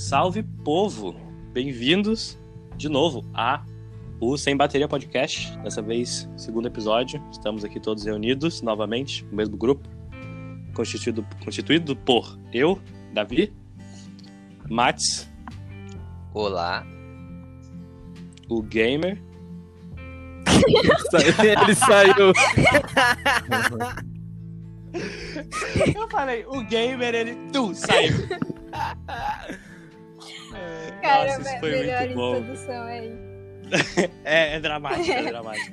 Salve, povo! Bem-vindos de novo a o Sem Bateria Podcast. Dessa vez, segundo episódio. Estamos aqui todos reunidos novamente, no mesmo grupo, constituído por eu, Davi, Mats, olá, o Gamer. Ele saiu. Eu falei, o Gamer, ele saiu. Cara, nossa, isso foi melhor muito bom. introdução aí. É dramático, é dramático.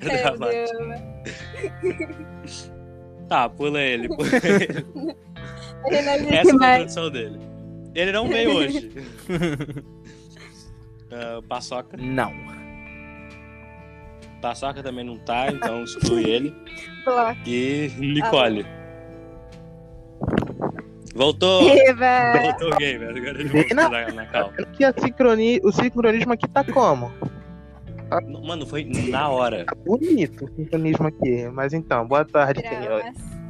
Tá, pula ele. Ele não existe Essa é a mais. introdução dele. Ele não veio hoje. Paçoca. Não. Paçoca também não tá, então exclui ele. Bloco. E Nicole. Voltou! Eba. Voltou o Gamer, agora ele voltou na calma. Que o sincronismo aqui tá como? Mano, foi na hora. Tá bonito o sincronismo aqui. Mas então, boa tarde, senhor.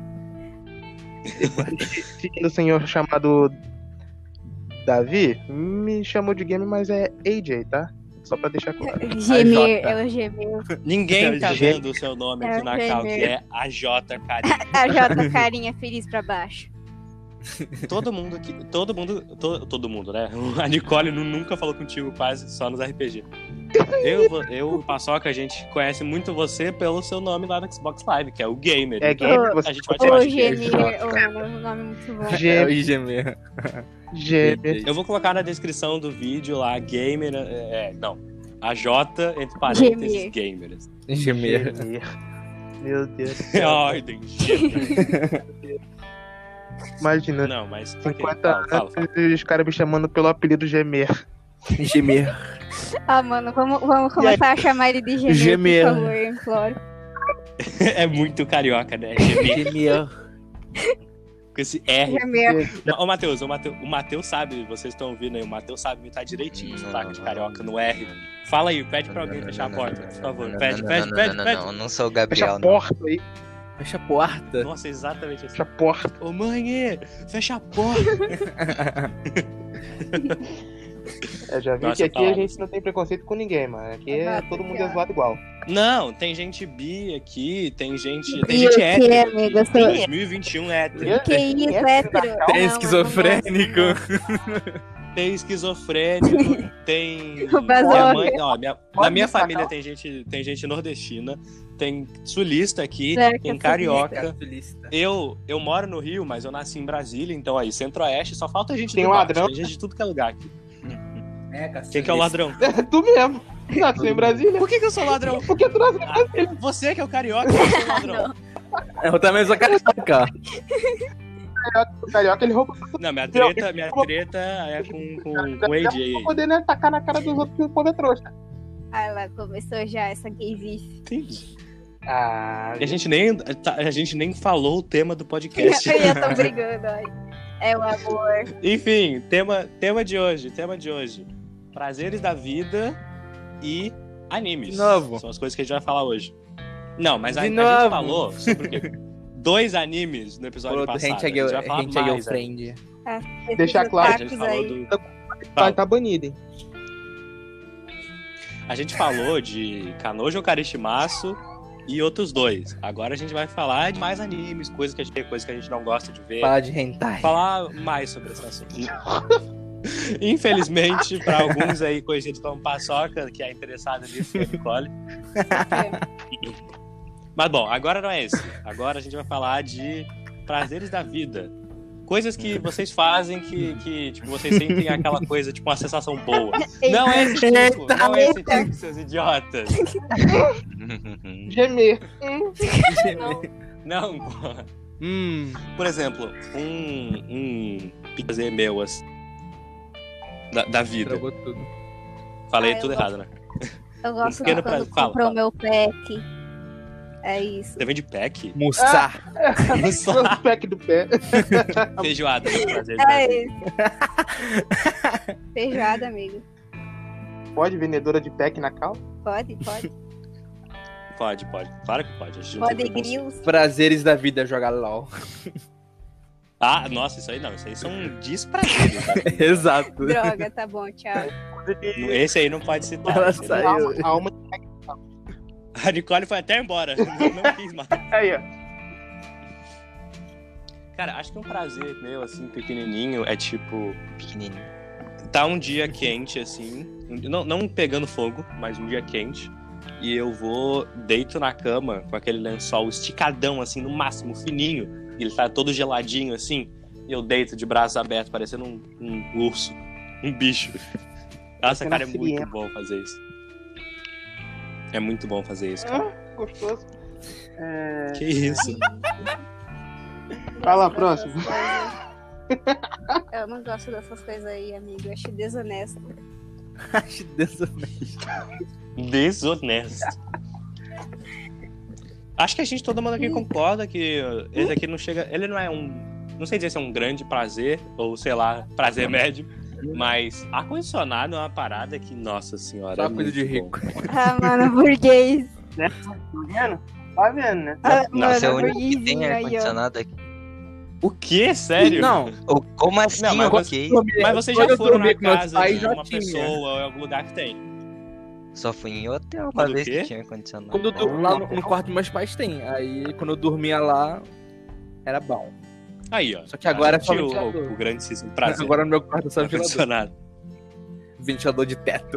O senhor chamado Davi me chamou de game, mas é AJ, tá? Só pra deixar claro. Gemer, é o Gemer. Ninguém tá G. vendo o seu nome aqui É na o cal, que Gamer. é AJ Carinha. A J carinha feliz pra baixo. Todo mundo aqui, todo mundo, né? A Nicole nunca falou contigo quase, só nos RPG. Eu e o Paçoca, a gente conhece muito você pelo seu nome lá no Xbox Live, que é o Gamer. É Então, game, você a gente vai te chamar O de Gamer. Gemer, o nome é muito bom. É o G, IGM. G, Eu vou colocar na descrição do vídeo lá, Gamer, AJ, entre parênteses, Gamers. IGM. Meu Deus do É céu. ordem, Gamer. Imagina, Não, mas... 50 Fala. anos e os caras me chamando pelo apelido Gemer. IGM. Ah, mano, vamos começar a chamar ele de Gemer, Gemer. por favor, eu imploro. É muito carioca, né? Gemer. IGM. Com esse R. Gemer. Ô, Matheus, o Matheus sabe, vocês estão ouvindo aí, o Matheus sabe imitar direitinho o sotaque de carioca no R. Fala aí, pede pra alguém fechar a porta, por favor. Pede. Não, eu não sou o Fecha Gabriel, a porta aí. Fecha a porta. Nossa, exatamente assim. Fecha a porta. Ô, mãe, fecha a porta. Já vi Nossa, que aqui palavras. a gente não tem preconceito com ninguém, mano. Aqui Exato, todo mundo aqui, é ó. zoado igual. Não, tem gente bi aqui, tem gente Bi o quê, hétero. amigo? Eu Tem sou- 2021 hétero. Que isso, hétero? Tem Não, mano, esquizofrênico. Tem esquizofrênico, tem. O Basoca. Na minha família tem gente nordestina, tem sulista aqui, Certo, tem carioca. Eu moro no Rio, mas eu nasci em Brasília, então aí, centro-oeste, só falta gente Tem do um norte, ladrão. tem gente de tudo que é lugar aqui. É, Quem que é o ladrão? Tu mesmo. Nasceu em Brasília. Por que eu sou ladrão? Porque tu nasceu em Brasília. Você que é o carioca, eu sou o ladrão. Eu também sou carioca. O carioca, ele rouba Não, minha treta é com o AJ pra aí. poder, né, tacar na cara dos outros que o povo é trouxa. Ah lá, começou já essa gaysice. Entendi. Ah, E a gente nem falou o tema do podcast. Eu já tô brigando, ai. É o amor. Enfim, tema de hoje. Prazeres da vida e animes. De novo. São as coisas que a gente vai falar hoje. Não, mas a De gente novo. falou sobre o quê? 2 animes no episódio Falou do passado. Rente A gente vai falar mais, né? Girlfriend. Deixar Esses claro, A otakus gente falou aí. do... tá banido, hein? A gente falou de Kanojo Karishimasu e outros 2. Agora a gente vai falar de mais animes, coisas que a gente não gosta de ver. Fala de hentai. Falar mais sobre esse assunto. Infelizmente, para alguns aí conhecidos como Paçoca, que é interessado nisso, que é a Nicole. Mas bom, agora não é esse. Agora a gente vai falar de prazeres da vida. Coisas que vocês fazem que tipo, vocês sentem aquela coisa, tipo, uma sensação boa. Não é esse tipo, não é esse tipo, seus idiotas. Gemer. Não, pô. Por exemplo, um prazer meu, assim, da vida. Trocou tudo. Falei Ah, eu tudo errado, né? Eu gosto Pequeno de quando prazer. comprou o meu pack. É isso. Você vende pack? Mussar. O pack do pé. Feijoada, prazer da É vida. isso. Feijoada, amigo. Pode, vendedora de pack na cal? Pode. Pode. Claro que pode. A gente não tem Pode preconceito. grills. Prazeres da vida, jogar LOL. Ah, nossa, isso aí não. Isso aí são desprazeres. Tá? Exato. Droga, tá bom, tchau. Esse aí não pode citar. Ela esse aí saiu. A alma não. A Nicole foi até embora. Não quis mais. aí, ó. Cara, acho que um prazer meu, assim, pequenininho, é tipo... Pequenininho. Tá um dia quente, assim, não pegando fogo, mas um dia quente, e eu deito na cama com aquele lençol esticadão, assim, no máximo, fininho, e ele tá todo geladinho, assim, e eu deito de braços abertos, parecendo um urso, um bicho. Nossa, cara, é muito bom fazer isso. É muito bom fazer isso, cara. Gostoso. Que isso? Vai lá, próximo. Eu não gosto dessas coisas aí, amigo. Eu acho desonesto. Acho desonesto. Desonesto. Acho que a gente, todo mundo aqui concorda que esse aqui não chega... Ele não é não sei dizer se é um grande prazer, ou sei lá, prazer médio, mas ar-condicionado é uma parada que, nossa senhora, Só é coisa de muito bom. rico. Ah, mano, burguês. Tá vendo? Tá vendo, né? Ah, Nossa, é o mano, único que tem burguesinho aí, ó. ar-condicionado aqui. O quê? Sério? Não, Como assim, Não, mas ok? Mas vocês Quando já eu foram dormi na com meus casa pais, de já uma tinha. pessoa ou em algum lugar que tem? Só fui em hotel uma Quando o vez quê? que tinha ar-condicionado. quando eu lá no quarto dos meus pais tem. Aí quando eu dormia lá, era bom. Aí, ó. Só que agora é só Sentiu ventilador. o grandíssimo prazer. Agora no meu quarto é só ventilador. ar-condicionado. Ventilador de teto.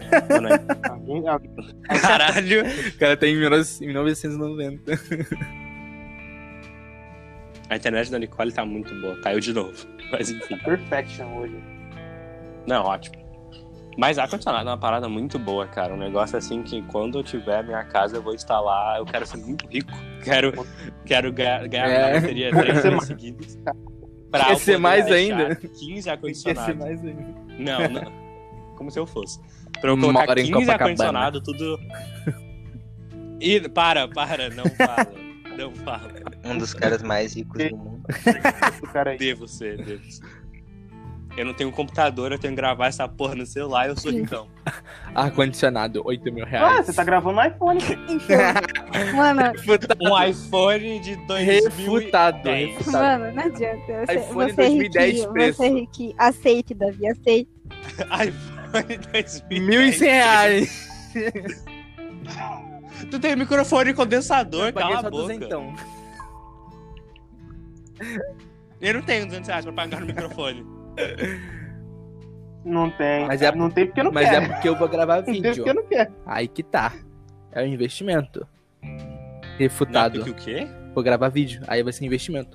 Caralho. O cara tem em 1990. A internet da Nicole tá muito boa. Caiu de novo. Mas enfim. Perfection hoje. Não, ótimo. Mas ar-condicionado é uma parada muito boa, cara. Um negócio assim que quando eu tiver a minha casa eu vou instalar. Eu quero ser muito rico. Quero ganhar na loteria 3 anos seguidos. Pra Quer ser eu poder mais deixar ainda? 15 Quer ser ar-condicionados. mais ainda. Não. Como se eu fosse. Pra eu colocar Mora em 15 Copacabana. ar-condicionado, tudo. E para, não fala. Não fala. Um dos caras mais ricos do mundo. O cara aí. Devo ser. Eu não tenho computador, eu tenho que gravar essa porra no celular, eu sou ricão. Ar-condicionado, 8 mil Ah, reais. você tá gravando no iPhone. Então, mano, Um iPhone de 2010. Refutado. mano, não adianta. iPhone Você é 2010 riquinho, preço. você é riquinho. Aceite, Davi, aceite. iPhone 2010. 1.100 reais. Tu tem microfone condensador, Eu paguei cala só a boca. 200. Eu não tenho 200 reais pra pagar no microfone. Não tem. Mas é- não tem porque não Mas quer. é porque eu vou gravar Não tem vídeo. porque não quer. Aí que tá. É um investimento. Não, Refutado. porque o quê? Vou gravar vídeo. Aí vai ser investimento.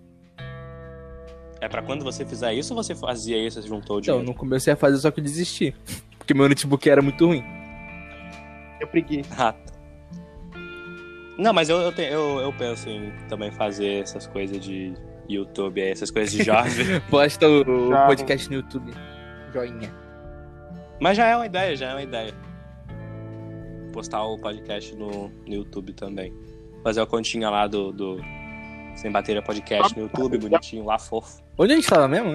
É pra quando você fizer isso ou você fazia isso e juntou o Então, dinheiro? não comecei a fazer, só que eu desisti. Porque meu notebook era muito ruim. Eu preguiça. Ah, tá. Não, mas eu penso em também fazer essas coisas de YouTube, essas coisas de jovem. Posta o Já. podcast no YouTube. Joinha. Mas já é uma ideia. Postar o podcast no YouTube também. Fazer a continha lá do Sem Bateria Podcast no YouTube, bonitinho, lá fofo. Onde a gente tava mesmo?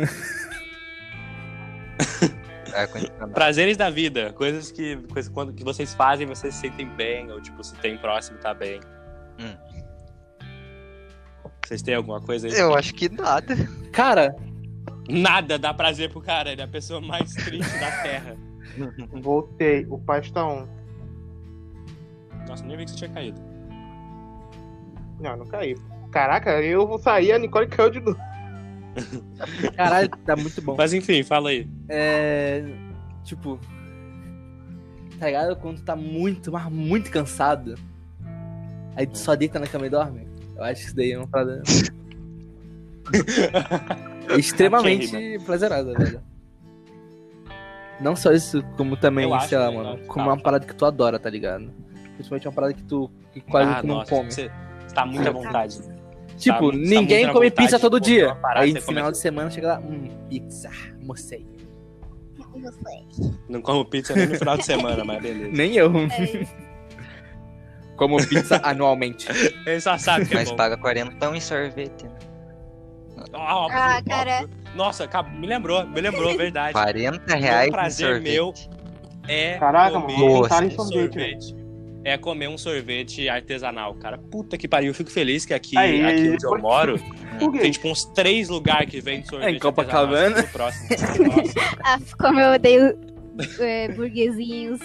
Ar-condicionado. Prazeres da vida, coisas que vocês fazem, vocês se sentem bem, ou tipo, se tem próximo, tá bem. Vocês têm alguma coisa aí? Eu acho que nada. Cara, Nada dá prazer pro cara, ele é a pessoa mais triste da Terra. Voltei. O pai está on. Nossa, nem vi que você tinha caído. Não caiu. Caraca, eu vou sair, a Nicole caiu de novo. caralho, tá muito bom. Mas enfim, fala aí. Tipo, tá ligado? Quando tu tá muito, mas muito cansado, aí tu só deita na cama e dorme. Eu acho que isso daí é uma parada extremamente prazerosa, velho. Não só isso, como também, Eu acho sei lá, também, mano, não. como uma parada que tu adora, tá ligado? Principalmente uma parada que tu quase tu não come. Você tá muito à vontade. Tipo, tá ninguém muito à come vontade pizza de todo comer dia. uma parada Aí que no você final come de semana chega lá, pizza, almocei. Não como pizza nem no final de semana, mas beleza. Nem eu. É, Como pizza anualmente. Ele só sabe que é Mas bom. paga 40 em sorvete. Né? Óbvio, Ah, cara. óbvio. Nossa, me lembrou, verdade. 40 reais em prazer sorvete. meu é Caraca, comer mano, Nossa, em um sorvete. É comer um sorvete artesanal, cara. Puta que pariu, eu fico feliz que aqui Aí, onde eu moro Por quê? Tem tipo uns 3 lugares que vende sorvete. Em Copacabana. artesanal, assim, no próximo. Nossa. Ah, como eu odeio burguesinhos.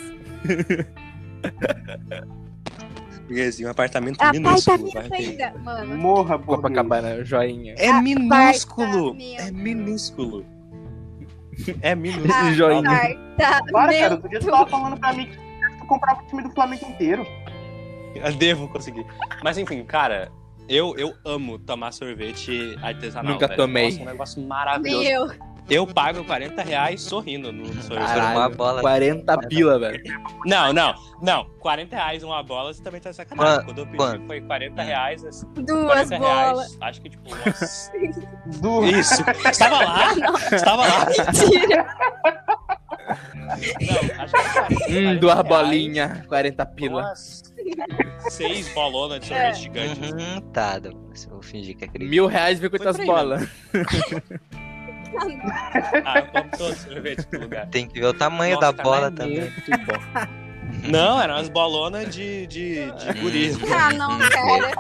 Burguesinho, um apartamento minúsculo. vai Apartamento ter. ainda, mano. Morra, burguês. Copacabana, joinha. É minúsculo. Apartamento. É minúsculo. É minúsculo. Esse joinha. Para, cara, Apartamento. tu já tava falando pra mim que tu comprava o time do Flamengo inteiro. Eu devo conseguir. Mas enfim, cara, eu amo tomar sorvete artesanal. Nunca velho. tomei. Nossa, um negócio maravilhoso. Meu. Eu pago R$40 sorrindo no sorvete. Caralho. uma bola. 40 pila, velho. Não. R$40 uma bola, você também tá de sacanagem. Quando eu pedi Quanto? foi R$40, assim, Duas R$40, bolas. acho que tipo umas... Do... Isso, estava lá, estava lá. Mentira. Não, acho que era 40 Duas reais, bolinhas, 40 pila. umas 6 bolonas de sorvete gigante. Tá, Douglas, eu vou fingir que acredito. R$1.000 vem Foi quantas por aí, bolas? Ah, eu como todo sorvete do lugar. Tem que ver o tamanho Nossa, da cara, bola é também. Muito bom. Não, eram umas bolonas de guri. Ah, não, cara.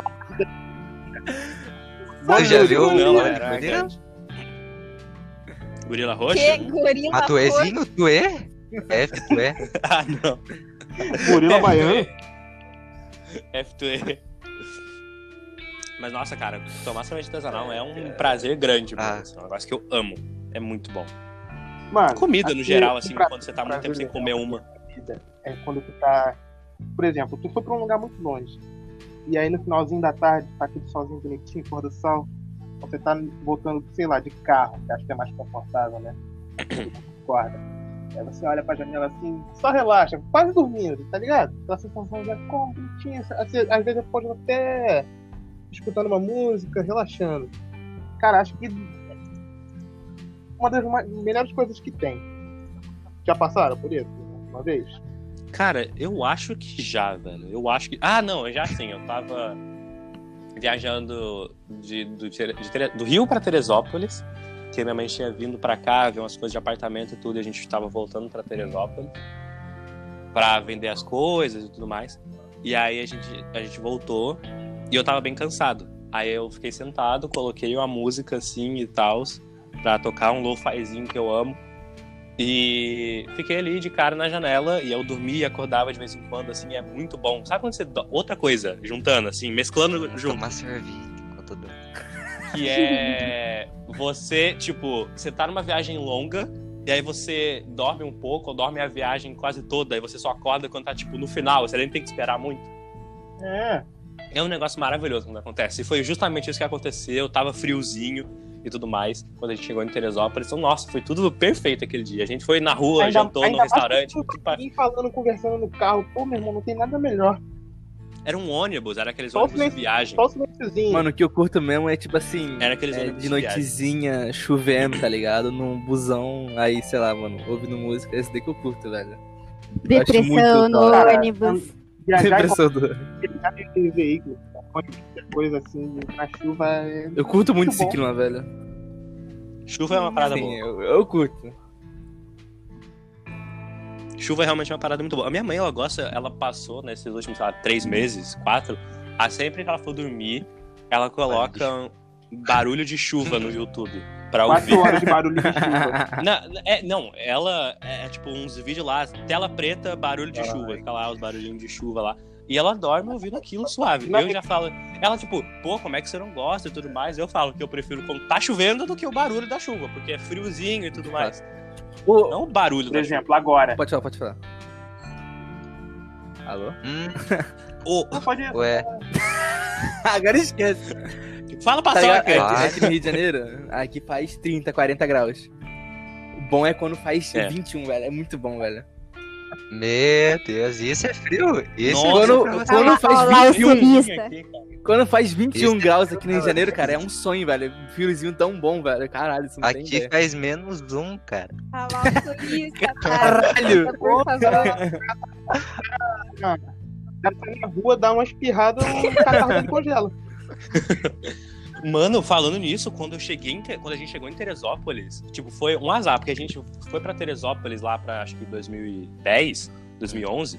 Você já viu Não, bola de era gorila? grande. Gorila roxa? Que gorila. Mas tu ézinho? Tu é? Tu é? Ah, não. Gorila baiano. F2E. Mas nossa, cara, tomar sorvete artesanal é um prazer grande, mano. Ah. Assim, é um negócio que eu amo. É muito bom. Mano, Comida, no aqui, geral, assim, pra- quando você tá pra muito tempo sem ver, comer uma. É quando tu tá. Por exemplo, tu foi pra um lugar muito longe. E aí no finalzinho da tarde, tá aquele solzinho bonitinho, pôr do sol. Você tá voltando, sei lá, de carro, que acho que é mais confortável, né? Acorda. Aí você olha pra janela assim, só relaxa, quase dormindo, tá ligado? Aquela sensação de acordo, bonitinha. Às vezes eu pode até escutando uma música, relaxando. Cara, acho que uma das melhores coisas que tem. Já passaram por isso? Uma vez? Cara, eu acho que já, velho. Eu acho que. Ah, não, eu já sim. Eu tava viajando do Rio pra Teresópolis, que minha mãe tinha vindo pra cá, ver umas coisas de apartamento e tudo, e a gente tava voltando pra Teresópolis pra vender as coisas e tudo mais. E aí a gente voltou e eu tava bem cansado. Aí eu fiquei sentado, coloquei uma música assim e tal, pra tocar um lo-fizinho que eu amo. E fiquei ali de cara na janela e eu dormia e acordava de vez em quando, assim, é muito bom. Sabe quando você... Outra coisa, juntando, assim, mesclando junto. Tomar sorvete enquanto eu durmo. Que é... Você, tipo, você tá numa viagem longa e aí você dorme um pouco ou dorme a viagem quase toda. Aí você só acorda quando tá, tipo, no final. Você nem tem que esperar muito. É. É um negócio maravilhoso quando acontece. E foi justamente isso que aconteceu. Tava friozinho e tudo mais quando a gente chegou em Teresópolis. Então, nossa, foi tudo perfeito aquele dia. A gente foi na rua, jantou no mais restaurante. que falando, conversando no carro. Pô, meu irmão, não tem nada melhor. Era um ônibus, era aqueles Só o ônibus de silêncio. viagem. Só o silênciozinho. Mano, o que eu curto mesmo é tipo assim, Era aqueles ônibus de de viagem. noitezinha, chovendo, tá ligado? Num busão, aí, sei lá, mano, ouvindo música, esse daí que eu curto, velho. Depressão muito no da hora. ônibus. Viajar Depressão do... em veículo, ônibus, coisa assim, na chuva. Eu curto muito Muito esse bom. clima, velho. Chuva é uma parada Sim, boa. eu curto. Chuva é realmente uma parada muito boa. A minha mãe, ela gosta, ela passou nesses últimos, sei lá, 3 meses, 4, sempre que ela for dormir, ela coloca barulho de chuva no YouTube pra ouvir. 4 horas de barulho de chuva. Não, ela é tipo uns vídeos lá, tela preta, barulho de chuva. Fica lá os barulhinhos de chuva lá. E ela dorme ouvindo aquilo suave. Eu já falo, ela tipo, pô, como é que você não gosta e tudo mais? Eu falo que eu prefiro quando tá chovendo do que o barulho da chuva, porque é friozinho e tudo mais. Não o barulho Por da exemplo, agora. Pode falar. Alô? chuva. Ô, Não pode ir. Ué, Agora esquece. fala pra Tá ligado? soca. Aqui no Rio de Janeiro, aqui faz 30, 40 graus. O bom é quando faz 21, velho. É muito bom, velho. meu Deus, isso é frio. Isso Nossa, é frio. Quando faz Olá, o 21, sulista. quando faz 21 Isso. graus aqui no Rio de Janeiro, cara, é um sonho, velho. Um friozinho tão bom, velho. Caralho, isso não tem Aqui ideia. faz -1, cara. Olá, o sulista, cara. Caralho! Por favor. Já tá na rua, dá uma espirrada, o catarro congela. Mano, falando nisso, quando a gente chegou em Teresópolis, tipo, foi um azar, porque a gente foi pra Teresópolis lá pra, acho que 2010, 2011,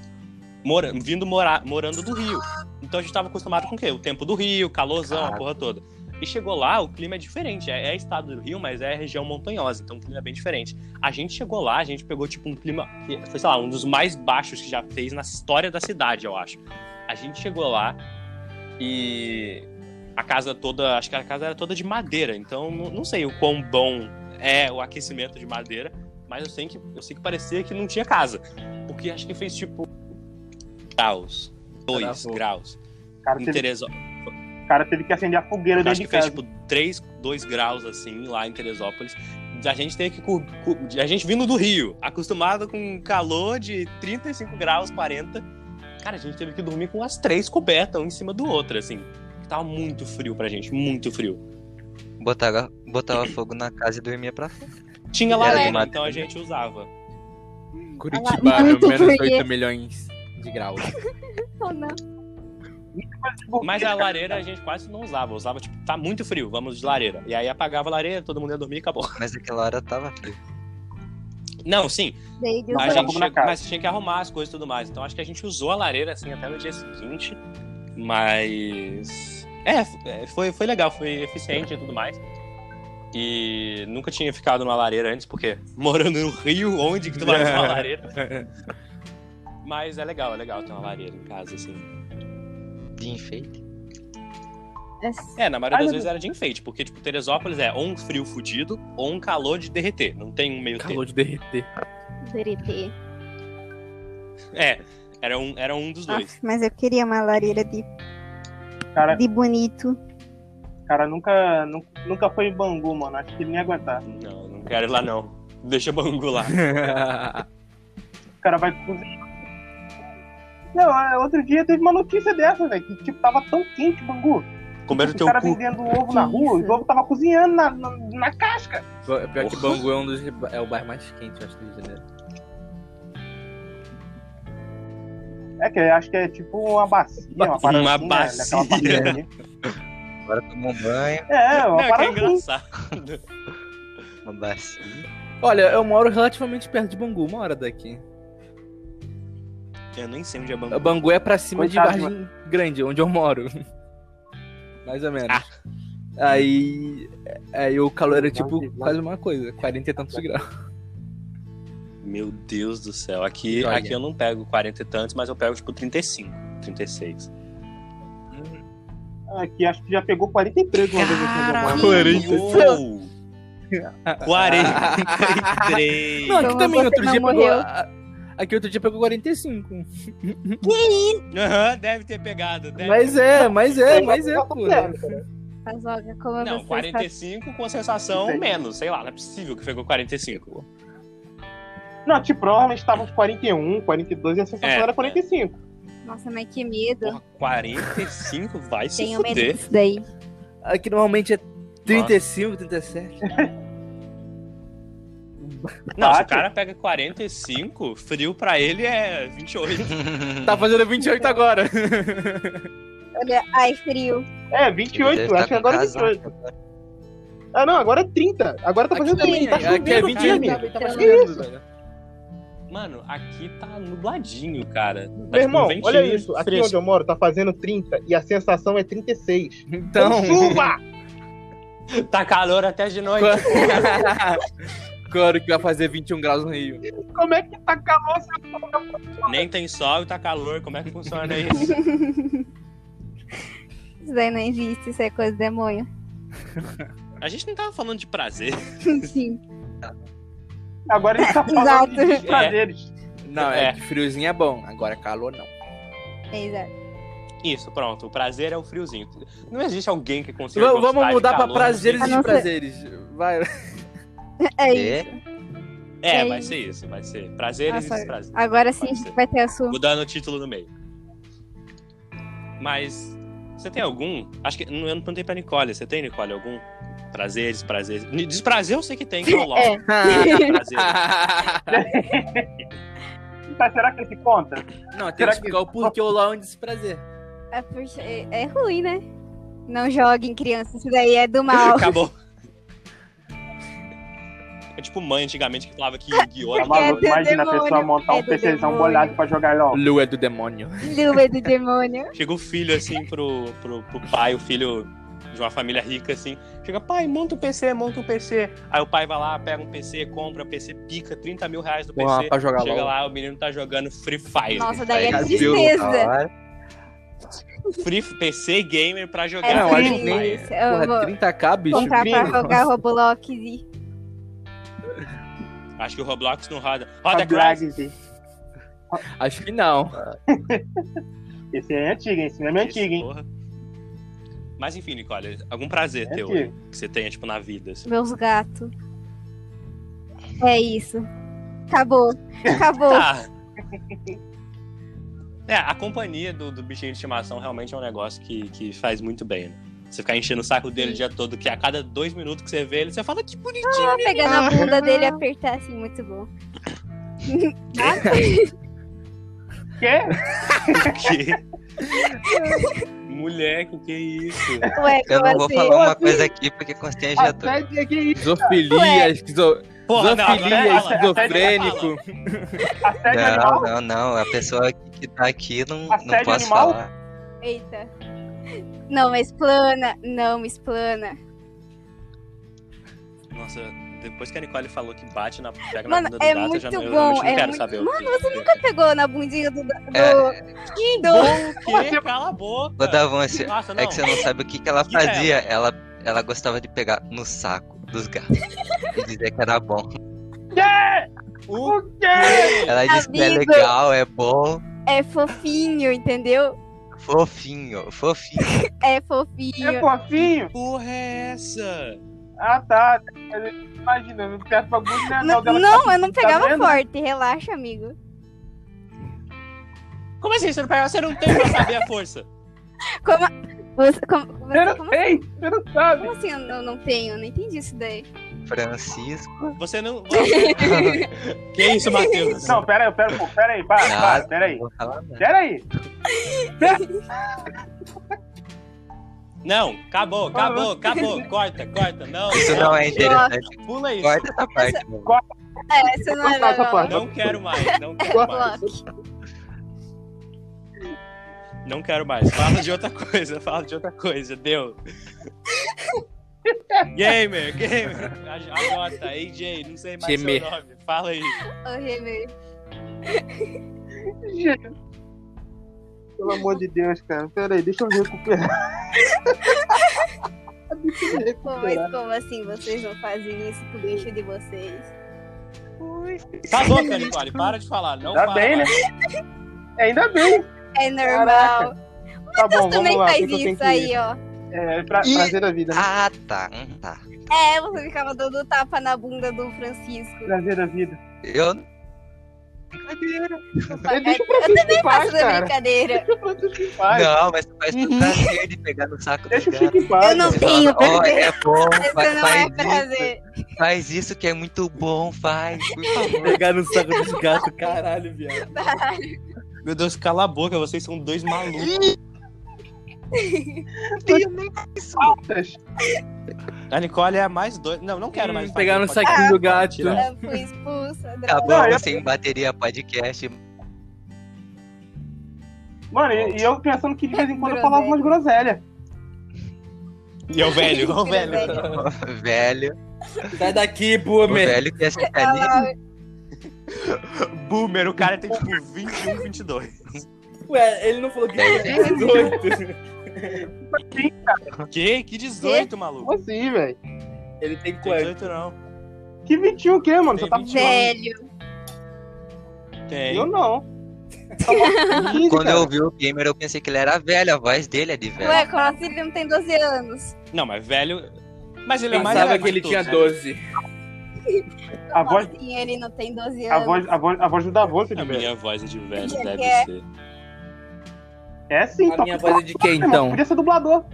morando do Rio. Então a gente tava acostumado com o quê? O tempo do Rio, calorzão, a porra toda. E chegou lá, o clima é diferente. É estado do Rio, mas é região montanhosa, então o clima é bem diferente. A gente chegou lá, a gente pegou tipo um clima que foi, sei lá, um dos mais baixos que já fez na história da cidade, eu acho. A gente chegou lá e a casa toda, acho que a casa era toda de madeira, então não sei o quão bom é o aquecimento de madeira, mas eu sei que parecia que não tinha casa, porque acho que fez tipo 2 graus. O cara teve que acender a fogueira Eu dentro acho de que fez casa. tipo 2 graus assim lá em Teresópolis. A gente teve que a gente vindo do Rio, acostumado com calor de 35 graus, 40. Cara, a gente teve que dormir com as 3 cobertas, um em cima do outro, assim. Tava muito frio pra gente, muito frio. Botava fogo na casa e dormia pra fora. Tinha Era lareira, de madeira. então a gente usava. Curitiba, Muito menos frio. 8 milhões de graus. Ou não? Mas a lareira a gente quase não usava. Usava, tipo, tá muito frio, vamos de lareira. E aí apagava a lareira, todo mundo ia dormir e acabou. Mas naquela hora tava frio. Não, sim. Daí de Não, A Mas gente fogo na casa. mas tinha que arrumar as coisas e tudo mais. Então acho que a gente usou a lareira, assim, até no dia seguinte. Mas... foi legal, foi eficiente e tudo mais. E nunca tinha ficado numa lareira antes, porque morando no Rio, onde que tu vai usar uma lareira? Mas é legal ter uma lareira em casa, assim. De enfeite. Na maioria das vezes era de enfeite, porque, tipo, Teresópolis é ou um frio fudido ou um calor de derreter. Não tem um meio termo. Calor de derreter. Derreter. Era um dos dois. Nossa, mas eu queria uma lareira Cara, de bonito. cara nunca foi em Bangu, mano. Acho que ele nem ia aguentar. Não quero ir lá, não. Deixa Bangu lá. O cara vai cozinhar. Não, outro dia teve uma notícia dessa, velho. Que tipo, tava tão quente Bangu. Comer o Os teu caras cu. vendendo ovo na rua, os ovos tava cozinhando na casca. Pior que Bangu é o bairro mais quente, eu acho, do Rio de Janeiro. É que eu acho que é tipo uma bacia, uma parada Uma assim, bacia. né? Daquela bacia ali. Agora tomou um banho, É, uma Não, que é parada assim. engraçado. uma bacia. Olha, eu moro relativamente perto de Bangu, 1 hora daqui. Eu nem sei onde é Bangu. Bangu é pra cima Coitado, de Vargem Grande, onde eu moro. Mais ou menos. Ah. Aí o calor era tipo Não, quase uma coisa, 40 e tantos graus. Meu Deus do céu. Aqui Olha. eu não pego 40 e tantos, mas eu pego, tipo, 35, 36. Aqui acho que já pegou 43 uma vez aqui onde eu moro. 43. Não, aqui Como também você outro não dia pegou. morreu? Aqui outro dia pegou 45. Aham, deve ter pegado. Mas é, pô. Pazoga, como Não, você 45 com sensação Sei. menos. Sei lá, não é possível que pegou 45. Não, tipo, provavelmente tava uns 41, 42 e a sensação era 45. Nossa, mas que medo. Porra, 45 vai se Tenho medo fuder. disso daí. Aqui normalmente é 35, 37. Não, se o Bate. cara pega 45, frio pra ele é 28. Tá fazendo 28 agora. Olha, ai, frio. É, 28, acho que agora é 28. Ah, não, agora é 30. Agora tá Aqui fazendo também, 30. Tá aqui é chovendo, 28, cara. tá mais Que chovendo, isso? velho. Mano, aqui tá nubladinho, cara. Tá Meu irmão, tipo um olha ventinho isso. Aqui fresco. onde eu moro tá fazendo 30 e a sensação é 36. Então. Chuva! Tá calor até de noite. Claro que vai fazer 21 graus no Rio. Como é que tá calor? Nem tem sol e tá calor. Como é que funciona isso? Isso daí não existe, isso é coisa do demônio. A gente não tava falando de prazer. Sim. Agora a gente tá falando Exato. de prazeres. Não, É. que friozinho é bom, agora calor não. Exato. Isso, pronto. O prazer é o friozinho. Não existe alguém que consiga gostar Vamos de mudar pra calor, prazeres A e não ser- desprazeres. Vai. É É? isso. É, vai ser isso. Vai ser prazeres Nossa, e desprazeres. Agora sim a Pode gente ser. vai ter a sua. Mudando o título no meio. Mas você tem algum? Acho que eu não perguntei pra Nicole. Você tem, Nicole, algum? Prazeres. Desprazer eu sei que tem, que é o LOL. É. Prazeres. Tá, será que esse conta? Não, tem que Será que- explicar o porquê o LOL é um desprazer. É, porque é ruim, né? Não joguem criança, isso daí é do mal. Acabou. É tipo mãe antigamente que falava que Yu-Gi-Oh! Tá era maluco? do Imagina a demônio, pessoa montar é um do PCzão demônio. bolhado pra jogar LOL. Lu é do demônio. Luva do demônio. Chega o filho assim pro pai, o filho de uma família rica, assim. Chega, pai, monta um PC, monta um PC. Aí o pai vai lá, pega um PC, compra, PC pica, 30 mil reais do PC. Pra jogar Chega LOL. lá, o menino tá jogando Free Fire. Nossa, daí é Brasil, tristeza. PC gamer pra jogar É, Não, Free acho sim, que nem. Fire. isso. Eu Porra, vou 30k, bicho. comprar pra jogar Roblox e... Acho que o Roblox não roda. Roda Crysis. Crysis. Acho que não. Esse é antigo, hein? Esse não é meio antigo, hein? Porra. Mas enfim, Nicole, algum prazer É teu antigo. que você tenha, tipo, na vida? Assim. Meus gatos. É isso. Acabou. Acabou. Tá. A companhia do bichinho de estimação realmente é um negócio que faz muito bem, né? Você ficar enchendo o saco dele o dia todo, que a cada 2 minutos que você vê ele, você fala que bonitinho. Pegar na bunda dele e apertar assim, muito bom. Quê? Que? Moleque, que isso? Ué, Eu como não vou assim? falar uma coisa aqui porque constrangedor. Assédio, que isso? Zoofilia, Porra, não, zoofilia, agora fala. esquizofrênico. Assédio animal? Não. A pessoa que tá aqui não Assédio posso animal? falar. Eita. Não me explana. Não me explana. Nossa, depois que a Nicole falou que bate na pega Mano, na bunda do é gato, eu muito já não, eu bom, realmente não é quero muito- saber Mano, o que. você nunca pegou na bundinha do... Que bom, que? Cala a boca. Ô, Davonce, Nossa, não. é que você não sabe o que ela Que é fazia. Ela gostava de pegar no saco dos gatos e dizer que era bom. O O quê? Ela disse que é Amigo. legal, é bom, É fofinho, entendeu? fofinho. É fofinho. É fofinho? porra é essa? Ah, tá. Imagina, não tem bagulho, né? Não, dela não, tá- eu não tá pegava vendo? forte. Relaxa, amigo. Como assim? Você não pega? Você não tem pra saber a força. Como... Você, como, Você você, não como, tem, você não sabe. como assim eu não tenho? Eu não entendi isso daí. Francisco. Você não. Que isso, Matheus? Não, pera aí, para, pera aí. Não vou falar nada. Pera aí. Não, acabou. Corta. Não. Isso não é interessante. Pula isso. Corta essa parte. meu. É, você não é Corta essa legal. parte. Não quero mais. Não quero mais. Fala de outra coisa. Deu. Gamer. Ajota, AJ, não sei mais Gemer. seu nome. Fala aí. Horrível. Gente. Pelo amor de Deus, cara. Pera aí, deixa eu me recuperar. Deixa eu me Pô, mas recuperar. como assim vocês não fazem isso com o bicho de vocês? Tá louca, Nicole. Para de falar. Não Ainda fala bem, né? mais. Ainda bem. É normal. Caraca. Tá bom, Você também vamos lá. faz o que eu tenho isso que aí, ir? ó. É, prazer da vida, né? Ah, tá. É, você ficava dando tapa na bunda do Francisco. Prazer da vida. Eu Deixa o Eu Francisco também em paz, faço da cara. brincadeira. Deixa o Francisco em paz. não, mas tu faz com prazer de pegar no saco Deixa o do Chico gato. em paz. Eu não cara. tenho Ó, prazer. é bom, Isso não é faz prazer. isso. Faz isso que é muito bom, faz, por favor. Pegar no saco dos gatos, caralho, viado. Meu Deus, cala a boca. Vocês são dois malucos. Altas. A Nicole é a mais doida. Não quero mais. Pegar no fazer saquinho do podcast. gato. Eu fui expulsa. Acabou Não, eu- sem bateria podcast. Mano, e eu pensando que de vez em quando eu falava umas groselhas. E é o velho, Velho. Sai daqui, O boomer. velho que é especialista. Boomer, o cara tem tipo 21, 22. Ué, ele não falou que tinha 18. Que 18, maluco? Como assim, velho? Ele tem Tem quanto? 18 não. Que 21 o quê, mano? Tem Você tá 21. Velho. Tem. Eu não. Tá bom, 15, Quando cara. eu vi o gamer, eu pensei que ele era velho. A voz dele é de velho. Ué, como assim ele não tem 12 anos? Não, mas velho. Mas ele é mais Pensava velho que ele de tinha todos, 12. A voz, Como assim ele não tem 12 a anos? voz do Davonce, né? A velho. minha voz é de velho, Que deve é? ser. É sim, A minha voz é de quem, então? Podia ser dublador.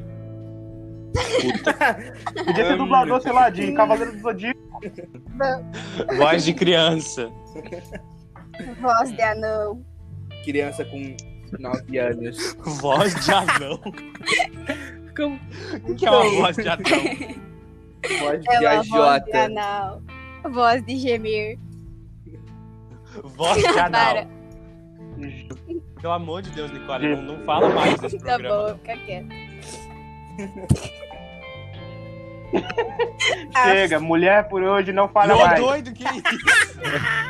Puta. Podia ser dublador, sei lá, de Cavaleiro do Zodíaco. Voz de criança. Voz de anão. Criança com 9 anos. Voz de anão. Como? O que é uma voz de anão? Voz É de uma voz de AJ. anão. Voz de gemer. Voz de Para. anão. Pelo amor de Deus, Nicole, não fala mais desse Tá programa. bom, fica quieto. Chega, mulher por hoje não fala Ô, mais. doido, que isso?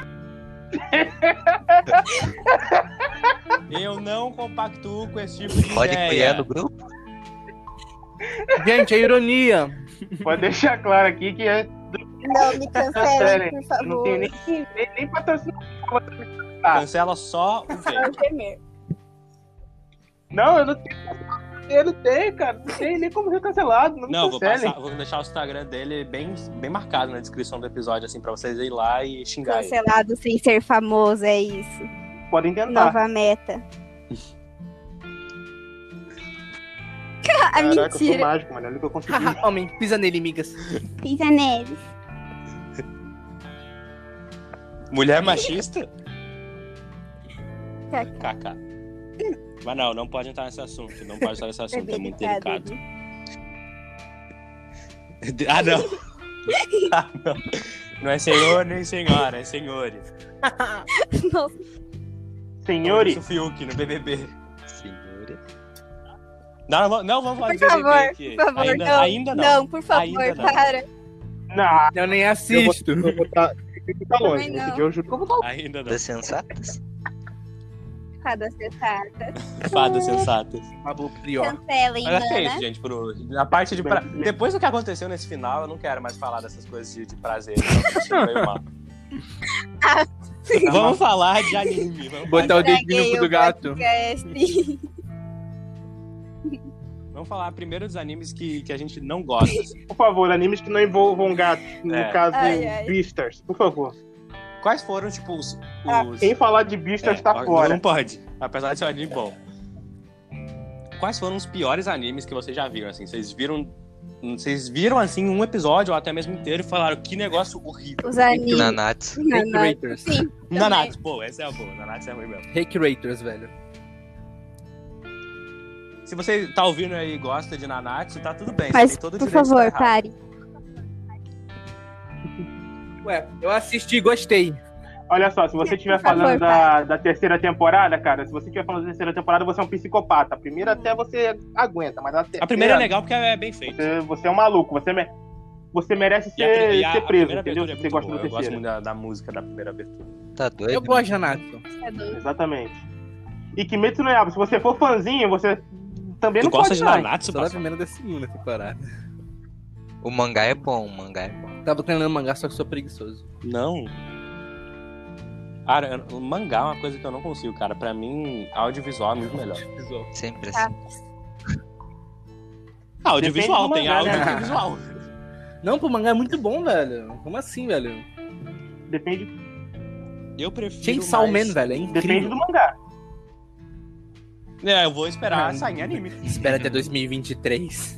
Eu não compactuo com esse tipo de Pode ideia. criar no grupo? Gente, é ironia. Pode deixar claro aqui que é Não me cancelem, por não favor. tem nem patrocínio. Cancela só o Só game. gemer. Não, eu não tenho. Eu não tenho, cara. Não tem nem como ser cancelado. Não, Não, me cancelem. vou deixar o Instagram dele bem marcado na descrição do episódio, assim, pra vocês irem lá e xingar ele. Cancelado sem ser famoso, é isso. Podem tentar. Nova meta. A Caraca, eu sou mentira. mágico, mano. Olha o que eu consegui. Homem, pisa nele, migas. Pisa neles. Mulher machista? Kaká. Kaká. Mas não pode entrar nesse assunto. Não pode entrar nesse assunto, é muito delicado. Ah, não. Ah, não. Não é senhor nem senhora, é senhores. Nossa, Senhores, Isso Fiuk no BBB. Senhora. Não vamos falar por de BBB favor, aqui. por favor, Ainda não. Não, por favor, Ainda não. para. não. Eu nem assisto. Eu vou estar longe. Também não. Esse dia eu juro que eu vou estar Ainda não. Das sensatas? Fada sensata. Fadas sensatas. Pablo Prior. Cancelem, Mas acho que é isso, Nana. gente. Na parte de depois do que aconteceu nesse final, eu não quero mais falar dessas coisas de prazer. Não, meio mal. Vamos falar de anime. Botar o dedinho no Estraguei cu do o gato. podcast. Vamos falar primeiro dos animes que a gente não gosta. Assim. Por favor, animes que não envolvam gatos. No É. caso, Ai, ai. Beastars. Por favor. Quais foram, tipo, os... Quem falar de Beastars tá fora. Não pode, apesar de ser um anime bom. Quais foram os piores animes que vocês já viram, assim? Vocês viram, assim, um episódio ou até mesmo inteiro e falaram que negócio horrível. Os animes. Nanatsu. Recreators. Sim, Nanatsu, pô, essa é a boa. Nanatsu é ruim mesmo. Recreators, velho. Se você tá ouvindo aí e gosta de Nanatsu, tá tudo bem. Mas, você tem todo o por direito de favor, estar errado. pare. Ué, eu assisti e gostei. Olha só, se você estiver Por favor, falando da terceira temporada, cara, se você estiver falando da terceira temporada, você é um psicopata. A primeira até você aguenta, mas a terceira... A primeira é legal porque é bem feita. Você é um maluco, você merece ser a preso, primeira entendeu? abertura é Se você muito gosta boa. da Eu gosto terceira. muito da música da primeira abertura. Tá doido? Eu gosto de Nanatsu. Tá doido. Exatamente. E Kimetsu no Yaiba, se você for fãzinho, você também Tu não gosta pode de não. Nanatsu, Só da parceiro? primeira e da segunda temporada. O mangá é bom, o mangá é bom. Tava treinando mangá, só que sou preguiçoso. Não. Cara, o mangá é uma coisa que eu não consigo, cara. Pra mim, audiovisual é muito melhor. Sempre Tá. assim. Audiovisual, Depende tem do mangá, né? audiovisual. Não, pô, o mangá é muito bom, velho. Como assim, velho? Depende Eu prefiro Chainsaw mais... Man, velho, é do incrível. mangá. É, eu vou esperar sair em anime. Espera até 2023.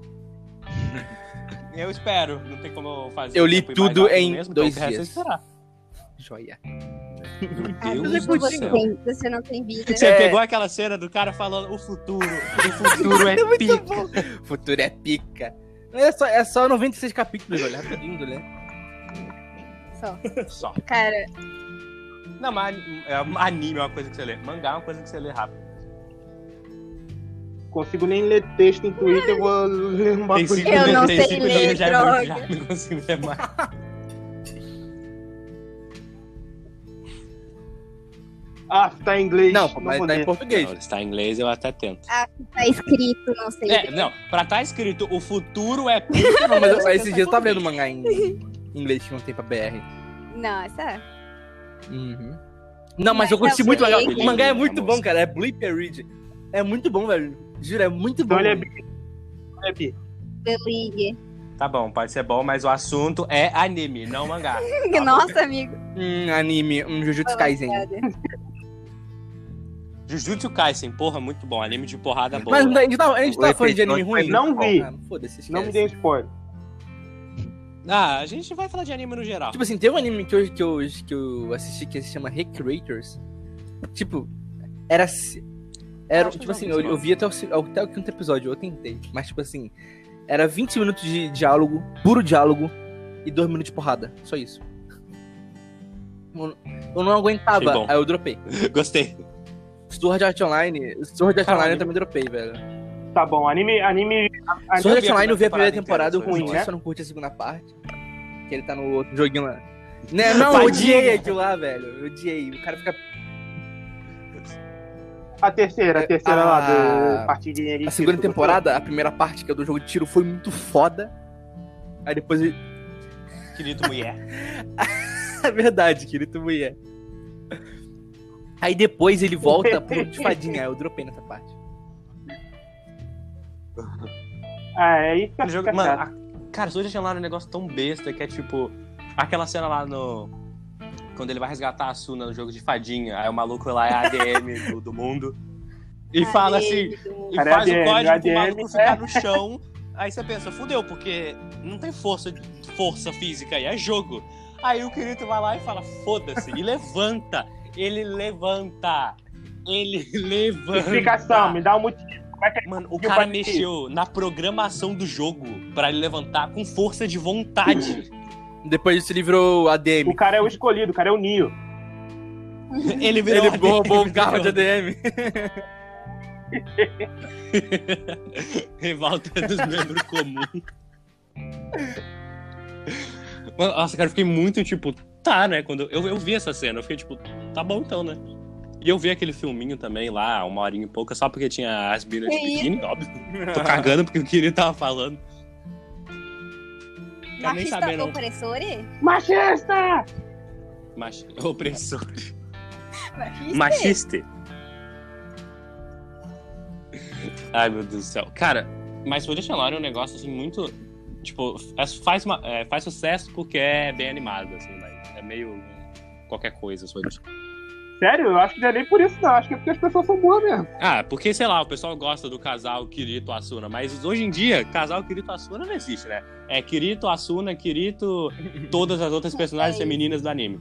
Eu espero. Não tem como eu fazer. Eu li tempo e tudo mais rápido em mesmo, 2 então o resto é dias. esperar. Joia. Meu mas Deus é do curtinho. céu. Você não tem vida. Você É. pegou aquela cena do cara falando o futuro é pica. O futuro é pica. É só 96 capítulos, velho. Rapidinho, né? Só. Só. Cara, Não, mas anime é uma coisa que você lê. Mangá é uma coisa que você lê rápido. Consigo nem ler texto em Twitter, eu vou ler um bagulho. Eu não tem sei 5 ler, dias já é muito, droga. já não consigo ler mais. Ah, tá em inglês. Não, mas vou tá em ler. português. Não, se tá em inglês, eu até tento. tá escrito, não sei. Não, pra tá escrito o futuro é pica. Não, mas esses dias eu tava lendo mangá em inglês que não tem pra BR. Não, essa. Uhum. Não, mas eu Mas curti eu muito sei. legal. O mangá é muito Famoso. bom, cara. É Bleeper Ridge. É muito bom, velho. Juro, é muito bom. Então ele é velho. bi. É bi. The League. Tá bom, pode ser bom, mas o assunto é anime, não mangá. Tá Nossa, amigo. Anime, Jujutsu Kaisen. Jujutsu Kaisen, porra, muito bom. Anime de porrada boa. Mas a gente tá O falando de anime episódio ruim? foi Não vi. Ah, foda-se, esquece. Não me dê spoiler. Ah, a gente vai falar de anime no geral. Tipo assim, tem um anime que eu assisti que se chama Recreators. Tipo, era Acho que tipo não assim, vi eu esse nome. vi até o quinto episódio, eu tentei. Mas, tipo assim, era 20 minutos de diálogo, puro diálogo, e 2 minutos de porrada. Só isso. Eu não aguentava, Achei bom. aí eu dropei. Gostei. Sword Art Online Caralho. eu também dropei, velho. Tá bom, anime. Sword Art vi a Online eu vi a primeira primeira temporada, eu temporada curti, inteira, né? só não curti a segunda parte. Que ele tá no outro joguinho lá. Né, não, eu odiei aquilo lá, velho. Eu odiei. O cara fica. A terceira lá do partidinha ali. A segunda temporada, a primeira parte, que é do jogo de tiro, foi muito foda. Aí depois ele. Querido mulher. É verdade, querido mulher. Aí depois ele volta pro jogo de fadinha. Aí eu dropei nessa parte. Aí fica, Aquele jogo, fica mano, chato. cara, Sword Art Online é um negócio tão besta que é tipo aquela cena lá no quando ele vai resgatar a Suna no jogo de fadinha, aí o maluco lá é a ADM do mundo e fala assim, e Cara, faz ADM, o código pro ADM, maluco ficar no chão. Aí você pensa, fudeu, porque não tem força física aí, é jogo. Aí o Kirito vai lá e fala, foda-se, e levanta. Ele levanta. Explicação, me dá um motivo. Como é que Mano, o conseguiu cara fazer isso? mexeu na programação do jogo pra ele levantar com força de vontade. Depois disso ele virou ADM. O cara é o escolhido, o cara é o Neo. Ele virou Ele roubou um carro de ADM. Revolta dos membros comuns. Mano, nossa, cara, eu fiquei muito tipo, tá, né? Quando eu vi essa cena, eu fiquei tipo, tá bom então, né? E eu vi aquele filminho também lá, 1 horinha e pouca, só porque tinha as minas de biquíni, óbvio. Tô cagando porque o Kirito tava falando. Quero nem saber, Machista não. opressor? Machista! Opressor. Machista? Machista. Ai, meu Deus do céu. Cara, mas Sword Art Online é um negócio, assim, muito... Tipo, faz sucesso porque é bem animado, assim, mas é meio qualquer coisa, Sword Art. Sério? Eu acho que não é nem por isso, não. Acho que é porque as pessoas são boas mesmo. Ah, porque, sei lá, o pessoal gosta do casal Kirito Asuna, mas hoje em dia, casal Kirito Asuna não existe, né? É Kirito, Asuna, Kirito, todas as outras personagens femininas do anime.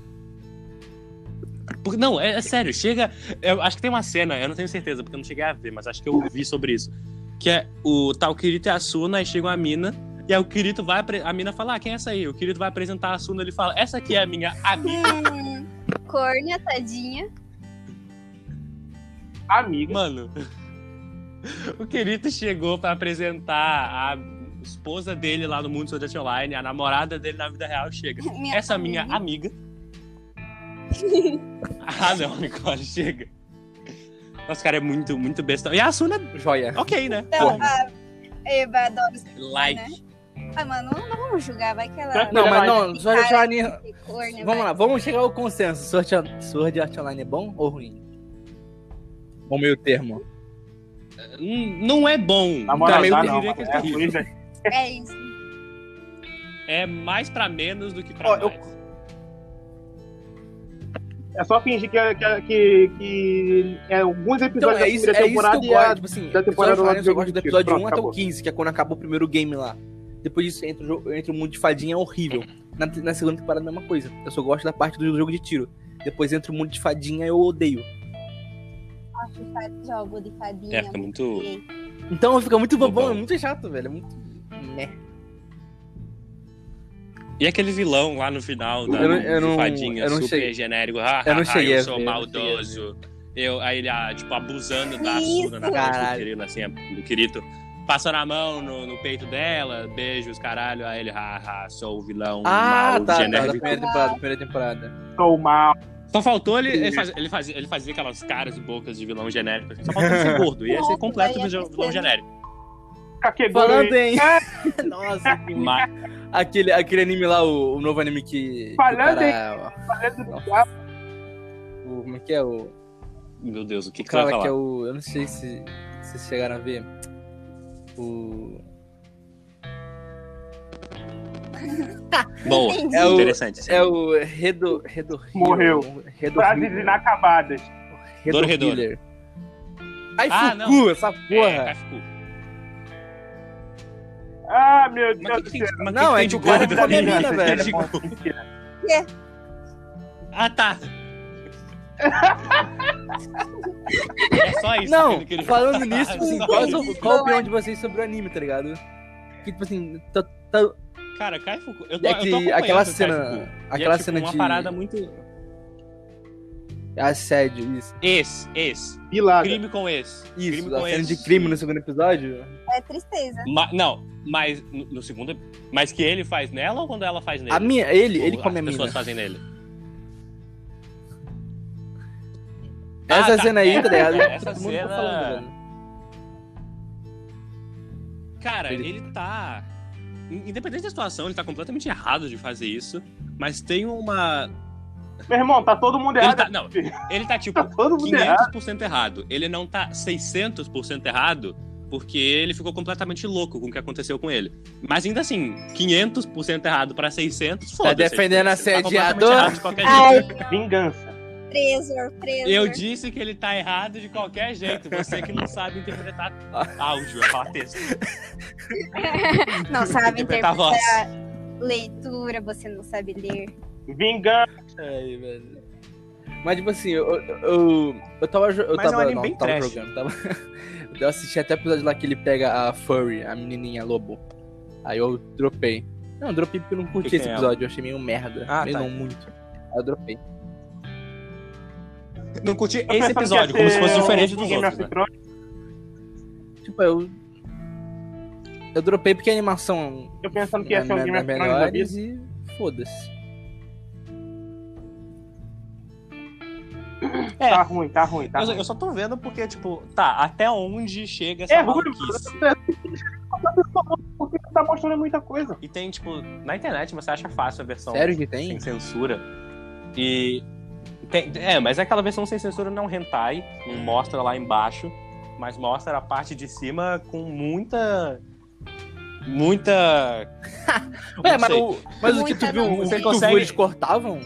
Não, é sério, chega... Eu acho que tem uma cena, eu não tenho certeza, porque eu não cheguei a ver, mas acho que eu vi sobre isso. Que é o tal Kirito e a Asuna, aí chega uma mina, e aí o Kirito vai... A mina fala, quem é essa aí? O Kirito vai apresentar a Asuna, ele fala, essa aqui é a minha amiga. Córnea, tadinha. Amiga. Mano, o Kirito chegou pra apresentar a esposa dele lá no mundo Sword Art Online, a namorada dele na vida real chega. Minha Essa minha amiga. Ah, não, Nicole, chega. Nossa, cara, é muito, muito besta. E a Asuna, Joia. ok, né? Não, Porra. a Eva adora isso. Like. Ah, mano, não vamos julgar, vai que ela... Não, mas não, Sword Art Online... Córnea, Vamos vai. lá, vamos chegar ao consenso. Sword Art Online é bom ou ruim? Ou meio termo? Não é bom. Na moral, meio dá eu não. diria que É ruim, velho. É isso. É mais pra menos do que pra Ó, eu- mais. É só fingir que é alguns Então, episódios é isso, da primeira é isso que temporada eu e a gosto. Tipo assim, da temporada Sword Art lá Online eu gosto do episódio Pronto, 1 até o acabou. 15, que é quando acabou o primeiro game lá. Depois disso, entra o mundo de fadinha, é horrível. Na segunda temporada, a mesma coisa. Eu só gosto da parte do jogo de tiro. Depois entra o mundo de fadinha, eu odeio. Jogo de fadinha. Fica muito... Então fica muito bobão, Bobão. é muito chato, velho. É muito. Né. E aquele vilão lá no final da Eu não- fadinha, eu não super cheguei- genérico. eu não cheguei eu a sou ver, eu não maldoso. Aí ele, tipo, abusando da Isso. Asuna na frente do Caralho. Kirito, assim, do Kirito. Passando a mão no peito dela, beijos, caralho. Aí ele, sou o vilão Ah, mal, tá, da genérico. primeira temporada. Sou mal. Só faltou ele fazia aquelas caras e bocas de vilão genérico. Assim. Só faltou ele ser gordo. Ia ser completo Nossa, vilão vilão genérico. Kakegurui. Falando em. Nossa, Mas, aquele anime lá, o novo anime que. Falando que o em- cara, Falando do como é que é? O meu Deus, o que você vai cara falar? que é o. Eu não sei se vocês chegaram a ver. O. Boa, Entendi. É o- interessante. sim. É o Redo. Morreu. Redo frases inacabadas. Redo Healer. Ai, Ah, Fuku, não. essa É, porra. Kaifuku. Ah, meu Mas Deus que do tem- céu. mas Não, que é tem que de o cara gordo come a ali? mina, velho. De gordo. Mentira. Ah, tá. É só isso. Não, que ele- falando nisso, tipo assim, Só qual, isso. qual a opinião de vocês sobre o anime, tá ligado? Que, tipo assim, Cara, Kaifuku... Eu é tô que acompanhando aquela o cena. Kaifuku. E Aquela é, tipo, cena uma de. parada muito... Assédio, isso. Esse. Pilaga. Crime com esse. Isso, crime a com cena esse. de crime no segundo episódio. É tristeza. Não, mas no segundo. Mas que ele faz nela ou quando ela faz nele? Ele Ou come a as pessoas mina. fazem nele. Essa tá. cena aí, tá ligado? Essa Todo mundo tá cena- falando, velho. Cara, ele tá. Independente da situação, ele tá completamente errado de fazer isso. Mas tem uma. Meu irmão, tá todo mundo Ele errado. tá, não, ele tá tipo Tá todo mundo errado. 500% errado. Ele não tá 600% errado porque ele ficou completamente louco com o que aconteceu com ele. Mas ainda assim, 500% errado pra 600, foda-se. defendendo Ele tá completamente assediador? errado de qualquer Ai, jeito. Vingança. preso. Eu disse que ele tá errado de qualquer jeito. Você que não sabe interpretar áudio, é falar texto. Não sabe Interpretar a voz. leitura, você não sabe ler. Vingança. Aí, velho. Mas, tipo assim, eu tava Mas é um tava, anime não, bem tava trash. jogando. Eu assisti até o episódio lá que ele pega a Furry, a menininha lobo. Aí eu dropei. Não, eu dropei porque eu não curti Que esse é ela? episódio. Eu achei meio merda. Ah, meio tá. não muito. Aí eu dropei. Não curti Tô esse pensando que episódio, ia como se ser fosse diferente dos Game outros, of né? Thrones. Tipo, eu dropei porque a animação Eu pensando que ia ser um Game of Thrones da melhores vida. e foda-se. É. Tá ruim, tá ruim, tá ruim. Eu só tô vendo porque, tipo, tá, até onde chega essa É ruim, maluquice? porque tá mostrando muita coisa. E tem, tipo, na internet você acha fácil a versão Sério que tem? sem censura. E. Mas é aquela versão sem censura não hentai, não mostra lá embaixo, mas mostra a parte de cima com muita. Muita. Ué, não mas sei. mas o que tu Muita viu, não. o Você que tu consegue- viu, eles cortavam?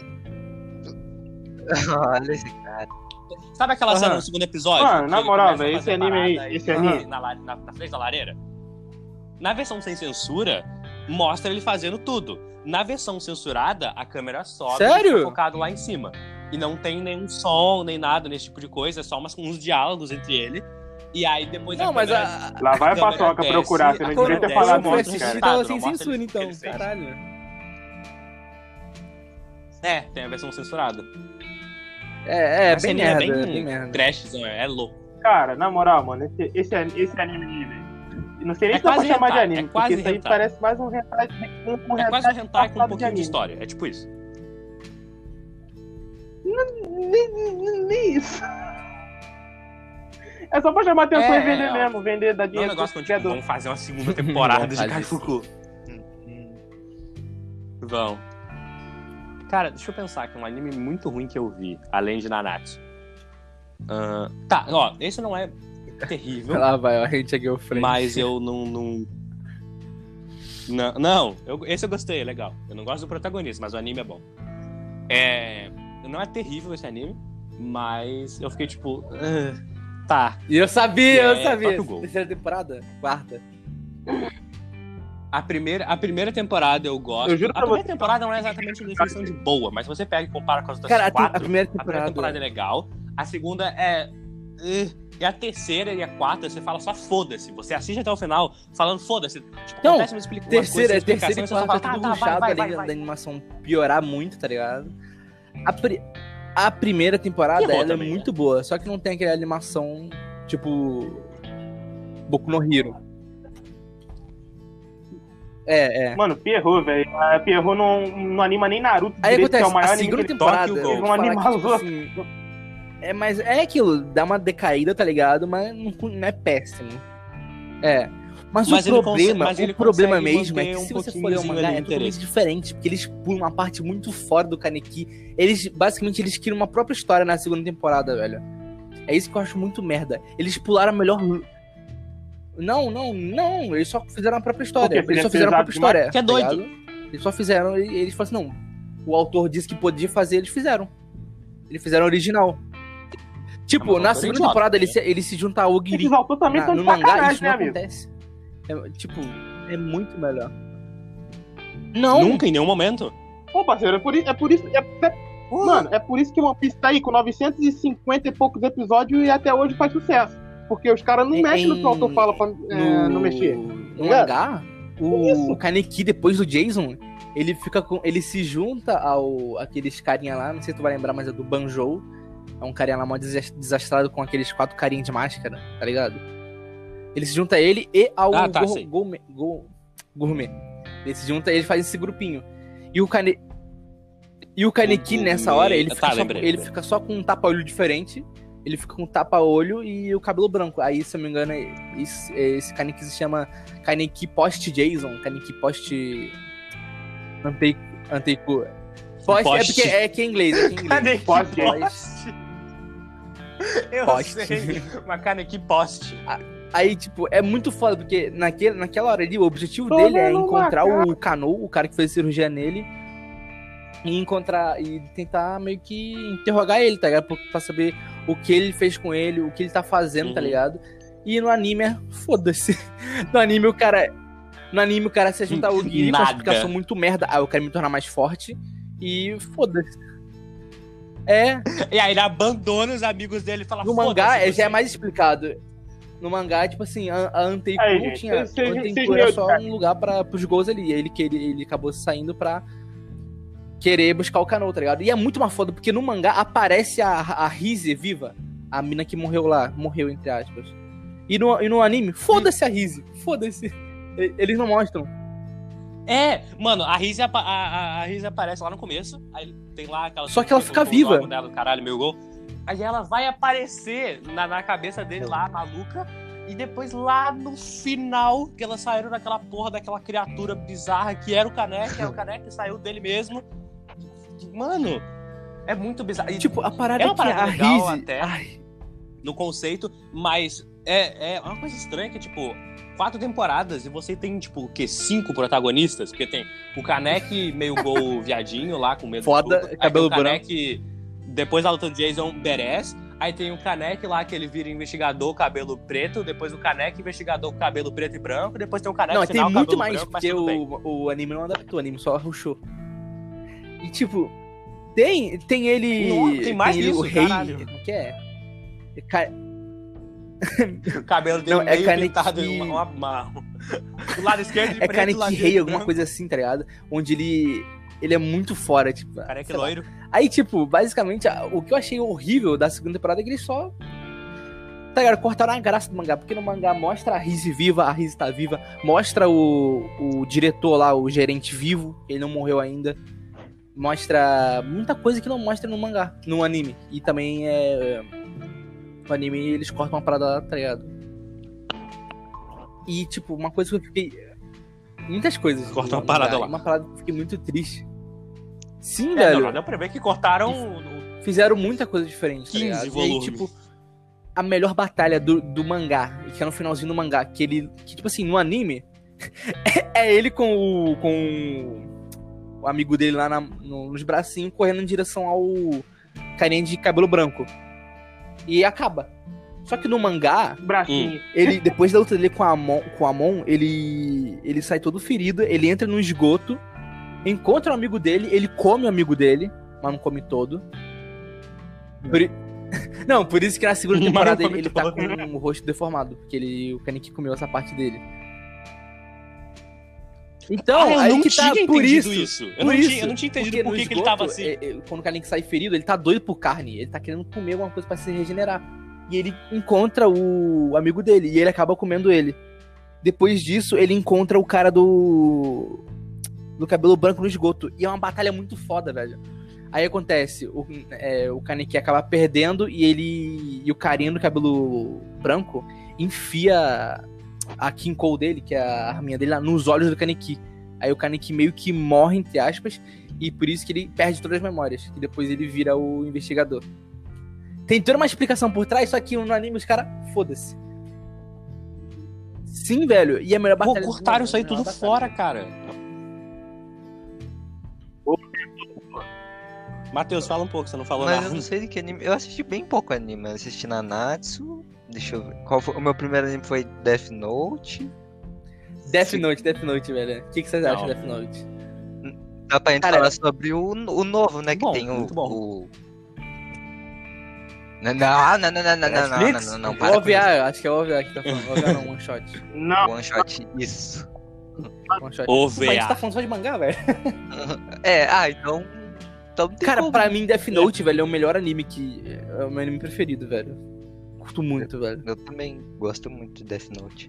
Olha esse cara. Sabe aquela Aham. cena no segundo episódio? Mano, que na ele moral, começa a velho, fazer esse anime aí- parada esse e- anime- na frente da lareira? Na versão sem censura, mostra ele fazendo tudo. Na versão censurada, a câmera sobe Sério? e fica focado lá em cima. E não tem nenhum som, nem nada nesse tipo de coisa, é só uns diálogos entre ele. E aí depois Não, a mas câmera... Lá vai a câmera Paçoca desce, procurar, você a não câmera devia ter desce, falado eu mostra isso, o assisti, cara. resultado, tava não sem mostra censura, ele- então. ele fez. Caralho. É, tem a versão censurada. É Mas bem esse merda, anime é bem merda. trashzão, é louco. Cara, na moral, mano, esse anime aí, velho. Não sei nem É se dá pra quase chamar de hentai, anime, é quase porque isso aí hentai. parece mais um hentai. É quase um hentai com um passado pouquinho de anime. história, é tipo isso. Nem isso. É só pra chamar atenção É, e vender é, mesmo, vender, dar Não é um dinheiro negócio pro que tipo, criador. vamos fazer uma segunda temporada de Faz Kai isso. Fuku. Vão. Cara, deixa eu pensar que um anime muito ruim que eu vi, além de Nanatsu. Tá, ó, esse não é terrível, Lá vai, ó, a gente aqui o frente. mas eu não, esse eu gostei, é legal. Eu não gosto do protagonista, mas o anime é bom. Não é terrível esse anime, mas eu fiquei tipo, tá. E eu sabia, eu É, sabia. Tokyo Ghoul. Terceira temporada? Quarta. A primeira temporada eu gosto. Eu juro A pra primeira você. temporada não é exatamente a definição de boa, mas você pega e compara com as outras Cara, a quatro. primeira A primeira temporada temporada. é legal, a segunda é. E a terceira e a quarta você fala só foda-se. Você assiste até o final falando foda-se. Tipo, Não, acontece uma explica- uma coisa sem Terceira explicação, e você só quarta fala, é tudo tá, ruxado, vai, além vai. da animação piorar muito, tá ligado? A primeira temporada, Errou ela também, é muito boa, só que não tem aquela animação, tipo... Boku no Hero. Mano, Pierrot, velho. A Pierrot não anima nem Naruto Aí direito, que é acontece, o maior a anime segunda que temporada, Tokyo eu Ghoul. vou falar Vão que, tipo animar os assim, mas é aquilo, dá uma decaída, tá ligado? Mas não é péssimo. Mas Mas o ele problema, mas ele o problema consegue mesmo é manter que um se você for ler o pouquinhozinho mangá, ali é de totalmente interesse. diferente, porque eles pulam uma parte muito fora do Kaneki. Basicamente, eles criam uma própria história na segunda temporada, velho. É isso que eu acho muito merda. Eles pularam a melhor... Não, eles só fizeram a própria história. Porque Eles só seria fizeram a pesado própria história. Que é tá doido. ligado? Eles só fizeram, e eles falaram assim, não, o autor disse que podia fazer, eles fizeram. Eles fizeram original. Tipo, mas na autor segunda idiota, temporada, né? ele se junta ao Ogiri. Esses autores também estão No de mangá, sacanagem, isso né, não amigo? acontece. Tipo, é muito melhor. Não, Nunca, em nenhum momento. Pô, parceiro, Mano, é por isso que One Piece tá aí com 950 e poucos episódios e até hoje faz sucesso. Porque os caras não mexem no que o autor fala pra não mexer. No Ligado? mangá, o Kaneki, depois do Jason, ele se junta ao aqueles carinha lá, não sei se tu vai lembrar, mas é do Banjo. É um carinha lá mó desastrado com aqueles 4 carinhas de máscara, tá ligado? Ele se junta a ele e ao sei. Gourmet. Ele se junta, ele faz esse grupinho. E o Kaneki nessa hora, ele fica só com um tapa-olho diferente. Ele fica com um tapa-olho e o cabelo branco. Aí, se eu não me engano, esse Kaneki se chama Kaneki Post-Jason. Kaneki Post... Anteiku. Post é porque é que é inglês. Kaneki Post. Eu Post. sei, uma Kaneki Post. Aí, tipo, é muito foda, porque naquela hora ali, o objetivo dele é encontrar o Kanou, o cara que fez cirurgia nele, e tentar meio que interrogar ele, tá ligado? Pra saber o que ele fez com ele, o que ele tá fazendo, tá ligado? E no anime, foda-se. No anime o cara se junta ao Giri com uma explicação muito merda. Ah, eu quero me tornar mais forte e foda-se. E aí ele abandona os amigos dele e fala, no mangá foda-se já é você. mais explicado. No mangá, tipo assim, a Anteiku Aí, a Anteiku era só um lugar pros gols ali. Ele acabou saindo pra querer buscar o Kanou, tá ligado? E é muito uma foda, porque no mangá aparece a Rize viva. A mina que morreu lá. Morreu, entre aspas. E no anime, foda-se a Rize. Foda-se. Eles não mostram. Mano, a Rize aparece lá no começo. Aí tem lá aquela... Só que ela fica viva. Dela, caralho, meu gol. Aí ela vai aparecer na cabeça dele lá, maluca. E depois lá no final, que elas saíram daquela porra, daquela criatura bizarra que era o Kaneki. É o Kaneki que saiu dele mesmo. Mano, é muito bizarro. E, tipo, a parada é uma que a parada legal Rize... até no conceito, mas é uma coisa estranha que, tipo... 4 temporadas e você tem, tipo, o quê? 5 protagonistas? Porque tem o Kaneki meio gol viadinho lá, com medo Foda, de tudo. cabelo Aí tem o Kaneki, depois da luta do Jason, Beres. Aí tem o Kaneki lá, que ele vira investigador, cabelo preto. Depois o Kaneki, investigador, cabelo preto e branco. Depois tem o Kaneki Não, final, tem muito cabelo mais, branco, mas porque tudo bem. o anime não adaptou, o anime só rushou. E, tipo, tem ele... Não, tem mais ele, isso, o rei... caralho. Como que é? O cabelo dele Não, é meio Kaneki... pintado do lado esquerdo de É preto, do lado Kaneki direito Rei, de alguma branco. coisa assim, tá ligado? Onde ele é muito fora, tipo... Kaneki sei lá. loiro. Aí, tipo, basicamente, o que eu achei horrível da segunda temporada é que eles só... Tá ligado? Cortaram a graça do mangá, porque no mangá mostra a Rize viva, a Rize tá viva, mostra o diretor lá, o gerente vivo, ele não morreu ainda. Mostra muita coisa que não mostra no mangá, no anime. E também no anime eles cortam uma parada lá, tá ligado? E, tipo, uma coisa que eu fiquei... Muitas coisas. Corta no uma parada mangá, lá. Uma parada que eu fiquei muito triste. Sim, Não, velho. não deu pra ver que cortaram Fizeram muita coisa diferente, tá 15 ligado? E aí, volumes. tipo, a melhor batalha do mangá, que é no finalzinho do mangá, que tipo assim, no anime, é ele com o amigo dele lá nos bracinhos, correndo em direção ao carinha de cabelo branco. E acaba. Só que no mangá, Bracinho. ele, depois da luta dele com a Amon, ele sai todo ferido, ele entra no esgoto, encontra o amigo dele, ele come o amigo dele, mas não come todo. Não, por isso que na segunda Mas não temporada come ele tá todo. com o rosto deformado, porque o Kaneki comeu essa parte dele. Então, eu aí não que tá, tinha por entendido isso. Eu não tinha entendido porque por no que ele tava assim. Quando o Kaneki sai ferido, ele tá doido por carne, ele tá querendo comer alguma coisa pra se regenerar. E ele encontra o amigo dele, e ele acaba comendo ele. Depois disso, ele encontra o cara do cabelo branco no esgoto. E é uma batalha muito foda, velho. Aí acontece, o Kaneki acaba perdendo e o carinha do cabelo branco enfia a Kinkou dele, que é a arminha dele, lá nos olhos do Kaneki. Aí o Kaneki meio que morre, entre aspas, e por isso que ele perde todas as memórias. E depois ele vira o investigador. Tem toda uma explicação por trás, só que no anime os caras, foda-se. Sim, velho. E a melhor Pô, batalha... cortaram isso aí a melhor tudo batalha. fora, cara. Matheus, fala um pouco, você não falou Mas nada. eu não sei de que anime. Eu assisti bem pouco anime. Eu assisti Nanatsu. Deixa eu ver. Qual foi? O meu primeiro anime foi Death Note. Death Note, velho. O que vocês acham Não. de Death Note? Dá pra gente Cara, falar sobre o novo, né? Que Bom, tem muito bom. o. Não, O para com OVA, acho que é o OVA que tá falando. OVA não, One Shot. Não, isso. One shot, isso. One Shot. OVA. Pô, a gente tá falando só de mangá, velho. Então. Então não tem Cara, como. pra mim, Death Note, velho, é o melhor anime que... É o meu anime preferido, velho. Curto muito, velho. Eu também gosto muito de Death Note.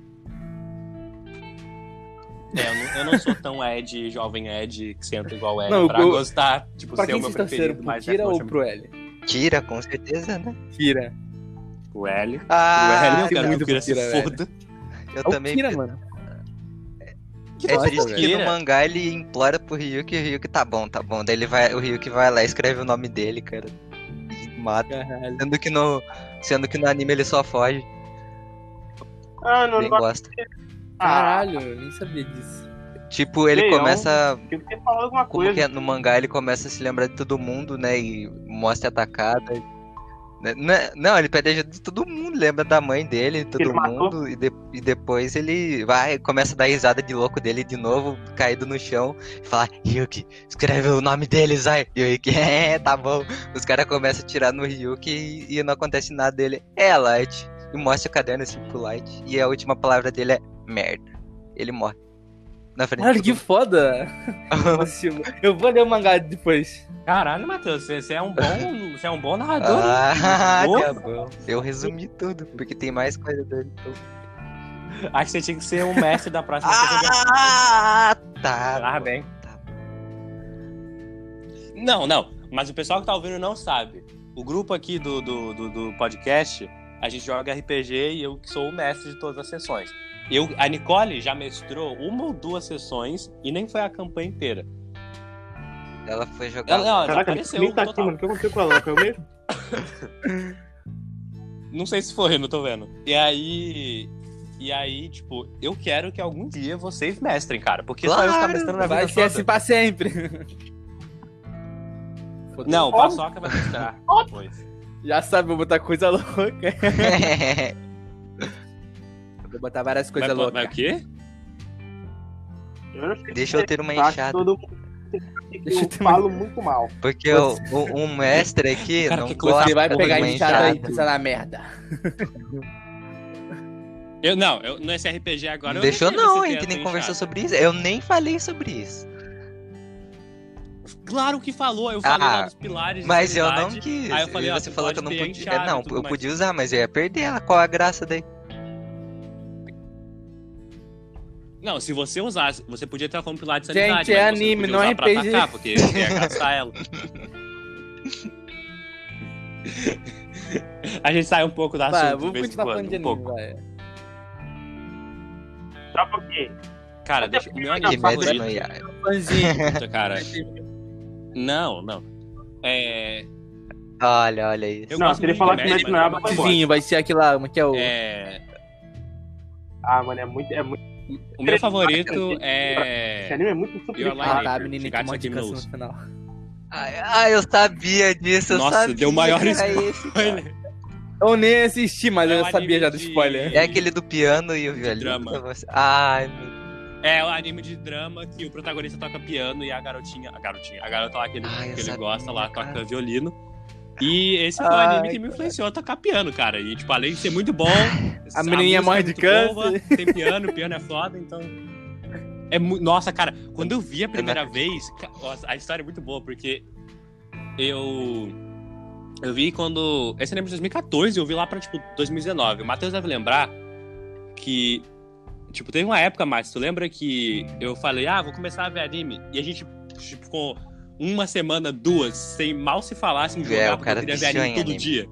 Eu não sou tão Ed, jovem Ed, que senta igual Ed, Não, pra eu- gostar, tipo, Pra ser quem o meu vocês torceram, preferido, pro mas Kira Death ou Note é pro L? Tira, com certeza, né? Kira. o L. Ah, o L, eu quero muito que o Kira pro Kira, se velho. foda. eu É o também. Kira, mano. Que É bosta, triste que velho. no mangá ele implora pro Ryuki e o Ryuki tá bom. Daí o Ryuki vai lá e escreve o nome dele, cara. E mata. Caralho. Sendo que no anime ele só foge. Ah, não, Nem não. gosta. Caralho, eu nem sabia disso. Tipo, ele Leão. começa. Eu queria falar alguma Como coisa. que é, no mangá ele começa a se lembrar de todo mundo, né? E mostra a atacada. Não, ele pede ajuda de todo mundo, lembra da mãe dele, de todo Ele matou? mundo, e depois ele começa a dar risada de louco dele de novo, caído no chão, e fala, Ryuki, escreve o nome dele, Zai. E o Ryuki, tá bom. Os caras começam a tirar no Ryuki e não acontece nada dele. É, Light. E mostra o caderno assim pro Light. E a última palavra dele é merda. Ele morre. Na frente Caralho, de que foda. Eu vou ler o mangá depois. Caralho, Matheus, você é um bom narrador. Ah, Boa. tá bom. Eu resumi tudo, porque tem mais coisa dele. Então. Acho que você tinha que ser um mestre da próxima temporada. Ah, tá. Ah, bem. Não, mas o pessoal que tá ouvindo não sabe. O grupo aqui do podcast, a gente joga RPG e eu que sou o mestre de todas as sessões. A Nicole já mestrou 1 ou 2 sessões e nem foi a campanha inteira. Ela foi jogar. Ela já Caraca, apareceu nem tá aqui, total. mano. O que aconteceu com ela? Foi o mesmo? Não sei se foi, não tô vendo. E aí, tipo, eu quero que algum dia vocês mestrem, cara. Porque só eu ficar Claro, mestrando na Vai vida ser toda. assim pra sempre. Não, o Óbvio. Paçoca vai mestrar depois. Já sabe, vou botar coisa louca. Vou botar várias coisas Vai loucas. o quê? Deixa eu ter uma Acho que enxada. todo mundo que Deixa eu eu ter uma- falo muito mal. Porque um mestre aqui Cara, não que gosta Você vai de pegar uma enxada aí, enxada. pensa na merda. Eu nesse RPG agora. Não eu deixou sei não, você a ter gente nem essa conversou enxada. sobre isso. Eu nem falei sobre isso. Claro que falou, eu falei lá Ah, dos pilares de mas eu não sanidade. quis. Aí eu falei, ó, Você falou que eu não pode ter podia. enxada e Não, tudo eu mais. podia usar, mas eu ia perder ela. Qual a graça daí? Não, se você usasse, você podia ter como pilar de Gente, sanidade. é mas você anime, podia não é usar pra RPG. atacar, porque você ia gastar ela. A gente sai um pouco da Vai, assunto de vamos vez em continuar quando, falando de um anime, pouco. vai. Só porque. Cara, Até o meu porque anime Que favorito. mestre favorito... não ia. Fãzinho. Puta, cara. Não. Olha isso. Eu Não, gosto se ele muito falar de que Magic, Magic não é, mas vai embora. Fãzinho, vai ser aquele lá, como é que é o... Ah, mano, é muito. O meu favorito Esse é... anime é muito Your simplificado. Line Ah, tá, Maker, a menininha com Shigatsu uma dica Kimi no no final. Eu sabia disso. Eu Nossa, sabia deu maior que era spoiler. esse, cara. Eu nem assisti, mas É eu um sabia anime já do de- spoiler. É aquele do piano e o violino. drama. Ai, meu É o anime de drama que o protagonista toca piano e a garota lá que ele, Ai, eu que ele sabia, gosta lá toca cara. violino. E esse foi o Ai, anime que me influenciou a tocar piano, cara. E, tipo, além de ser muito bom, A menininha música morre é de muito câncer. boa, tem piano, o piano é foda, então... Nossa, cara, quando eu vi a primeira vez... Nossa, a história é muito boa, porque eu vi quando... Esse anime é de 2014, eu vi lá pra, tipo, 2019. O Matheus deve lembrar que... Tipo, teve uma época, Matheus, tu lembra que eu falei, vou começar a ver anime? E a gente, tipo, ficou 1 semana, 2, sem mal se falar, sem jogar, o porque cara eu queria ver viciou anime em todo anime. dia.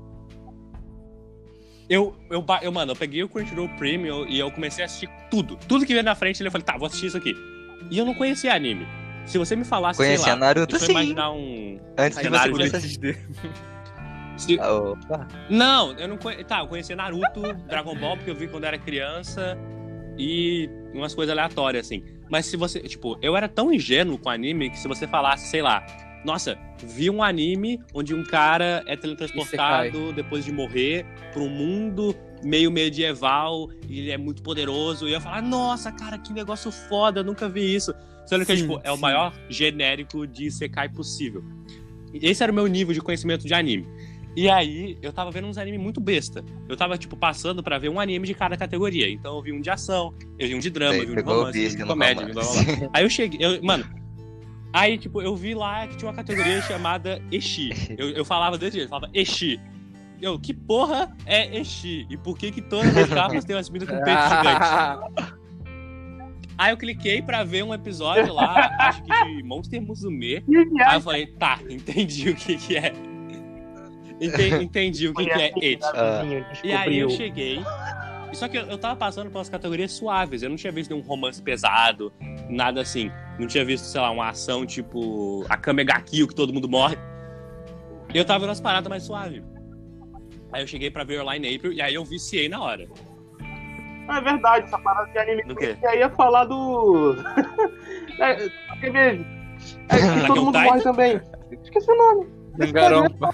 Mano, eu peguei o Crunchyroll Premium e eu comecei a assistir tudo. Tudo que veio na frente, eu falei, tá, vou assistir isso aqui. E eu não conhecia anime. Se você me falasse, Conhecia sei lá, Naruto, deixa eu sim. imaginar um... Antes de você Cenário começar a de- assistir. se- Opa. Não, eu não conhecia... Tá, eu conhecia Naruto, Dragon Ball, porque eu vi quando era criança e umas coisas aleatórias, assim. Mas se você... Tipo, eu era tão ingênuo com anime que se você falasse, sei lá... Nossa, vi um anime onde um cara é teletransportado depois de morrer pra um mundo meio medieval e ele é muito poderoso. E eu ia falar, nossa, cara, que negócio foda, eu nunca vi isso. Sendo que, Sim, tipo, é o sim. maior genérico de Isekai possível. Esse era o meu nível de conhecimento de anime. E aí, eu tava vendo uns animes muito besta. Eu tava, tipo, passando pra ver um anime de cada categoria. Então eu vi um de ação, eu vi um de drama, eu vi um de Pegou o romance, eu vi um vício de no comédia, eu vi blá, blá, blá. Aí eu cheguei, mano, Aí, tipo, eu vi lá que tinha uma categoria chamada Exi. Eu falava desse jeito, eu falava Exi. Que porra é Exi? E por que todas as capas têm umas meninas com peito gigante? Aí eu cliquei pra ver um episódio lá, acho que de Monster Musume. Aí eu falei, tá, entendi o que é. Entendi o que é Eti. E aí eu cheguei. Só que eu tava passando pelas categorias suaves. Eu não tinha visto nenhum romance pesado, nada assim. Não tinha visto, sei lá, uma ação tipo Akame ga Kill, que todo mundo morre. Eu tava vendo umas paradas mais suaves. Aí eu cheguei pra ver Your Lie in April e aí eu viciei na hora. É verdade, essa parada de anime Do quê? que aí ia falar do. Quer ver? Que todo mundo morre também. Esqueci o nome. Danganronpa.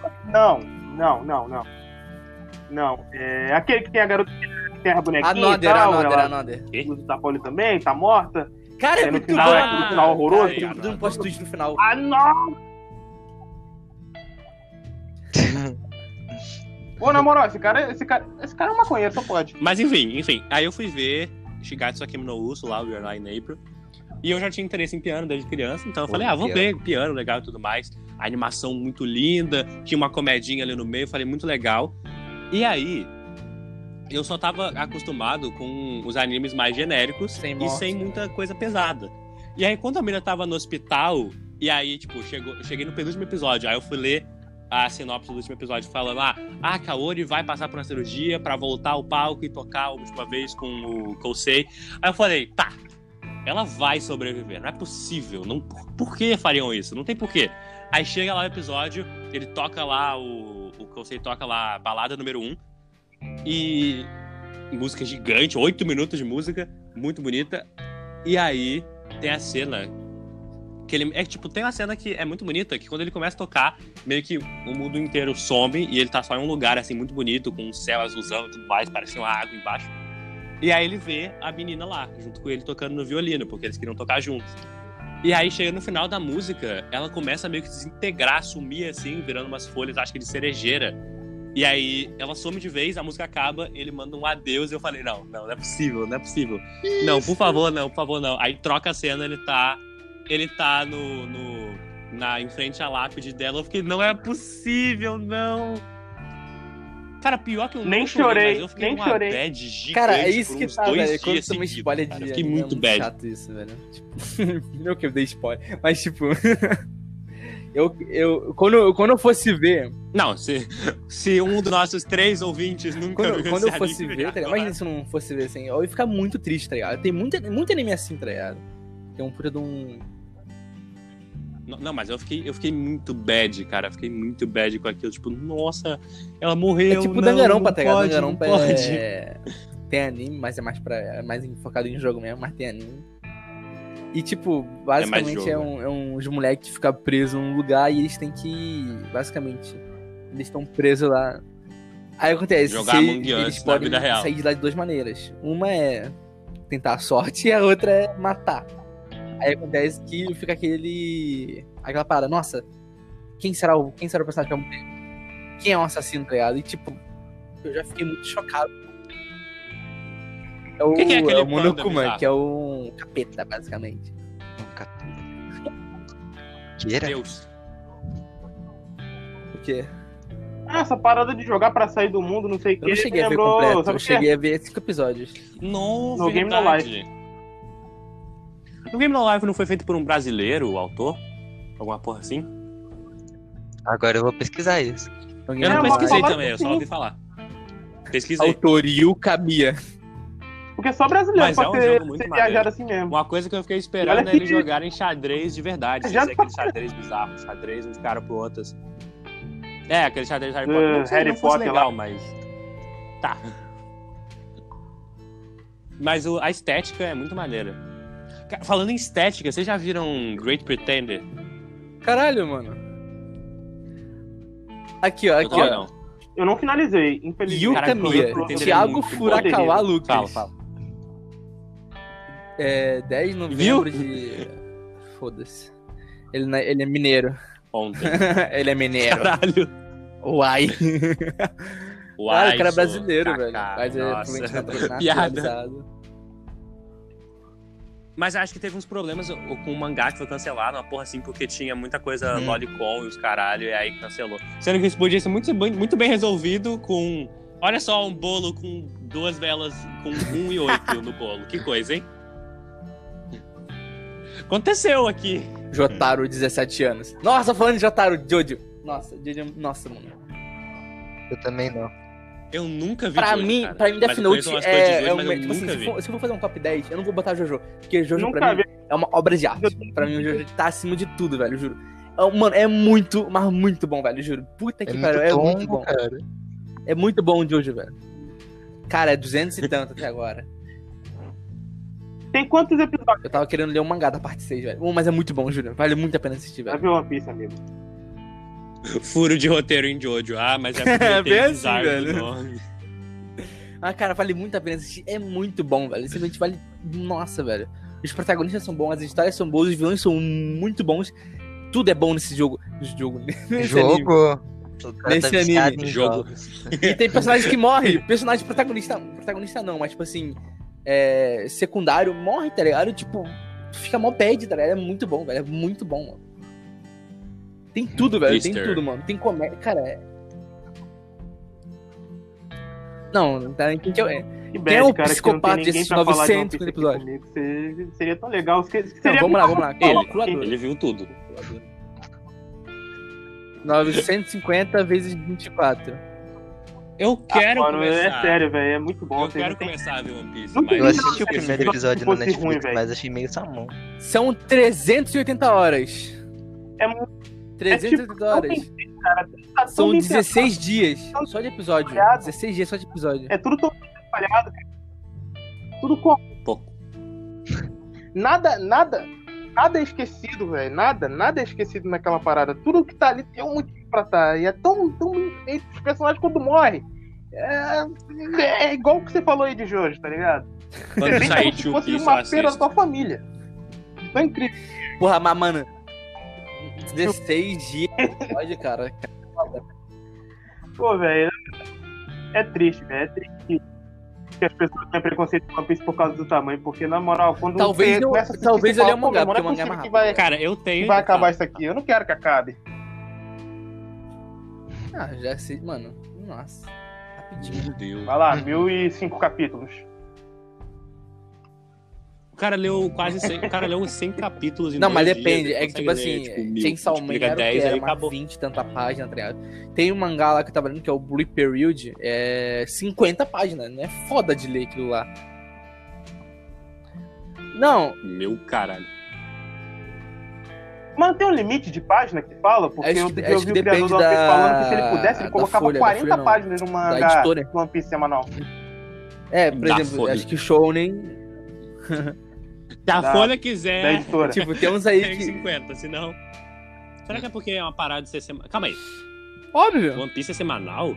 Não. É aquele que tem a garota que tem a bonequinha e tal. Another. Tá Poli também, tá morta. Cara, é no muito final, bom. no final horroroso. Cara, Tudo um post twist no final. Ah, não! Pô, na moral, esse cara é um maconheiro, só pode. Mas enfim. Aí eu fui ver Shigatsu wa Kimi no Uso, lá, o Your Lie in April. E eu já tinha interesse em piano desde criança, então eu falei, vou ver piano, legal e tudo mais. A animação muito linda, tinha uma comedinha ali no meio, falei, muito legal. E aí, eu só tava acostumado com os animes mais genéricos sem muita coisa pesada. E aí, quando a menina tava no hospital, e aí, tipo, cheguei no penúltimo episódio, aí eu fui ler a sinopse do último episódio falando a Kaori vai passar por uma cirurgia pra voltar ao palco e tocar a última vez com o Kousei. Aí eu falei, tá, ela vai sobreviver, não é possível, não, por que fariam isso? Não tem porquê. Aí chega lá o episódio, ele toca lá, o Kousei toca lá a balada número 1, e música gigante, 8 minutos de música, muito bonita, e aí tem a cena que ele tem uma cena que é muito bonita, que quando ele começa a tocar, meio que o mundo inteiro some e ele tá só em um lugar assim muito bonito, com um céu azulzão e tudo mais, parece uma água embaixo. E aí ele vê a menina lá, junto com ele tocando no violino, porque eles queriam tocar juntos. E aí chega no final da música, ela começa a meio que desintegrar, sumir assim, virando umas folhas, acho que de cerejeira. E aí ela some de vez, a música acaba, ele manda um adeus e eu falei, não é possível. Isso. Não, por favor, não. Aí troca a cena, ele tá em frente à lápide dela. Eu fiquei, não é possível, não. Cara, pior que eu nem não chorei, mas eu fiquei numa bad gigante. Cara, é isso por que uns tá, 2 velho. Quando dias tu me seguidos, spoiler cara. de Eu fiquei anime, muito é bad. chato isso, velho. Tipo, não que eu dei spoiler, mas tipo... Quando eu fosse ver... Não, se um dos nossos 3 ouvintes nunca viu quando eu esse fosse anime, ver, tá ligado? Imagina se eu não fosse ver assim, eu ia ficar muito triste, tá ligado? Tem muito anime assim, tá ligado? Tem um puta de um... Não, mas eu fiquei muito bad, cara. Fiquei muito bad com aquilo. Tipo, nossa, ela morreu. É tipo Danganronpa, tá ligado? Pode. Danganronpa tem anime, mas é mais focado em jogo mesmo, mas tem anime. E tipo, basicamente é uns moleques que ficam presos num lugar e eles têm que... Basicamente, eles estão presos lá. Aí acontece, jogar Among Us eles na podem vida real. sair de lá de 2 maneiras. Uma é tentar a sorte e a outra é matar. Aí acontece que fica aquela parada, nossa, quem será o personagem que vai morrer? Quem é o assassino, tá ligado? E tipo, eu já fiquei muito chocado. É o, que é aquele o Monokuma, bizarro? que é um capeta, basicamente. Que era? Deus. O quê? Essa parada de jogar pra sair do mundo, não sei o que. Eu não cheguei a ver lembrou, completo, sabe eu o quê? cheguei a ver 5 episódios. No Game No verdade. No Game No Life não foi feito por um brasileiro, o autor? Alguma porra assim? Agora eu vou pesquisar isso. Eu não mas pesquisei falar também, eu só assim. ouvi falar. Pesquisei. Autor Yuka Miya. Porque só brasileiro Mas é pode um ser jogo muito maneiro. viajado assim mesmo. Uma coisa que eu fiquei Olha esperando é que- eles jogarem xadrez de verdade. Já Sem ser aquele xadrez bizarro, xadrez um de cara pro outro. Assim. É, aquele xadrez Harry Potter. Não sei, Harry não fosse Potter legal, lá. mas... Tá. Mas a estética é muito maneira. Cara, falando em estética, vocês já viram Great Pretender? Caralho, mano. Aqui, ó. Não. Eu não finalizei, infelizmente. Yuka Caraca, Miya. eu tô entendendo Thiago muito. Furakawa Lucas. Fala. 10 de Viu? novembro de... Foda-se. Ele é mineiro. Ontem. Ele é mineiro. Caralho. Uai. Uai, o cara é sou brasileiro, cacá, velho. Mas é nossa. provavelmente Piada. naturalizado. Mas acho que teve uns problemas com o mangá que foi cancelado, uma porra assim, porque tinha muita coisa lolicon e os caralho, e aí cancelou. Sendo que isso podia ser muito bem resolvido com... Olha só, um bolo com 2 velas, com 1 e 8 no bolo. Que coisa, hein? Aconteceu aqui. Jotaro, 17 anos. Nossa, falando de Jotaro, Jojo. Nossa, Jojo, nossa, mano. Eu também não. Eu nunca vi Pra Jojo, mim, cara. pra mim, Death Mas eu conheço Note umas coisas de é Jojo, um... mas eu Tipo assim, nunca vi. se eu for fazer um top 10, eu não vou botar Jojo. Porque Jojo, Nunca pra mim, vi. é uma obra de arte. Pra mim, o Jojo tá acima de tudo, velho, juro. Mano, é muito, mas muito bom, velho, juro. Puta que pariu, é muito bom. Cara. É muito bom o Jojo, velho. Cara, é 200 e tanto até agora. Tem quantos episódios? Eu tava querendo ler o mangá da parte 6, velho. Mas é muito bom, juro. Vale muito a pena assistir, Vai velho. ver One Piece, amigo. Furo de roteiro em Jojo. Ah, mas é porque É tem bem assim, bizarro velho. no nome. Ah, cara, vale muito a pena assistir. É muito bom, velho. Simplesmente vale... Nossa, velho. Os protagonistas são bons, as histórias são boas, os vilões são muito bons. Tudo é bom nesse jogo. Nesse anime. Jogo. O cara Nesse tá viciado anime. em Jogo. jogos. E tem personagem que morre. Personagem protagonista não, mas tipo assim... secundário morre, tá ligado? Tipo, fica mó bad, tá ligado? É muito bom, velho. É muito bom, mano. Tem tudo, velho. Tem Twister. tudo, mano. Tem comédia. Cara, Não, tá nem quem é. Que Quem é o bad, cara, que psicopata não tem ninguém desses pra falar de One 900 Piece aqui episódios? comigo. Seria tão legal. Não, Seria vamos lá. muito Calculador. Ele viu tudo. 950 vezes 24. Eu quero mano, começar. é sério, velho. É muito bom. Eu Vocês quero não têm- começar a ver One Piece. Não mas tem Eu assisti o Esse primeiro episódio episódio fosse na Netflix, ruim, velho. mas achei meio samão. São 380 horas. É muito. 380 horas. Cara, tá tão São bem 16 dias só de episódio. Olhado. 16 dias só de episódio. É tudo tão bem espalhado, cara. Tudo com. Pô. Nada é esquecido, velho. Nada é esquecido naquela parada. Tudo que tá ali tem um motivo pra tá. E é tão bem feito. Os personagens quando morrem. É igual o que você falou aí de Jojo, tá ligado? Quando Bem sair como se Tio fosse Piece, eu uma feira da assisto. tua família. Isso é incrível. Porra, mas, mano. 16 dias de episódio, cara. Pô, velho. É triste, velho. É triste que as pessoas têm preconceito com One Piece por causa do tamanho. Porque, na moral, quando Talvez você eu- começa a assistir, talvez você eu fala, leia o mangá, "Pô, meu porque irmão, o mangá é não mais possível que vai, Cara, eu tenho. que vai acabar isso aqui. Eu não quero que acabe. Ah, já sei, mano. Nossa. Rapidinho. Meu Deus. Vai lá, 1005 capítulos. O cara leu quase 100, o cara leu 100 capítulos em Não, mas 2 depende. dias, É ele que, tipo consegue assim, ler, 1000, Chainsaw Man multiplica era o 10 que era aí umas acabou. 20 tanta página, tá ligado? Tem um mangá lá que eu tava lendo, que é o Blue Period, é 50 páginas, né? É foda de ler aquilo lá. Não, Meu caralho. Mas tem um limite de página que fala? Porque Acho eu, que- eu acho vi que o criador do One depende Piece falando que se ele da- pudesse, ele da colocava folha, 40 da folha não. páginas no da mangá editora. do One Piece semanal. Por Da exemplo, Folha. acho que o Shounen. Se a Da- Folha Da quiser, editora. Tipo, tem uns aí tem que. 50, senão... Será que é porque é uma parada de ser semanal? Calma aí, Óbvio. One Piece é semanal?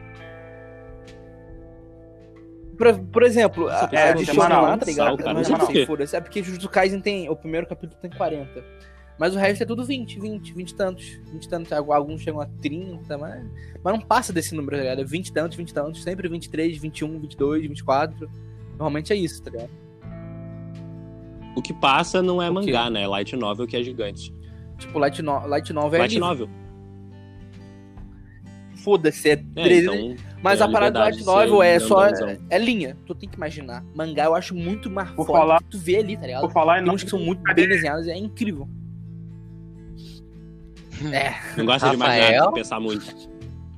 Por exemplo, Essa a pessoa de é Shounen semanal, lá, tá ligado? cara, Mas não sei não por quê. sei, foda-se. É porque Jujutsu Kaisen tem. O primeiro capítulo tem 40. Mas o resto é tudo 20 e tantos. 20 e tantos. Alguns chegam a 30, mas não passa desse número, tá ligado? É 20 e tantos. Sempre 23, 21, 22, 24. Normalmente é isso, tá ligado? O que passa não é O quê? mangá, né? É light novel que é gigante. Tipo, Light Novel é Light livro. novel. Foda-se, é É, 13. então, Mas tem a parada do liberdade Light de Novel ser é só. grandãozão. É linha. Tu tem que imaginar. Mangá eu acho muito mais Vou foda falar- que tu vê ali, tá ligado? Por falar em Tem uns que são muito bem desenhados, é incrível. Não gosta de imaginar, Rafael? de pensar muito.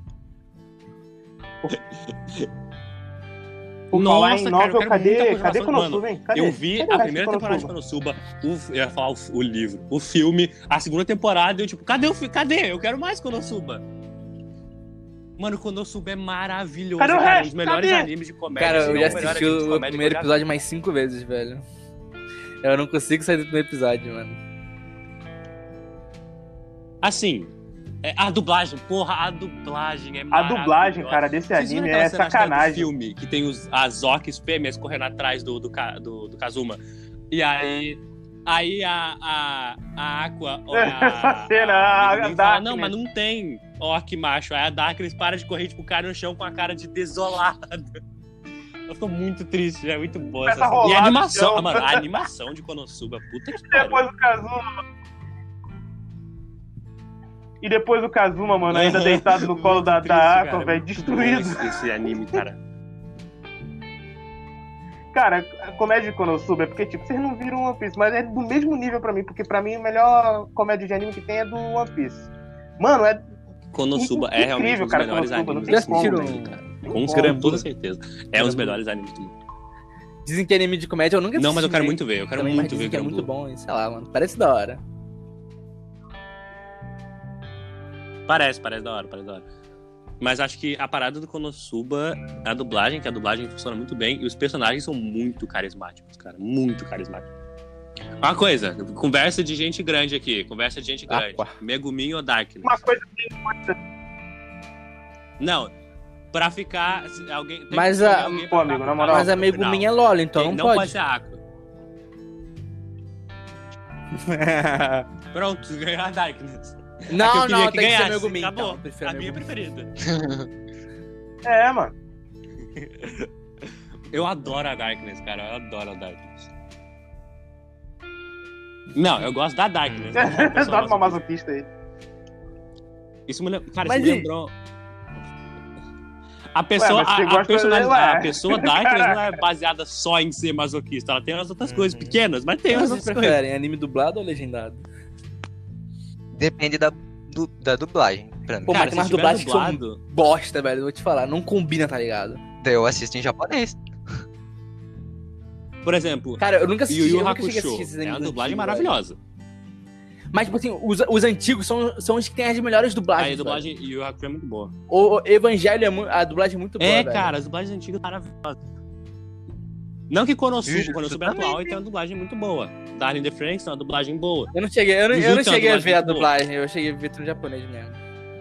Por Nossa, falar em cara, novel, eu quero muita cadê continuação. Konosuba, hein? Cadê? Eu vi Cadê o a resto primeira de temporada de Konosuba? Konosuba, eu ia falar o livro, o filme, a segunda temporada, eu tipo, cadê o filme? Cadê? Eu quero mais Konosuba. Mano, Konosuba é maravilhoso, Cadê o cara, um resto? dos melhores Cadê? animes de comédia. Cara, se eu não já o melhor assisti anime de o comédia primeiro que eu já episódio mais 5 vezes, velho. Eu não consigo sair do primeiro episódio, mano. Assim, a dublagem, porra, a dublagem é A maravilhosa. dublagem, cara, desse Vocês viram anime aquela é cena, acho que é do sacanagem. filme que tem as orcs fêmeas correndo atrás do Kazuma. E aí a Aqua... Essa cena, a a menina fala, Darkness. não, mas não tem orc macho. Aí a Darkness para de correr, tipo, cai no chão com a cara de desolado. Eu tô muito triste, é muito boa Começa essa a rolar E a animação, no chão. mano, a animação de Konosuba, puta que E pariu. depois o Kazuma. E depois o Kazuma, mano, ainda deitado no colo da, Muito da triste, Aqua, cara, velho, muito destruído. bom esse anime, cara. Cara, a comédia de Konosuba é porque, tipo, vocês não viram One Piece, mas é do mesmo nível pra mim, porque pra mim a melhor comédia de anime que tem é do One Piece. Mano, é Konosuba é Incrível, realmente um dos cara, melhores Konosuba, animes não Já do mundo, assistiram cara. Caramba. Com toda certeza. É um dos melhores animes do mundo. Dizem que é anime de comédia, eu nunca assisti. Não, mas eu quero né? muito ver, eu quero Também, mas muito ver dizem que é Grand muito Blue. bom, sei lá, mano. Parece da hora. Parece da hora. Mas acho que a parada do Konosuba, a dublagem, que a dublagem funciona muito bem, e os personagens são muito carismáticos, cara. Muito carismáticos. Uma coisa, conversa de gente grande aqui, conversa de gente grande. Aqua. Megumin ou Darkness? uma coisa Não, pra ficar... Alguém, tem Mas que escolher a- alguém Pô, pra amigo, ficar na com moral, o Mas a no Megumin final. é LOL, então Não não pode ser a Aqua. Pronto, ganhou a Darkness. Não, queria não, que tem que ser ganhasse, Megumin. acabou. Então. Eu prefiro A minha Megumin. preferida. É, mano. Eu adoro a Darkness, cara. Eu adoro a Darkness. Não, eu gosto da Darkness. não da pessoa Dá uma masoquista. masoquista aí. Isso me lembra. Cara, Mas isso me e- lembrou. A pessoa, mas você a gosta personalidade, dela, é. a pessoa Darkness não Caraca. é baseada só em ser masoquista. Ela tem as outras coisas pequenas, mas tem Quem as vocês outras coisas. preferem, anime dublado ou legendado? Depende da dublagem, pra mim. Pô, Cara, mas tem umas se tiver dublagens que são dublado- bosta, velho. Eu vou te falar, não combina, tá ligado? Daí eu assisto em japonês. Por exemplo, Cara, eu nunca assisti, Yu Yu eu nunca cheguei a Hakusho. assistir esses É uma animes dublagem antigos, maravilhosa. velho. Mas, tipo assim, os antigos são os que tem as melhores dublagens. Aí a velho. dublagem Yu Yu Hakusho é muito boa. O Evangelho, a dublagem é muito boa, É, velho. cara, as dublagens antigas são maravilhosas. Não que Isso Konosuba é atual e tem uma dublagem muito boa. Darling the Franxx tem uma dublagem boa. Eu não cheguei, eu não Jujutsu é uma cheguei a ver a dublagem dublagem, eu cheguei a ver tudo em japonês mesmo.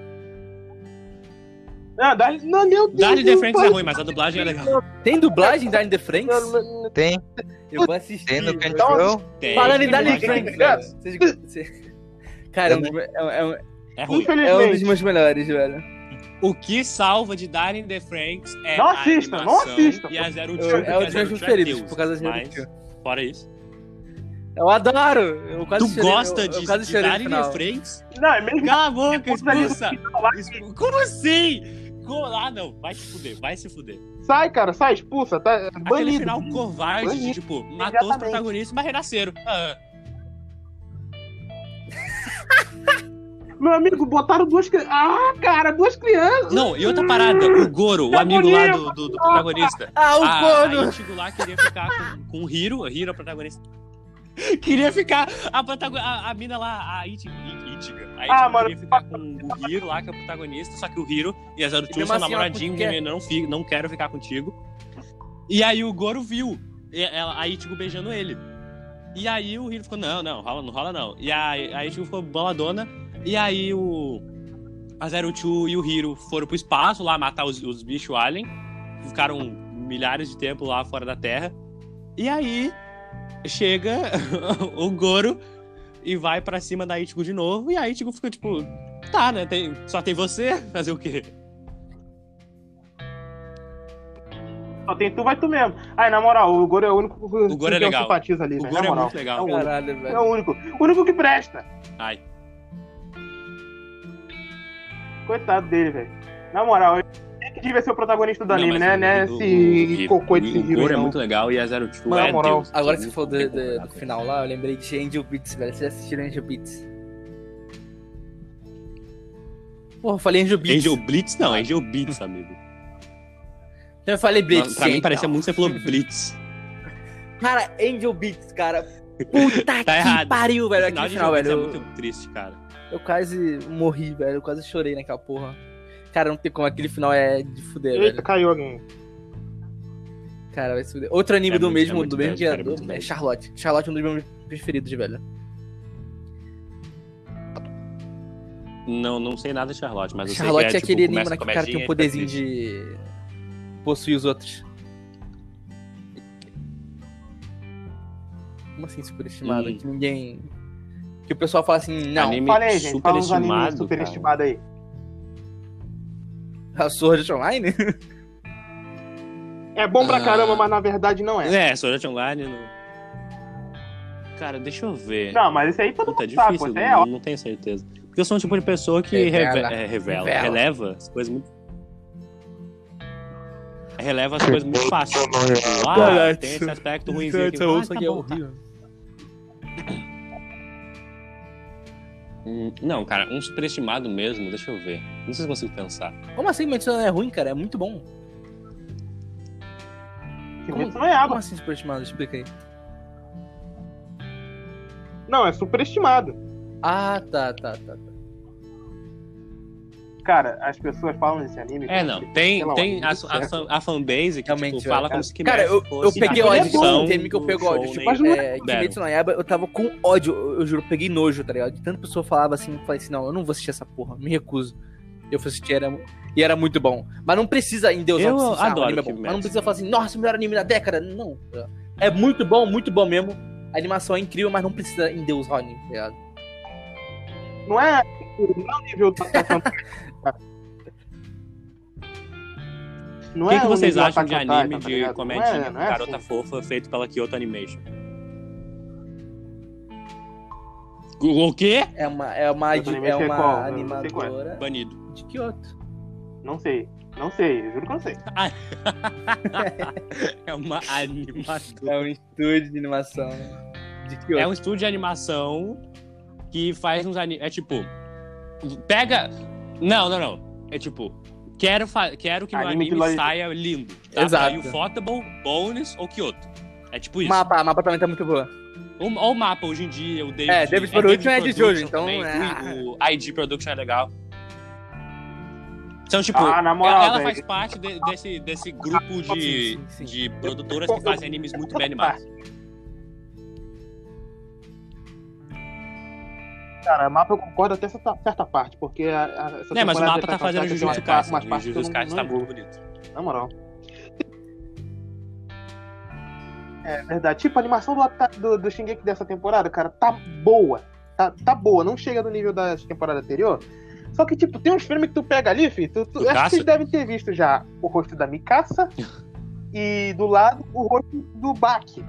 Não, meu Deus. Darling the meu Franxx é pai. ruim, mas a dublagem é legal. Tem dublagem Darling the Franxx? Tem, Eu vou assistir. tem no velho. Crunchyroll. Tem, Falando em tem Darling dublagem. Franxx, velho. Cara, É ruim. é um dos Infelizmente. meus melhores, velho. O que salva de Darling the Franxx é Não a assista, não animação assista. e a Zero Two. É porque a um dos Zero meus Two preferidos, Deus, por causa da mas, Zero fora isso. Eu adoro! Eu quase Tu chorei, gosta eu de quase chorei no Darling final. the Franxx? Não, é mesmo. Cala a boca, Depois ali no expulsa! final lá, Como assim? Ah, não, vai se fuder. Sai, cara, sai, expulsa, tá Aquele banido. final covarde, de, Banido. tipo, matou os Imediatamente. protagonistas, mas renasceram. Ah, Meu amigo, botaram duas crianças. Ah, cara, duas crianças. não, e outra parada, o Goro, o Tá amigo lá bonito. do protagonista. Ah, o A corno! Ichigo lá queria ficar com o Hiro é o protagonista. Queria ficar a mina lá, a Ichiga. A Ichigo mano. queria ficar com o Hiro lá, que é o protagonista, só que o Hiro e a Zero E Two mesmo são assim, ela namoradinhos, quer. e não quero ficar contigo. E aí o Goro viu a Ichigo beijando ele. E aí o Hiro ficou, não rola não. E a Ichigo ficou boladona. E aí a Zero Two e o Hiro foram pro espaço lá matar os bichos alien. Ficaram milhares de tempo lá fora da Terra. E aí chega o Goro e vai pra cima da Ichigo de novo. E a Ichigo fica tipo, tá, né? Só tem você? Fazer o quê? Só tem tu, vai tu mesmo. Aí, na moral, o Goro é o único O Goro é que eu legal. simpatizo ali, O velho. Goro Na é moral. muito legal. É o único. Caralho, É velho. o único. O único que presta. Ai. Coitado dele, velho. Na moral, ele que devia ser o protagonista do anime, Não, mas né? Esse cocô desse o Hiro, Goro é não. muito legal e a Zero Two Mas, na é moral, Deus. Agora que você Não falou tem do como comparar. final lá, eu lembrei de Angel Beats, velho. Vocês já assistiram Angel Beats? Porra, eu falei Angel Beats. Angel Blitz? Não, Angel Beats, amigo. Então eu falei Blitz. Pra mim sim, parecia então. muito que você falou Blitz. Cara, Angel Beats, cara. Puta Tá que errado. pariu, O velho. final Aquele de final, Angel Beats velho. é muito triste, cara. Eu quase morri, velho. Eu quase chorei naquela porra. Cara, não tem como. Aquele final é de fuder, Eita, velho. caiu alguém. Cara, vai se fuder. Outro anime É do muito- mesmo, é muito do mesmo bad, cara, é criador muito é bad. Charlotte. Charlotte é um dos meus preferidos, velho. Não sei nada de Charlotte, mas eu Charlotte sei é que aquele tipo, anime lá que o cara tem um poderzinho de possuir os outros. Como assim, superestimado? Que ninguém. Que o pessoal fala assim, não, Anime Fala aí, gente. Fala uns animes superestimado, superestimados aí. a Sword Art Online? É bom pra caramba, mas na verdade não é. É, Sword Art Online não... Cara, deixa eu ver. Não, mas isso aí todo Puta, é mundo sabe, difícil, pô. Isso aí é não tenho certeza. Porque eu sou um tipo de pessoa que releva as coisas muito... Releva as coisas muito fácil. Tipo, tem esse aspecto ruimzinho aqui. Isso Tá aqui é bom, tá. horrível. Não, cara, um superestimado mesmo, deixa eu ver. Não sei se eu consigo pensar. Como assim, mas isso não é ruim, cara? É muito bom. Kimetsu não é Como água. assim superestimado? Explica aí. Não, é superestimado. Ah, tá. Cara, as pessoas falam desse anime. É, não. Tem a fanbase que Realmente, tipo, fala cara. como se Cara, Kimetsu eu fosse peguei a ódio de versão um termo que eu do pego ódio. Shounen mas não É, Kimetsu no Yaiba, eu tava com ódio, eu juro, eu peguei nojo, tá ligado? De tanta pessoa falava assim, eu falei assim, não, eu não vou assistir essa porra, me recuso. Eu fui assistir, e era muito bom. Mas não precisa endeusar Eu o adoro anime é bom. Kimetsu. Mas não precisa falar assim, nossa, o melhor anime da década. Não. É muito bom mesmo. A animação é incrível, mas não precisa endeusar o anime, tá ligado? Não é o nível da Não O que é vocês nível acham de Attack on anime Titan, tá de ligado? comédia Não é garota assim. fofa feito pela Kyoto Animation? O quê? É uma Kyoto Animation é qual? Eu não sei qual é. animadora Banido. de Kyoto. Não sei, eu juro que eu não sei. É uma animação. É um estúdio de animação de Kyoto. É um estúdio de animação que faz uns animes. É tipo. Pega. Não. É tipo. Quero que meu Anime de anime loja- saia lindo. Tá? Exato. Aí o Ufotable, Bones ou Kyoto. É tipo isso. Mapa também tá muito boa. Olha o mapa hoje em dia, o David. David Production é de Production Jojo, então, também, é. O ID Production é legal. Então, tipo, Ah, na moral, ela velho. faz parte desse grupo Sim. de produtoras que fazem animes muito bem animados. Cara, a mapa eu concordo até certa parte, porque essa Né, mas o temporada mapa de tá Attack on fazendo Titan tem Jujutsu umas Kaisen. partes E que eu Jujutsu Kaisen tá não muito engulo, bonito. na moral. É verdade. Tipo, a animação do Shingeki dessa temporada, cara, tá boa. Tá boa. Não chega no nível da temporada anterior. Só que, tipo, tem uns frames que tu pega ali, filho. Acho que Mikasa? vocês devem ter visto já o rosto da Mikasa e do lado o rosto do Baki.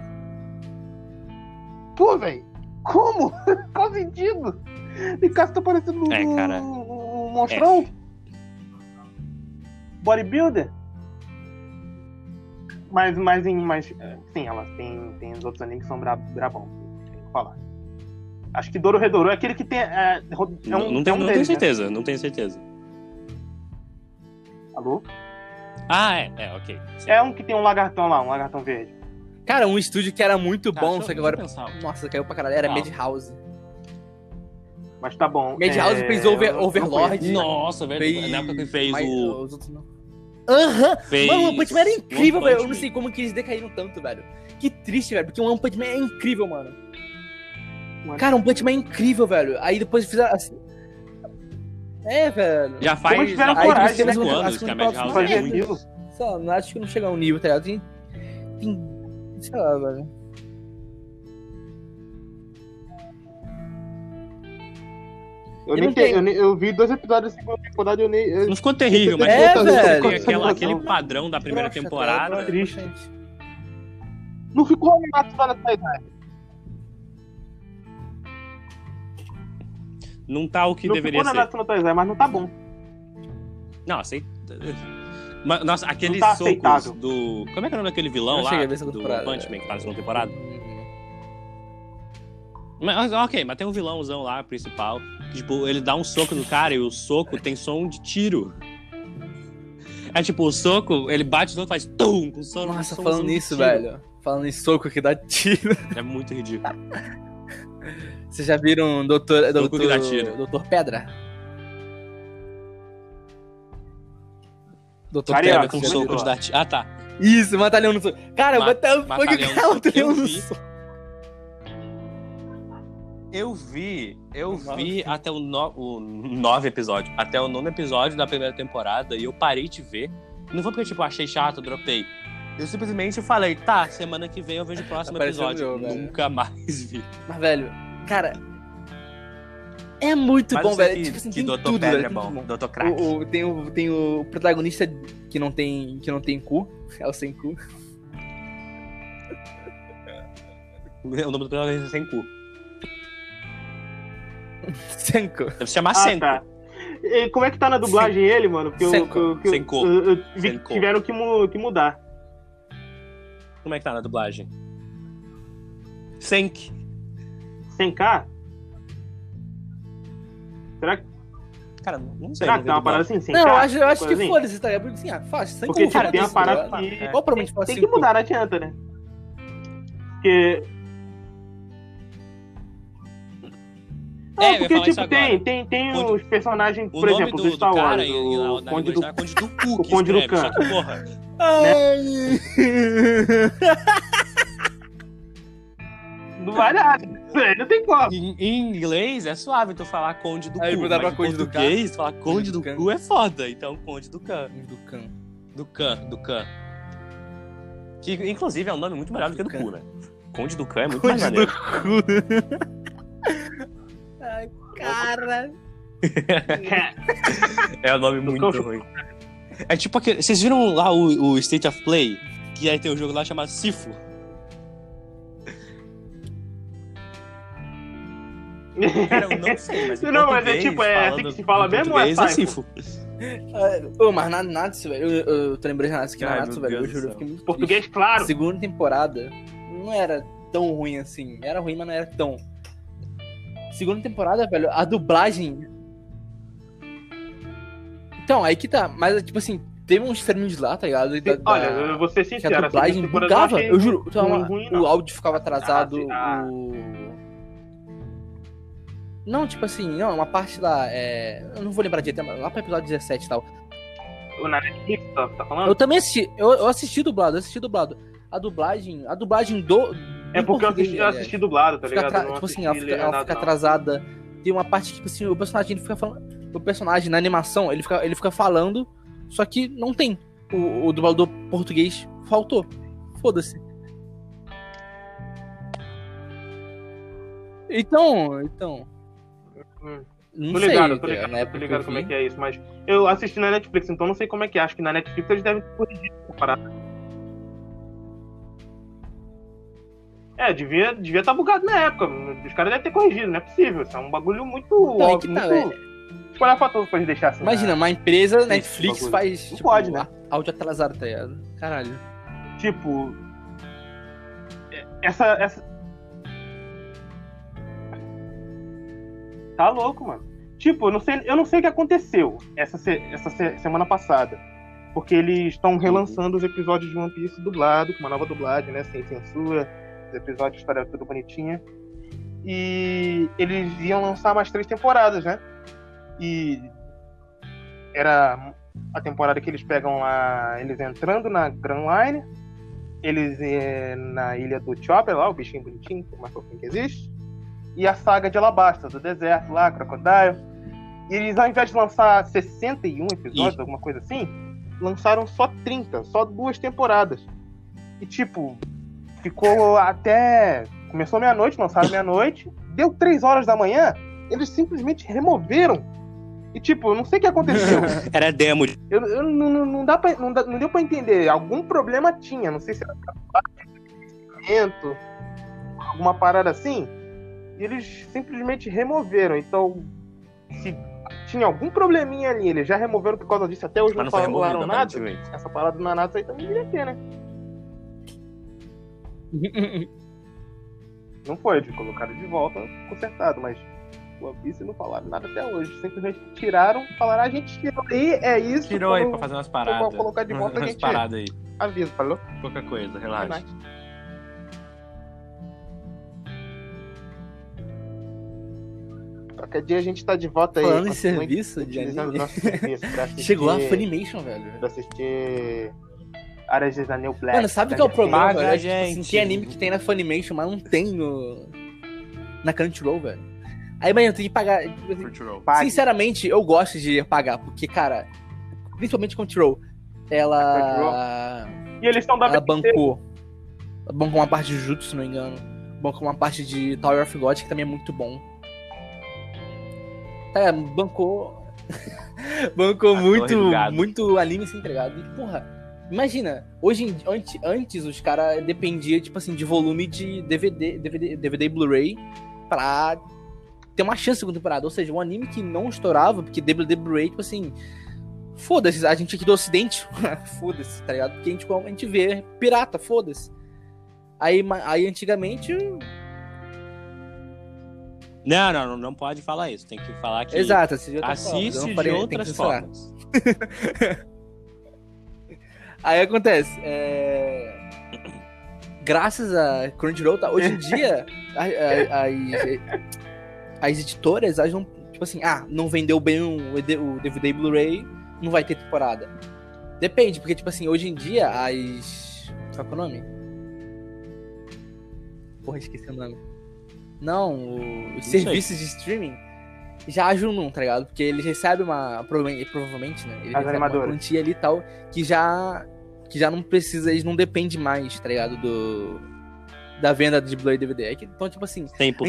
Pô, velho. Como? Qual sentido? Mikasa tá parecendo cara. um monstrão? Bodybuilder? Mas sim, elas tem os outros animes que são brabão, tem que falar. Acho que Dorohedoro é aquele que tem. Não tenho deles, certeza, né? não tenho certeza. Alô? Ah, ok. Sim. É um que tem um lagartão lá, um lagartão verde. Cara, um estúdio que era muito Tá, bom, deixa só eu- que agora. deixa eu pensar. Nossa, caiu pra caralho. Era Qual? Madhouse. Mas tá bom. Madhouse fez Overlord. Nossa, velho. Fez... Na época que fez Mas, o. os outros não. Aham! Fez Mano, o One Punch Man era incrível, One velho. Punch Eu não Man. sei como que eles decaíram tanto, velho. Que triste, velho. Porque o One Punch Man é incrível, mano. Cara, o One Punch Man é incrível, velho. Aí depois fizeram assim. É, velho. Já Como faz, tiveram já coragem, faz 5 né? anos As que a coisas Madhouse Fazia é ruim. aquilo. Só, não acho que não chega a um nível, tá ligado? Tem. Sei lá, velho. Eu vi 2 episódios da segunda temporada e eu nem. Não ficou terrível, mas É, tem velho. aquele padrão da primeira Broxa, temporada. cara, triste. broxa. Não ficou animado na Taizai. Não tá o que Não deveria ficou ser. na Natsu no Taizai, mas não tá bom. Não, aceita. Mas, nossa, aqueles tá socos aceitável. do. Como é que é o nome daquele vilão Eu lá? cheguei a ver essa Do temporada. One Punch Man que tá na segunda temporada? Mas, ok, mas tem um vilãozão lá, principal. Que, tipo, ele dá um soco no cara e o soco tem som de tiro. É tipo, o soco, ele bate o soco e faz tum, com som. Nossa, som falando de nisso, tiro. velho. Falando em soco que dá tiro. É muito ridículo. Vocês já viram Doutor Soco que dá tiro. Doutor Pedra? Doutor Ariel, Pedra, Com vocês já soco viram? de dar tiro. Ah, tá. Isso, Matalhão no soco. Cara, Ma- what the fuck, Matalhão o no cara soco. Matalhão Eu no vi. soco. Eu vi até o 9 episódio. Até o 9º episódio da primeira temporada e eu parei de ver. Não foi porque, tipo, achei chato, dropei. Eu simplesmente falei, tá, semana que vem eu vejo o próximo Apareceu episódio. o jogo, velho. Nunca mais vi. Mas, velho, cara, É muito Mas bom, eu sei velho. que, Tipo assim, que tem Dr. tudo, Pedra velho. é bom. Muito Dr. Crack. Tem o protagonista que não tem cu. É o sem cu. O nome do protagonista é Senku. Sem cu. Deve se chamar Ah, Senku. tá. E como é que tá na dublagem ele, mano? Porque Senko. Senko. eu vi que Senko. tiveram que mudar. Como é que tá na dublagem? Senk. 100k? Será que Cara, não sei. Será não que vi tem uma dublagem. parada assim? 100k? Não, eu acho Coisa que assim? foda-se, tá? Assim, faz. Sem Porque cu, tipo, tem uma foda-se, parada tá? que. Ou provavelmente fala Tem sem que cu. mudar, não adianta, né? Porque. É, eu ia porque, falar isso tipo, agora. tem Conde- os personagens, O por nome exemplo, do do Star cara Wars, na o Conde língua do... é Conde do Cu o que Conde do escreve, Khan. só que, porra, Não vai nada. Não tem como. em inglês é suave tu falar Conde do Aí Cu, mudar mas pra em Conde do português tu falar Conde do Khan. Cu é foda, então Conde do Khan. Do Khan. Do Khan. Que, inclusive, é um nome muito melhor do que do Khan. Cu, né? Conde do Khan é muito Conde mais do maneiro. Ai, cara. É um nome muito Cão. ruim. É tipo aquele... Vocês viram lá o State of Play? Que aí tem um jogo lá chamado Sifu. Cara, eu não sei, mas em Não, mas é português, tipo, é assim falando que se fala em mesmo ou é português, Sifu? Ô, mas Nanatsu, velho. Eu tô lembrando de Nanatsu que Ai, Nanatsu, meu velho. Eu Deus juro, do eu fiquei muito Português, triste. claro. Segunda temporada não era tão ruim assim. Era ruim, mas não era tão. Segunda temporada, velho, a dublagem. Então, aí que tá. Mas, tipo assim, teve uns termos lá, tá ligado? Olha, eu vou ser Que a sincero. dublagem segunda temporada bugava. achei Eu juro, ruim, não. o áudio ficava atrasado. Ah, Não, tipo assim, não, uma parte lá. Eu não vou lembrar direito, mas lá pro episódio 17 e tal. Na Netflix, tá falando? Eu também assisti, eu assisti dublado. A dublagem do. É do porque eu português, assisti dublado, tá fica ligado? Eu não tipo assim, assisti ela legendado, fica não. atrasada. Tem uma parte que, tipo assim, o personagem ele fica falando. O personagem na animação, ele fica falando, só que não tem. O dublador português faltou. Foda-se. Então. Não Tô sei, ligado, na época tô que ligado eu como é vi. que é isso, mas eu assisti na Netflix, então não sei como é que é. Acho que na Netflix eles devem corrigir essa parada. Devia tá bugado na época. Os caras devem ter corrigido, não é possível. Isso é um bagulho muito Não, aí que óbvio, tá, muito... Escolha fator pra eles deixar assim. Imagina, uma empresa Netflix bagulho. faz. Não Tipo, pode, né? Áudio atrasado, tá ligado? Caralho. Tipo. Essa. Tá louco, mano. Tipo, eu não sei o que aconteceu essa semana passada. Porque eles estão relançando os episódios de One Piece dublado, com uma nova dublagem, né? Sem censura. Os episódios estavam tudo bonitinho. E eles iam lançar mais 3 temporadas, né? E era a temporada que eles pegam lá, eles entrando na Grand Line, eles na ilha do Chopper lá, o bichinho bonitinho, o mais fofinho que existe, e a saga de Alabasta, do deserto lá, Crocodile. E eles, ao invés de lançar 61 episódios, alguma coisa assim, lançaram só 30, só 2 temporadas. E tipo, ficou até... Começou meia-noite, lançaram meia-noite, deu 3 horas da manhã, eles simplesmente removeram. E tipo, eu não sei o que aconteceu. Era demo. Eu não deu pra entender. Algum problema tinha. Não sei se era alguma parada assim. E eles simplesmente removeram. Então, se tinha algum probleminha ali, eles já removeram por causa disso. Até hoje Mas não não foi falaram removido, nada. aparentemente. Essa parada do Nanatsu aí também devia ter, né? Não foi, eles colocaram de volta, consertado, mas o One Piece não falaram nada até hoje. Simplesmente tiraram, falaram, a gente tirou aí, é isso. Tirou aí quando pra fazer umas for paradas. colocar de volta, a umas gente paradas aí. avisa, falou? Qualquer coisa, relaxa. Qualquer dia a gente tá de volta aí. Falando em continue serviço de utilizando anime. nosso serviço pra assistir, Chegou a Funimation, velho. pra assistir Áreas de Anel Black. Mano, sabe o que é o problema, Paga, velho? É que, tipo assim, gente. tem anime que tem na Funimation, mas não tem na Crunchyroll, velho. Aí, mano, eu tenho que pagar. Pague. Sinceramente, eu gosto de pagar, porque, cara, principalmente Crunchyroll, ela E eles estão da ela BBC. bancou uma parte de Jutsu, se não me engano. Bancou uma parte de Tower of God, que também é muito bom. Tá, bancou. Bancou A muito, Torre do Gado. muito anime sem entregado. E, porra, imagina, antes os caras dependiam, tipo assim, de volume de DVD e Blu-ray pra ter uma chance de segunda temporada. Ou seja, um anime que não estourava, porque DVD e Blu-ray, tipo assim, foda-se, a gente aqui do Ocidente, foda-se, tá ligado? Porque a gente vê pirata, foda-se. Aí antigamente. Não pode falar isso. Tem que falar que Exato, assiste de outras formas. Eu assiste não de falei, tem que outras censurar. formas. Aí acontece, graças a Crunchyroll, tá, hoje em dia, as editoras, elas não, tipo assim, não vendeu bem o DVD e Blu-ray, não vai ter temporada. Depende, porque, tipo assim, hoje em dia, qual é o nome? Porra, esqueci o nome. Não, os serviços de streaming já ajudam, tá ligado? Porque eles recebem provavelmente, né? Eles recebem uma quantia ali e tal, que já não precisa, eles não dependem mais, tá ligado? Da venda de Blu-ray e DVD. Então, tipo assim, 100%.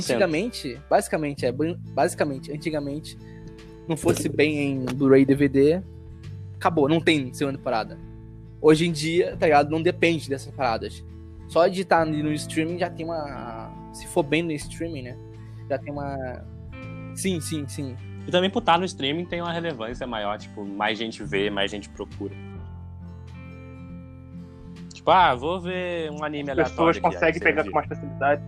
antigamente, não fosse bem em Blu-ray e DVD, acabou, não tem segunda temporada. Hoje em dia, tá ligado? Não depende dessas paradas. Só de estar no streaming já tem uma... Se for bem no streaming, né? Já tem uma... Sim. E também por estar no streaming tem uma relevância maior, tipo, mais gente vê, mais gente procura. Tipo, vou ver um anime As aleatório. pessoas conseguem pegar com mais facilidade.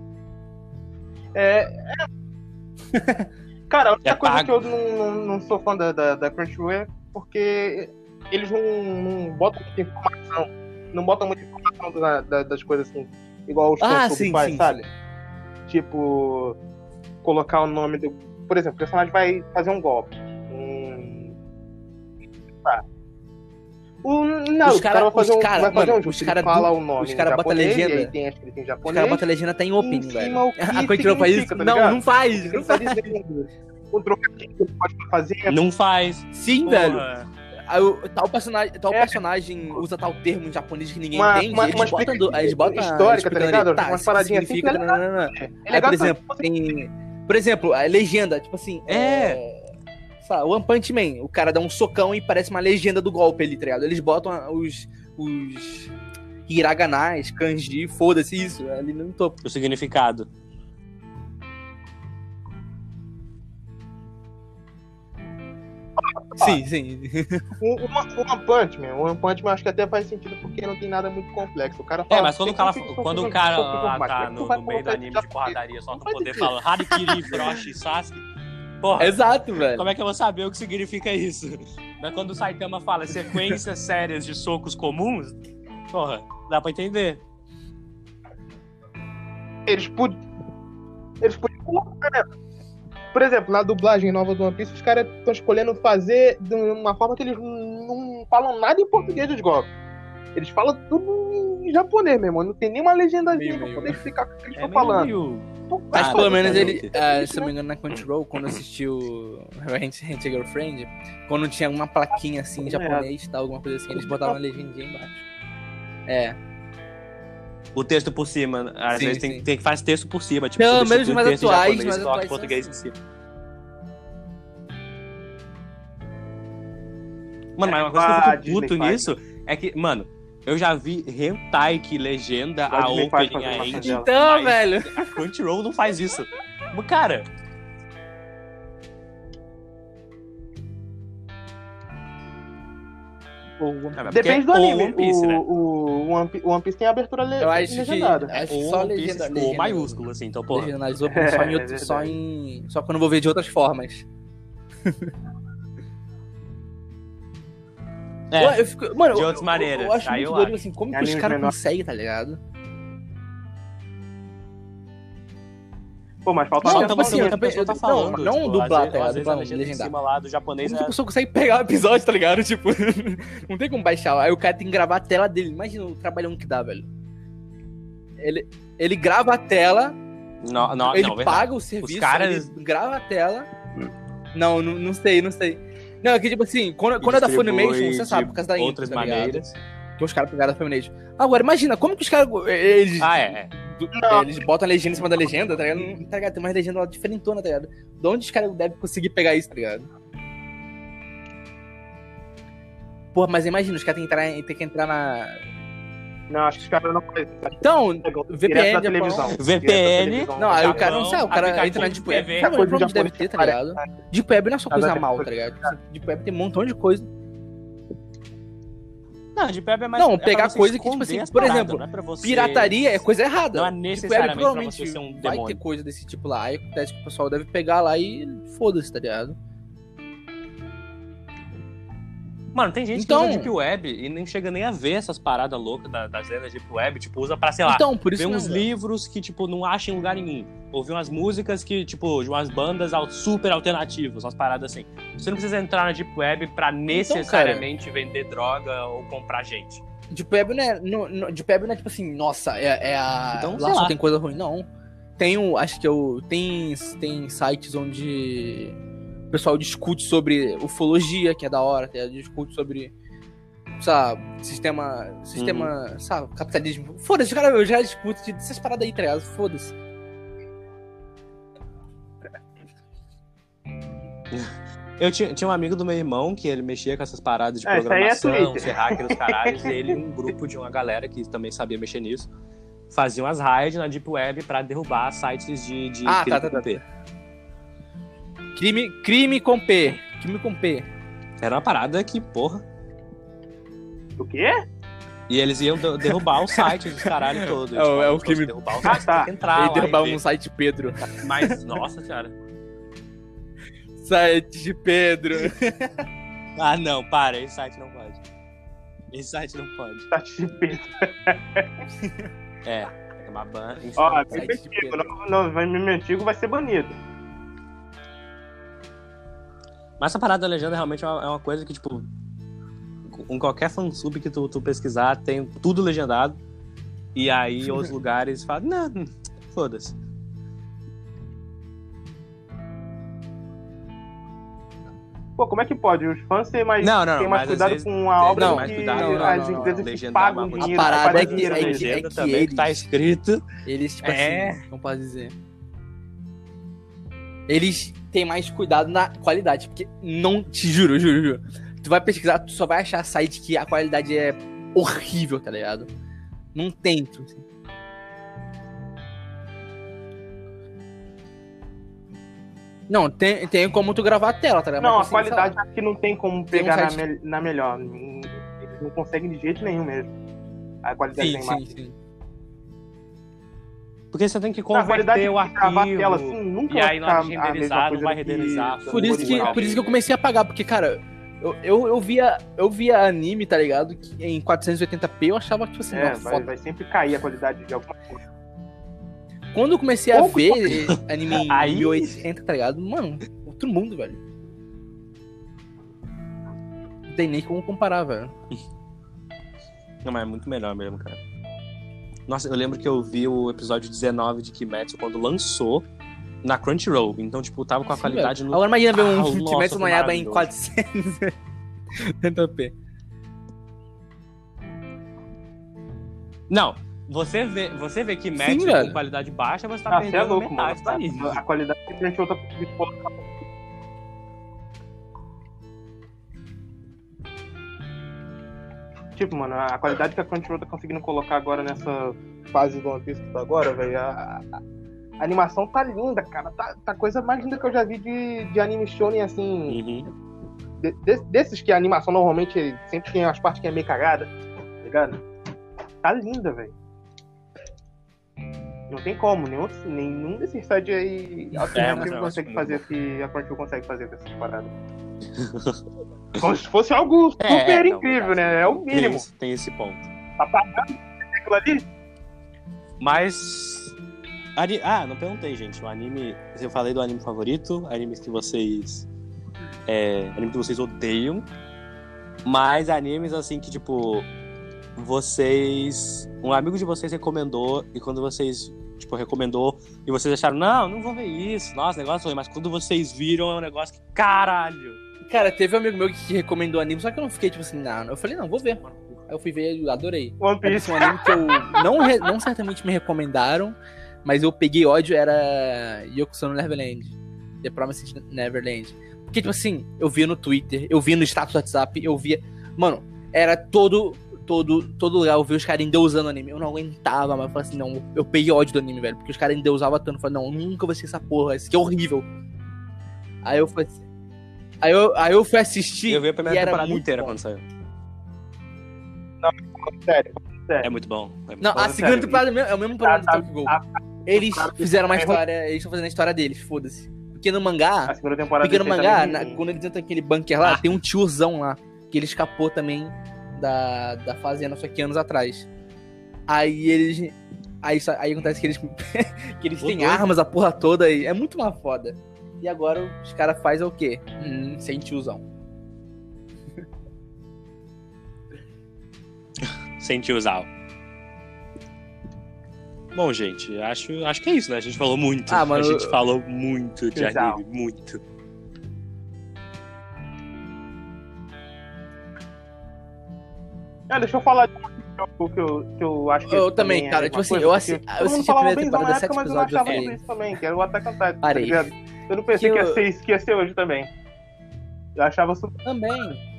Cara, a única coisa que eu não sou fã da Crunchyroll é porque eles não botam muita informação. Não botam muita informação das coisas assim, igual os sim, faz, sim, sabe? Tipo, colocar o nome do... Por exemplo, o personagem vai fazer um golpe. O cara vai fazer um jutsu, ele fala o nome. Os caras botam legenda. E aí tem escrito em japonês. Os caras botam legenda até em opening, velho. A Crunchyroll faz isso? Não faz. Ele tá dizendo o trocadilho que ele pode fazer. Não faz. Sim, Porra. velho. Tal personagem usa tal termo em japonês que ninguém entende. Eles botam histórica, tá ligado? Umas paradinhas assim. Aí, por exemplo, a legenda, tipo assim. O One Punch Man, o cara dá um socão e parece uma legenda do golpe ali, tá ligado? Eles botam os hiraganais, kanji, foda-se isso, ali no topo. O significado. Sim. O One Punch Man acho que até faz sentido porque não tem nada muito complexo. O cara fala, mas quando o cara lá tá no meio do anime de porradaria, só pra poder falar Harikiri, Froshi, Sasuke. Porra, exato, velho. Como é que eu vou saber o que significa isso? Mas quando o Saitama fala sequências sérias de socos comuns, porra, dá pra entender. Eles podiam colocar, né? Por exemplo, na dublagem nova do One Piece, os caras estão escolhendo fazer de uma forma que eles não falam nada em português dos golpes. Eles falam tudo em japonês mesmo. Não tem nenhuma legendazinha pra poder explicar o que eles estão falando. Mas pelo menos ele, se não me engano, na Crunchyroll, quando assistiu Rent a Girlfriend, quando tinha uma plaquinha assim em japonês, tal, alguma coisa assim, eles botavam uma legendinha embaixo. O texto por cima, às vezes tem que fazer texto por cima, tipo, pelo menos mais atuais, mas coloca português em cima. Mano, mas uma coisa que eu fico puto nisso é que, mano, eu já vi hentai que legenda a opening, a ending. Então, velho. A Crunchyroll não faz isso. Cara... Depende do anime. One Piece, né? O One Piece tem abertura legendada. Acho que só legenda. Ou maiúsculo, assim, então, porra. Legendalizou só quando eu vou ver de outras formas. Mano, de outras maneiras. Eu acho muito doido, assim, como que os caras conseguem, tá ligado? Pô, mas falta não dublar, tá ligado? dublar, legendar. Em cima lá do japonês. Como que a pessoa consegue pegar o episódio, tá ligado? Tipo, não tem como baixar. Aí o cara tem que gravar a tela dele. Imagina o trabalhão que dá, velho. Ele grava a tela. Ele paga o serviço. Os caras... Ele grava a tela. Não sei. Não, é que tipo assim, quando é da Funimation, você sabe, por causa da outras intro, tá maneiras. Que os caras pegaram da Funimation. Agora, imagina, como que os caras... Eles Eles botam a legenda em cima da legenda, tá ligado? Tá ligado? Tem uma legenda lá diferentona, tá ligado? De onde os caras devem conseguir pegar isso, tá ligado? Porra, mas imagina, os caras têm que entrar na... Não, acho que os caras não fazem. Então, Direto VPN, da televisão. Japão. VPN. Não, aí o cara não Japão, sabe, o cara aplicativo entra na Deep Web. TV. Sabe Coisa onde deve japonesa ter, tá ligado? Deep Web não é só coisa Cada mal, coisa- tá ligado? Deep Web tem um montão de coisa. Não, de Web é mais Não, é pra pegar você coisa que, esconder tipo assim, as por paradas, exemplo, não é pra você- Pirataria é coisa errada. Não é Deep necessariamente Web pra provavelmente você ser um vai demônio. ter coisa desse tipo lá. Aí acontece que o pessoal deve pegar lá e foda-se, tá ligado? Mano, tem gente Então- que usa Deep Web e nem chega nem a ver essas paradas loucas das lendas Deep Web. Tipo, usa pra, sei lá, Então, por isso ver não, uns velho. livros que, tipo, não acha em lugar nenhum. Ouvir umas músicas que, tipo, de umas bandas super alternativas, umas paradas assim. Você não precisa entrar na Deep Web pra necessariamente vender droga ou comprar gente. Deep Web não é, Deep Web não é tipo assim, nossa, é a... Então, lá sei só lá. tem coisa ruim, não. Tem acho que tem sites onde o pessoal discute sobre ufologia, que é da hora, discute sobre, sabe, sistema, sabe, capitalismo. Foda-se, cara, eu já discuto dessas paradas aí, tá ligado? Foda-se. Eu tinha um amigo do meu irmão que ele mexia com essas paradas de Isso aí é programação, Twitter. ser hacker, os caralhos, e ele e um grupo de uma galera que também sabia mexer nisso, faziam as raids na Deep Web pra derrubar sites de Ah, crime tá. com P. Crime com P. Crime com P. Era uma parada que, porra... O quê? E eles iam derrubar o site dos caralho todo. É o tipo, crime. derrubar o site, tá. tem que entrar Ele lá derrubar e um ver. site Pedro. Mas, nossa senhora. Site de Pedro. Ah, não, para. Esse site não pode. Esse site não pode. Tá te peso. É uma ban. Ó, Site meme de antigo, Pedro. meme antigo vai ser banido. Mas essa parada da legenda realmente é uma coisa que, tipo, em qualquer fansub que tu pesquisar, tem tudo legendado. E aí os lugares falam, não, foda-se. Pô, como é que pode? Os fãs têm mais, Não, têm mais mas às cuidado vezes com a obra não, do mais que cuidado, as não, empresas que legendar pagam uma dinheiro. A parada pagam é que- dinheiro é neles. que- Legenda também eles- que tá escrito. Eles, tipo É. assim, como posso dizer? Eles têm mais cuidado na qualidade, porque não, te juro. Tu vai pesquisar, tu só vai achar site que a qualidade é horrível, tá ligado? Não tem, tipo assim. Não, tem como tu gravar a tela, tá ligado? Não, a Mas, assim, qualidade sei lá. aqui não tem como Tem um pegar site- na melhor. Eles não conseguem de jeito nenhum mesmo. A qualidade da imagem. Sim. Porque você tem que A qualidade converter o de gravar a tela arquivo. assim nunca E vai aí na hora de ficar a mesma renderizar, coisa não vai do que- renderizar. do Por isso original. que eu comecei a pagar, porque, cara, eu via anime, tá ligado? Que em 480p eu achava, tipo assim, uma foto. vai sempre cair a qualidade de alguma coisa. Quando eu comecei a Pouco ver anime em Aí- 1080, tá ligado? Mano, outro mundo, velho. Não tem nem como comparar, velho. Não, mas é muito melhor mesmo, cara. Nossa, eu lembro que eu vi o episódio 19 de Kimetsu quando lançou na Crunchyroll. Então, tipo, tava com a Sim, qualidade velho. no... Agora imagina ver um nossa, Kimetsu no foi Yaiba em maravilhoso. 480p. Não, você vê Kimetsu Sim, com velho. qualidade baixa, você tá Ah, você é perdendo louco, mano. metade do anime. A qualidade que a gente outra conseguindo colocar. Tipo, mano, a qualidade que a Crunchyroll tá conseguindo colocar agora nessa fase do One Piece que tá agora, velho, a animação tá linda, cara. Tá a coisa mais linda que eu já vi de anime shonen, assim. Uhum. Desses que a animação normalmente sempre tem as partes que é meio cagada, tá ligado? Tá linda, velho. Não tem como, nenhum desses sites aí alternativos mas consegue eu acho fazer o que a Crunchyroll consegue fazer com essas paradas. Como se fosse algo super não, incrível, verdade. né? É o mínimo. Tem esse ponto. Tá pagando aquilo ali? Mas... não perguntei, gente. O anime... Eu falei do anime favorito, animes que vocês... anime que vocês odeiam. Mas animes, assim, que, tipo... Um amigo de vocês recomendou, e quando vocês, tipo, recomendou, e vocês acharam, não vou ver isso, nossa, negócio ruim, mas quando vocês viram, é um negócio que, caralho! Cara, teve um amigo meu que recomendou anime, só que eu não fiquei, tipo assim, não. Eu falei, não, vou ver. Aí eu fui ver e adorei. One É Piece. um anime que eu não certamente me recomendaram, mas eu peguei ódio, era Yokuso no Neverland. The Promised Neverland. Porque, tipo assim, eu via no Twitter, eu via no status do WhatsApp, eu via... Mano, era todo lugar, eu via os caras endeusando o anime. Eu não aguentava, mas eu falei assim, não, eu peguei ódio do anime, velho. Porque os caras endeusavam tanto. Eu falei, não, eu nunca vou assistir essa porra, isso aqui é horrível. Aí eu falei assim... Aí eu fui assistir Eu vi a e primeira era temporada muito inteira bom. quando saiu. Sério. É muito bom. É muito Não, bom. a segunda sério. temporada é o mesmo problema do Tokyo Ghoul. Eles tá- fizeram uma história, eles estão fazendo a história deles, foda-se. Porque no mangá, A segunda temporada porque no desse aí mangá, também é ruim. quando eles entram naquele bunker lá, tem um tiozão lá, que ele escapou também da fazenda, só que anos atrás. Aí eles... Aí acontece que eles, que eles têm doido. armas, a porra toda, e é muito uma foda. E agora os caras fazem o quê? Sem tiozão. Sem te usar. Bom, gente, acho que é isso, né? A gente falou muito. Ah, mano, a gente falou muito de Exato. anime, muito. Deixa eu falar de um que eu acho que Eu esse também, é cara, a tipo mesma assim, coisa, eu porque assisti todo a mundo falava primeira benzão temporada, na 7 época, mas eu não episódios, eu achava falei, tudo isso também, que era o Attack on Titan, tá parei. ligado? Eu não pensei Que que ia ser hoje também. Eu achava super... Também.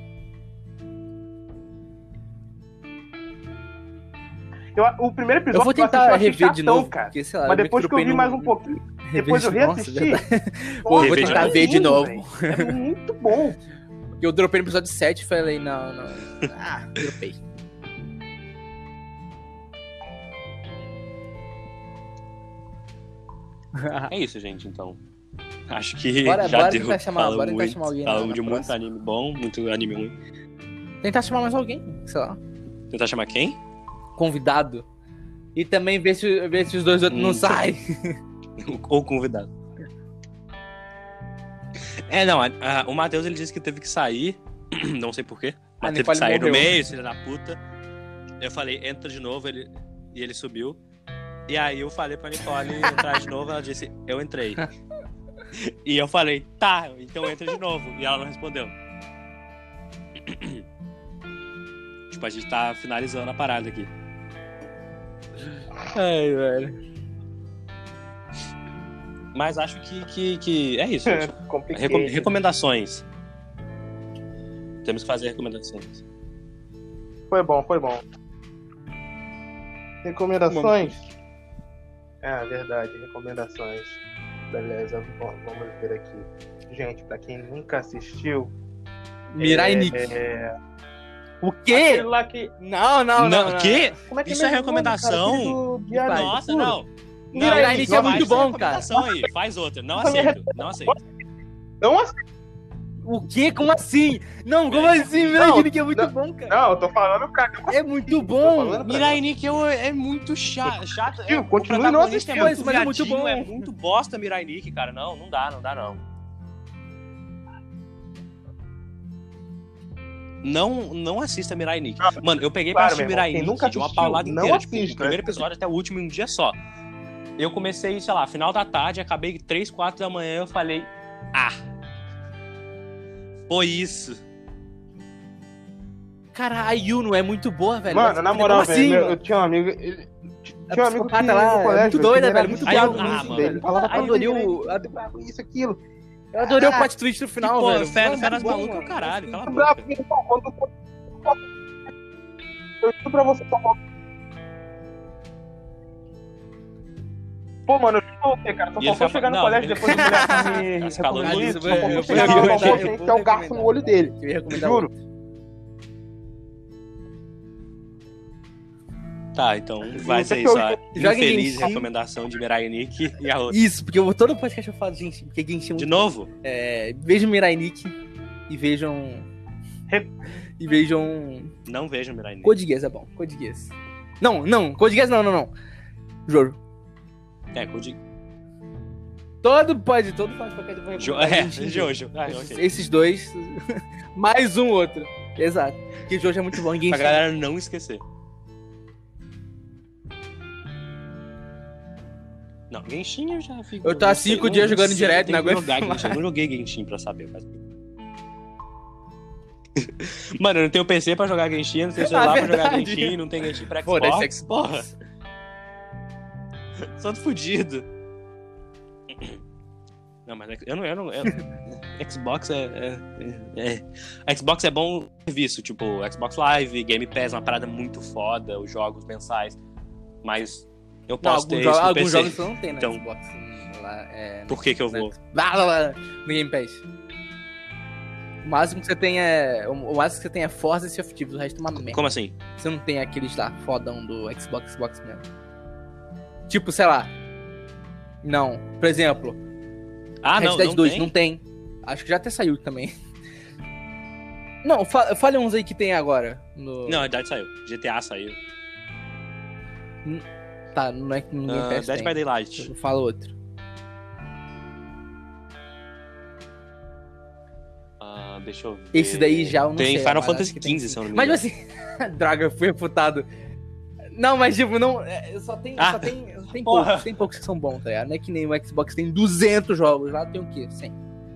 O primeiro episódio Eu vou que assisti, tentar eu achei rever de chatão, novo, cara. porque, sei lá, Mas me depois que eu vi tropei mais no- um pouquinho, rever depois eu isso. Nossa, reassisti. verdade. Nossa, Vou tentar ver de lindo, novo. velho. É muito bom. Eu dropei no episódio 7 e falei, não. Dropei. É isso, gente, então. Acho que Bora já tentar deu. chamar- Falamos bora tentar muito. chamar alguém Falamos na de muito próxima. anime bom, muito anime ruim. Tentar chamar mais alguém, sei lá, Tentar chamar quem? convidado. E também ver se os dois outros não saem. Ou convidado. Não, o Matheus ele disse que teve que sair. Não sei porquê. Mas teve que Nicole sair no morreu. meio, filho da puta. Eu falei, entra de novo, e ele subiu. E aí eu falei pra Nicole entrar de novo, ela disse, eu entrei. E eu falei, tá, então entra de novo. E ela não respondeu. Tipo, a gente tá finalizando a parada aqui. Ai, velho. Mas acho que é isso. gente. Compliquei. Recomendações. Temos que fazer recomendações. Foi bom. Recomendações? Verdade, recomendações. Beleza, vamos ver aqui. Gente, pra quem nunca assistiu... Mirai Nikki. O quê? Aquele lá que... Não. Que? Como é que Isso é mesmo, recomendação? cara? Aquele do Diário do Nossa, Futuro. não. Mirai Nikki é faz muito bom, recomendação aí, faz outra. Não aceito. Não aceito. O quê? Como assim? Não, como assim? Não, Mirai Nikki é muito bom, cara. Não, eu tô falando, cara. É muito Tô bom. falando, Mirai Nikki é muito chato. Tio, O continue não protagonista assistindo. Mas é muito viadinho, bom. É muito bosta Mirai Nikki, cara. Não dá, não. Não assista Mirai Nikki. Mano, eu peguei pra Claro, assistir meu irmão, Mirai quem Nikki nunca de uma assistiu, paulada não inteira. Tipo, assista. do primeiro episódio até o último em um dia só. Eu comecei, sei lá, final da tarde, acabei 3, 4 da manhã, eu falei, foi isso. Cara, a Yuno é muito boa, velho. Mano, Mas na como moral, assim, velho, mano? eu tinha um amigo... Tinha um amigo que psicopata lá, no colégio, muito velho, doida, que ele velho, era muito viciado boa. nisso, Mano. velho. Ele falava pra Adorei mim, o- isso, aquilo. Eu adorei o plot twist no final, Pô, velho. férias Muito bom, malucas é o mano. caralho, cala a Eu boca. juro pra você, Pô, mano, eu juro pra você, cara. Só E ele faltou fica- chegar no não, colégio ele- depois do moleque me Escalando recomendou isso, isso. velho, Só faltou eu chegar vou no recomendar, almoço eu e vou enfiar o garfo recomendar. no olho dele. Eu ia recomendar Juro. outro. Tá, então vai ser que isso. eu- A Joga infeliz Genshin. recomendação de Mirai Nikki e a outra. Isso, porque todo podcast eu falo Genshin, porque Genshin é De muito novo? Vejam Mirai Nikki e vejam... E vejam... Não vejo Mirai Nikki. Code Geass é bom, Code Geass. Não, Code Geass não. Jojo. Code... Todo podcast vai Jojo. Ok. Esses dois, mais um outro. Exato. Porque Jojo é muito bom. Ninguém Pra galera não esquecer. Não, Genshin eu já fico... Eu tô há não sei, 5 dias não jogando sei, direto, eu tenho não que aguento jogar mais. Genshin. Eu não joguei Genshin pra saber. Mas... Mano, eu não tenho PC pra jogar Genshin, não tenho celular pra jogar verdade. Genshin, não tenho Genshin pra Foda-se, Xbox. Xbox. Porra. Só fudido. Não, mas Xbox Xbox é bom serviço, tipo, Xbox Live, Game Pass é uma parada muito foda, os jogos mensais. Mas eu Não, posso ter isso no alguns PC. jogos você não tem na Então, Xbox. Lá, por que eu vou? Lá, no Game Pass. O máximo que você tem é Forza e Sea of Thieves, o resto é uma merda. Como assim? Você não tem aqueles lá, fodão do Xbox mesmo. Tipo, sei lá. Não. Por exemplo, Red Não, Dead não 2 tem? não tem. Acho que já até saiu também. Não, fale uns aí que tem agora. No... Não, a verdade saiu. GTA saiu. Tá, não é que no Game Pass Dead tem. by Daylight. Eu falo outro. Deixa eu ver. Esse daí já eu não Tem sei. Final mas Fantasy acho que tem XV, sim. se eu não me Mas engano. assim, droga, eu fui refutado. Não, mas tipo, não. Só tem Porra. tem poucos que são bons, tá ligado? Não é que nem o Xbox tem 200 jogos, lá tem o quê? 100.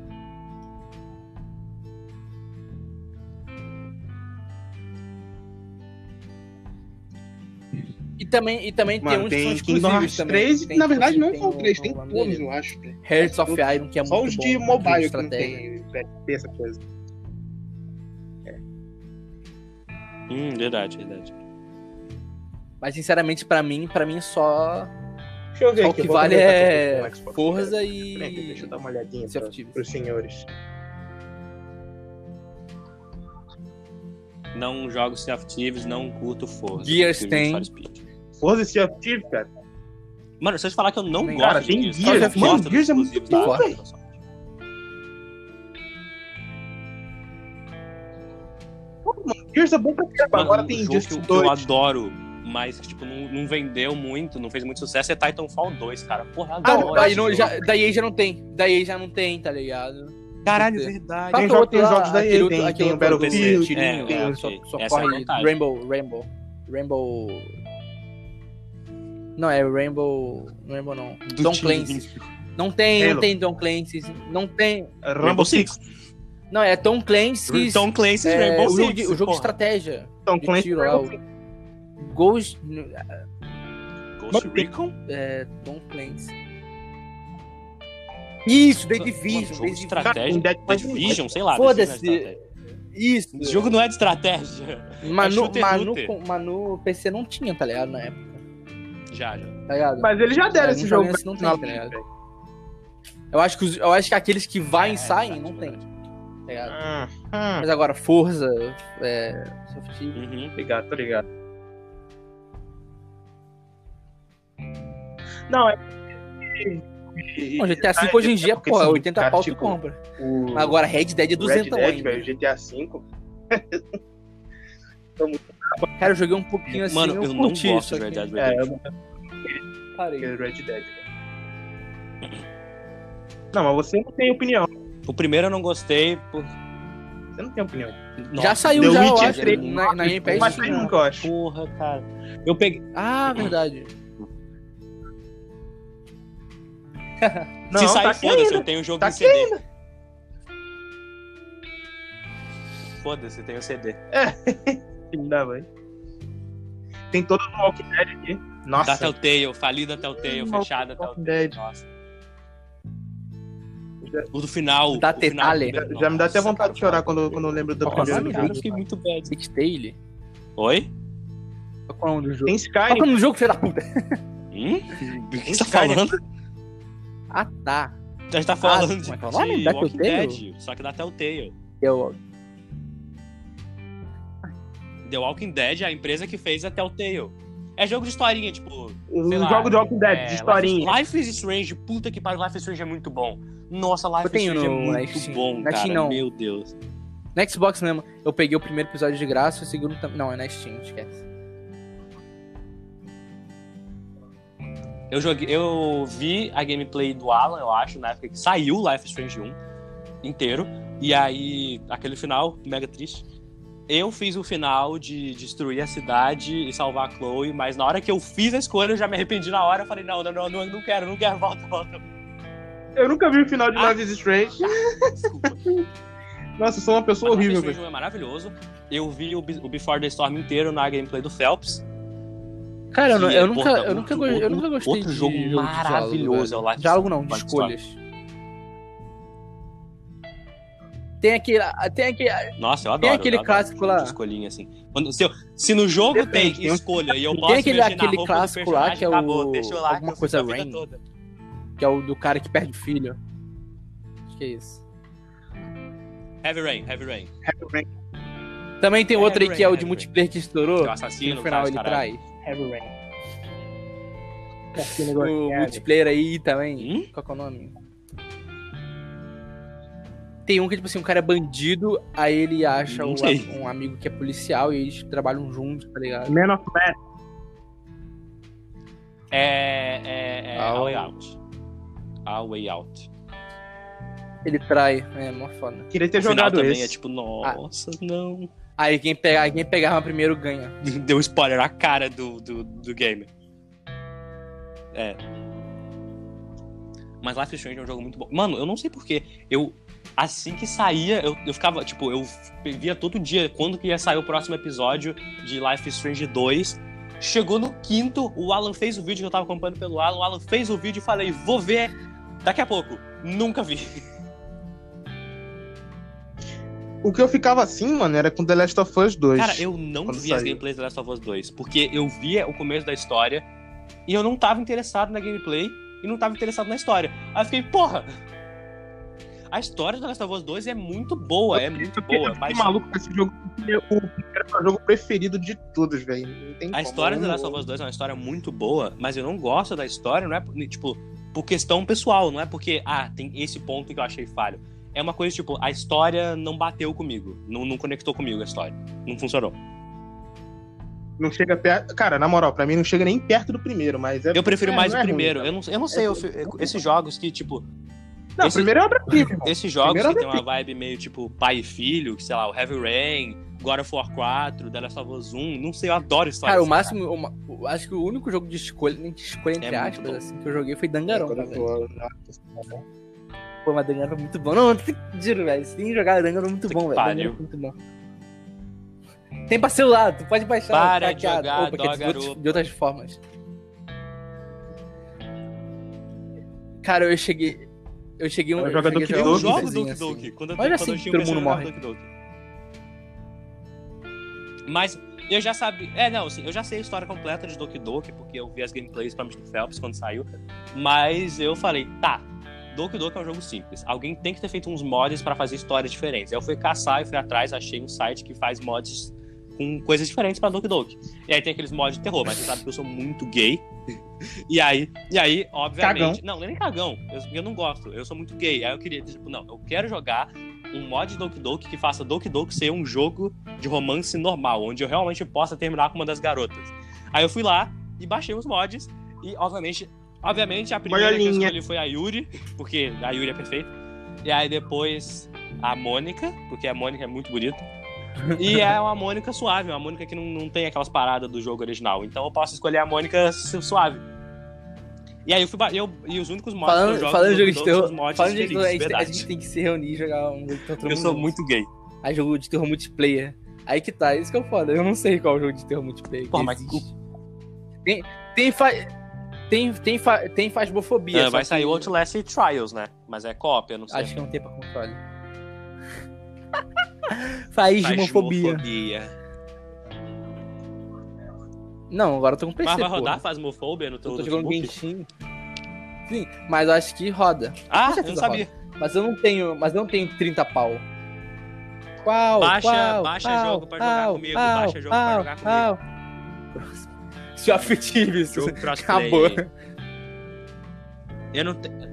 E também tem Mano, uns que são tem Kingdom exclusivos Hearts também. 3, Tem, na verdade tipo, não tem são o- 3, tem o nome todos, dele. eu acho. Hearts of Iron, que é Só muito os bom. de jogo mobile que não estratégia. tem essa coisa. Verdade. Mas sinceramente, pra mim só Deixa eu ver o aqui. que eu vou vale aproveitar que eu é tô com o Xbox. Forza Peraí, deixa eu dar uma olhadinha Sea of Thieves. pros senhores. Não jogo Sea of Thieves, não curto Forza. Gears Prefiro tem. Need for Speed. Forza e Sea of Thieves, cara. Mano, se eu te falar que eu não Tem- gosto Cara, de tem Gears, Gears, eu mano, gosto dos Gears é muito exclusivos da bom, velho. Microsoft. Gears é bom pra caramba. Mano, Agora um tem jogo Gears que eu 2. adoro, mas que tipo, não vendeu muito, não fez muito sucesso, é Titanfall 2, cara. Porra, Não, adoro aí esse não, jogo. daí já não tem. Daí já não tem, tá ligado? Caralho, Tem. verdade. Tem Qual jogos outro lá? jogos da Aquele EA, outro- tem aquele o outro do Battlefield, tirinho, é, só ok. só Essa é a corre vantagem. Rainbow. Não, é Rainbow não. Do Tom time. Clancy. Não tem Halo. Tom Clancy. Não tem. Rainbow Six. Não, é Tom Clancy. Tom Clancy's Rainbow Six. O jogo de porra. estratégia. Tom De Clancy tiro lá. O Ghost. Ghost Recon? Tom Clancy. Isso, The Mano, Division. jogo The de estratégia. Dead The by Division, sei lá. Foda-se. The Division não é de estratégia. Isso. Esse jogo não é de estratégia. Mas no PC não tinha, tá ligado? Na época, Já. tá ligado? Mas eles já deram É, esse não jogo joga pra esse não final, tem, tá ligado? velho. Eu acho que aqueles que vai e saem não tem. Tá ligado? Mas agora, Forza, Soft Uhum. Tô ligado. Não, é. Não, GTA V hoje em dia, porque, porra, assim, 80 cara, pau tu tipo, compra. o Agora, Red Dead é Red 200 Dead, ainda. velho, GTA V. Cara, eu joguei um pouquinho assim, Mano, eu não curti gosto isso de Red aqui. Dead É, Redemption. Parei. Red Dead, velho. Não, mas você não tem opinião. O primeiro eu não gostei por... Você não tem opinião. Já saiu, The já, eu Witcher acho. 3, Na Game Pass Mas tinha. sai nunca, eu acho. Porra, cara. Eu peguei... Ah, verdade. Não, Se sair, tá aqui foda-se, ainda. eu tenho o jogo Tá em aqui CD. Foda-se, eu tenho o CD. Filho da mãe. Tem todo o Walking Dead aqui. Da Nossa. Telltale, falida Telltale, fechada Walking Telltale. Dead. Nossa. O do final. Da o final Tetale. Já me dá até Nossa, vontade de cara, chorar quando eu lembro do Qual é o primeiro nome, Cara, eu jogo. fiquei muito bad. Beat Tail. Oi? Qual é o nome do jogo? Tem Qual é o Skyrim. nome do jogo, filho da puta? Do que você tá Skyrim. falando? Ah, tá. A gente tá falando como de, é que é o nome? de Da Walking Telltale? Dead, só que da Telltale. Eu... The Walking Dead é a empresa que fez a Telltale. É jogo de historinha, tipo... O sei lá, jogo de Walking Dead, de historinha. Life is Strange, puta que pariu, Life is Strange é muito bom. Nossa, Life Eu is tenho Strange é no muito Steam. bom, Na cara. Steam não. Meu Deus. Na Xbox mesmo, eu peguei o primeiro episódio de graça, o segundo também. Não, é na Steam, esquece. Eu vi a gameplay do Alan, eu acho, na época que saiu Life is Strange 1 inteiro. E aí, aquele final, mega triste. Eu fiz o final de destruir a cidade e salvar a Chloe, mas na hora que eu fiz a escolha, eu já me arrependi na hora. Eu falei, não quero, volta. Eu nunca vi o final de Life is Strange. Desculpa. Nossa, eu sou uma pessoa Mas horrível, Life is velho. Strange 1 é maravilhoso. Eu vi o Before the Storm inteiro na gameplay do Phelps. Cara, eu, Que eu é, nunca, porra, eu, nunca, eu nunca gostei outro de jogo de maravilhoso é o Life is diálogo não, de Life is Strange. escolhas. Tem aquele, Nossa, eu adoro. Tem aquele eu adoro clássico jogo lá. de escolhinha, assim. Se no jogo Depende, tem escolha e eu Tem posso aquele mexer na roupa do clássico lá personagem, que é o acabou, deixa eu lá alguma que eu coisa fico a vida Rain. toda. que é o do cara que perde o filho. Acho que é isso. Heavy Rain. Também tem outro aí Heavy que é o Rain, de Heavy multiplayer que estourou, Que é o que assassino, no final faz ele caralho. trai. Heavy Rain. O multiplayer aí também. Hum? Qual que é o nome? Tem um que, tipo assim, um cara é bandido, aí ele acha Não sei. um amigo que é policial e eles trabalham juntos, tá ligado? Man of Math. A Way Out. A Way Out. Ele trai, é mó foda. Queria ter O final jogado também esse. é tipo, nossa, não. Aí quem pegava primeiro ganha. Deu spoiler na cara do game. É. Mas Life is Strange é um jogo muito bom. Mano, eu não sei porquê. Assim que saía, eu ficava, tipo, eu via todo dia quando que ia sair o próximo episódio de Life is Strange 2. Chegou no quinto, o Alan fez o vídeo, que eu tava acompanhando pelo Alan. O Alan fez o vídeo e falei, vou ver daqui a pouco. Nunca vi. O que eu ficava assim, mano, era com The Last of Us 2. Cara, eu não Quando vi as saiu. gameplays da Last of Us 2, porque eu via o começo da história e eu não tava interessado na gameplay e não tava interessado na história. Aí eu fiquei, porra! A história da Last of Us 2 é muito boa, Que maluco com esse jogo. O primeiro jogo preferido de todos, velho. Não tem A como. história da Last of Us 2 é uma história muito boa, mas eu não gosto da história, não é, tipo, por questão pessoal, não é porque, tem esse ponto que eu achei falho. É uma coisa, tipo, a história não bateu comigo, não conectou comigo a história, não funcionou. Não chega perto. Cara, na moral, pra mim não chega nem perto do primeiro, mas é. Eu prefiro mais não o é ruim, primeiro, cara. eu não sei, esses jogos que, tipo, Não, o esse- primeiro é obra-prima, irmão. esses jogos Primeiro que tem uma vibe meio, tipo, pai e filho, que, sei lá, o Heavy Rain, God of War 4, The Last of Us 1, não sei, eu adoro história. Cara, o assim, máximo, acho que o único jogo de escolha, nem de escolha entre É muito aspas, bom. assim, que eu joguei foi Danganronpa, Agora eu velho. tô- Pô, mas Danganronpa é muito bom. Não, juro, velho. Se tem que jogar Danganronpa é muito Puta bom, que velho. pariu. Danganronpa é muito bom. Tem pra celular, tu pode baixar. Para de hackeado. jogar Opa, quer dizer, Danganronpa. de outras formas. Cara, eu cheguei Ela joga cheguei a Doki jogar Eu um Doki. jogo videozinho, Doki Doki. assim. Quando eu Olha quando assim eu que tinha todo PC, eu mundo jogava morre. Doki Doki. Mas eu já sabia. Não, assim, eu já sei a história completa de Doki Doki, porque eu vi as gameplays pra Mr. Phelps quando saiu. Mas eu falei, tá, Doki Doki é um jogo simples. Alguém tem que ter feito uns mods pra fazer histórias diferentes. Aí eu fui caçar e fui atrás, achei um site que faz mods com coisas diferentes pra Doki Doki. E aí tem aqueles mods de terror, mas você sabe que eu sou muito gay. E aí, obviamente. Cagão. Não é nem cagão. Eu não gosto. Eu sou muito gay. Aí eu queria, tipo, não, eu quero jogar um mod de Doki Doki que faça Doki Doki ser um jogo de romance normal, onde eu realmente possa terminar com uma das garotas. Aí eu fui lá e baixei os mods. E, obviamente a primeira que eu Boiolinha. escolhi foi a Yuri, porque a Yuri é perfeita. E aí depois a Mônica, porque a Mônica é muito bonita. E é uma Mônica suave, uma Mônica que não tem aquelas paradas do jogo original. Então eu posso escolher a Mônica suave. E aí eu fui e os únicos mods que eu jogo Falando no de jogo Doki de Doki terror, são os mods falando de jogo de terror, felizes, a verdade. gente tem que se reunir e jogar um jogo de terror todo Eu mundo sou junto. muito gay. Aí jogo de terror multiplayer. Aí que tá, isso que é o foda. Eu não sei qual jogo de terror multiplayer. Pô, que mas existe. Tem fasmofobia. só Vai que sair o Outlast Trials, né? Mas é co-op, eu não sei. Acho que não tem pra console. Fasmofobia. Phasmophobia. Não, agora eu tô com PC, Mas vai porra. rodar Phasmophobia no teu Eu tô jogando notebook? Genshin. Sim, mas eu acho que roda. Ah, Com eu certeza não sabia. Mas eu não tenho 30 pau. Qual? Baixa jogo pra jogar comigo, baixa jogo pra jogar comigo. Se afetivo isso. Jogo crossplay. Acabou. Eu não tenho...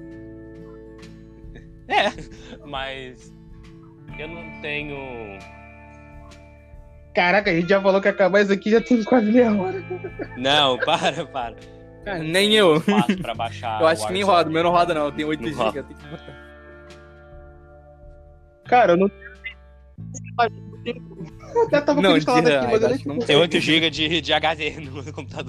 mas... Eu não tenho... Caraca, a gente já falou que acabar isso aqui já tem quase meia hora. Não, para. Cara, nem eu. Espaço pra baixar Eu acho que nem Warzone. roda. O meu não roda, não. Eu tenho 8 Não GB. roda. Eu tenho que botar. Cara, eu não. Eu até tava com ele instalado aqui, mas eu acho que não nem. Tem 8 GB de HD no computador.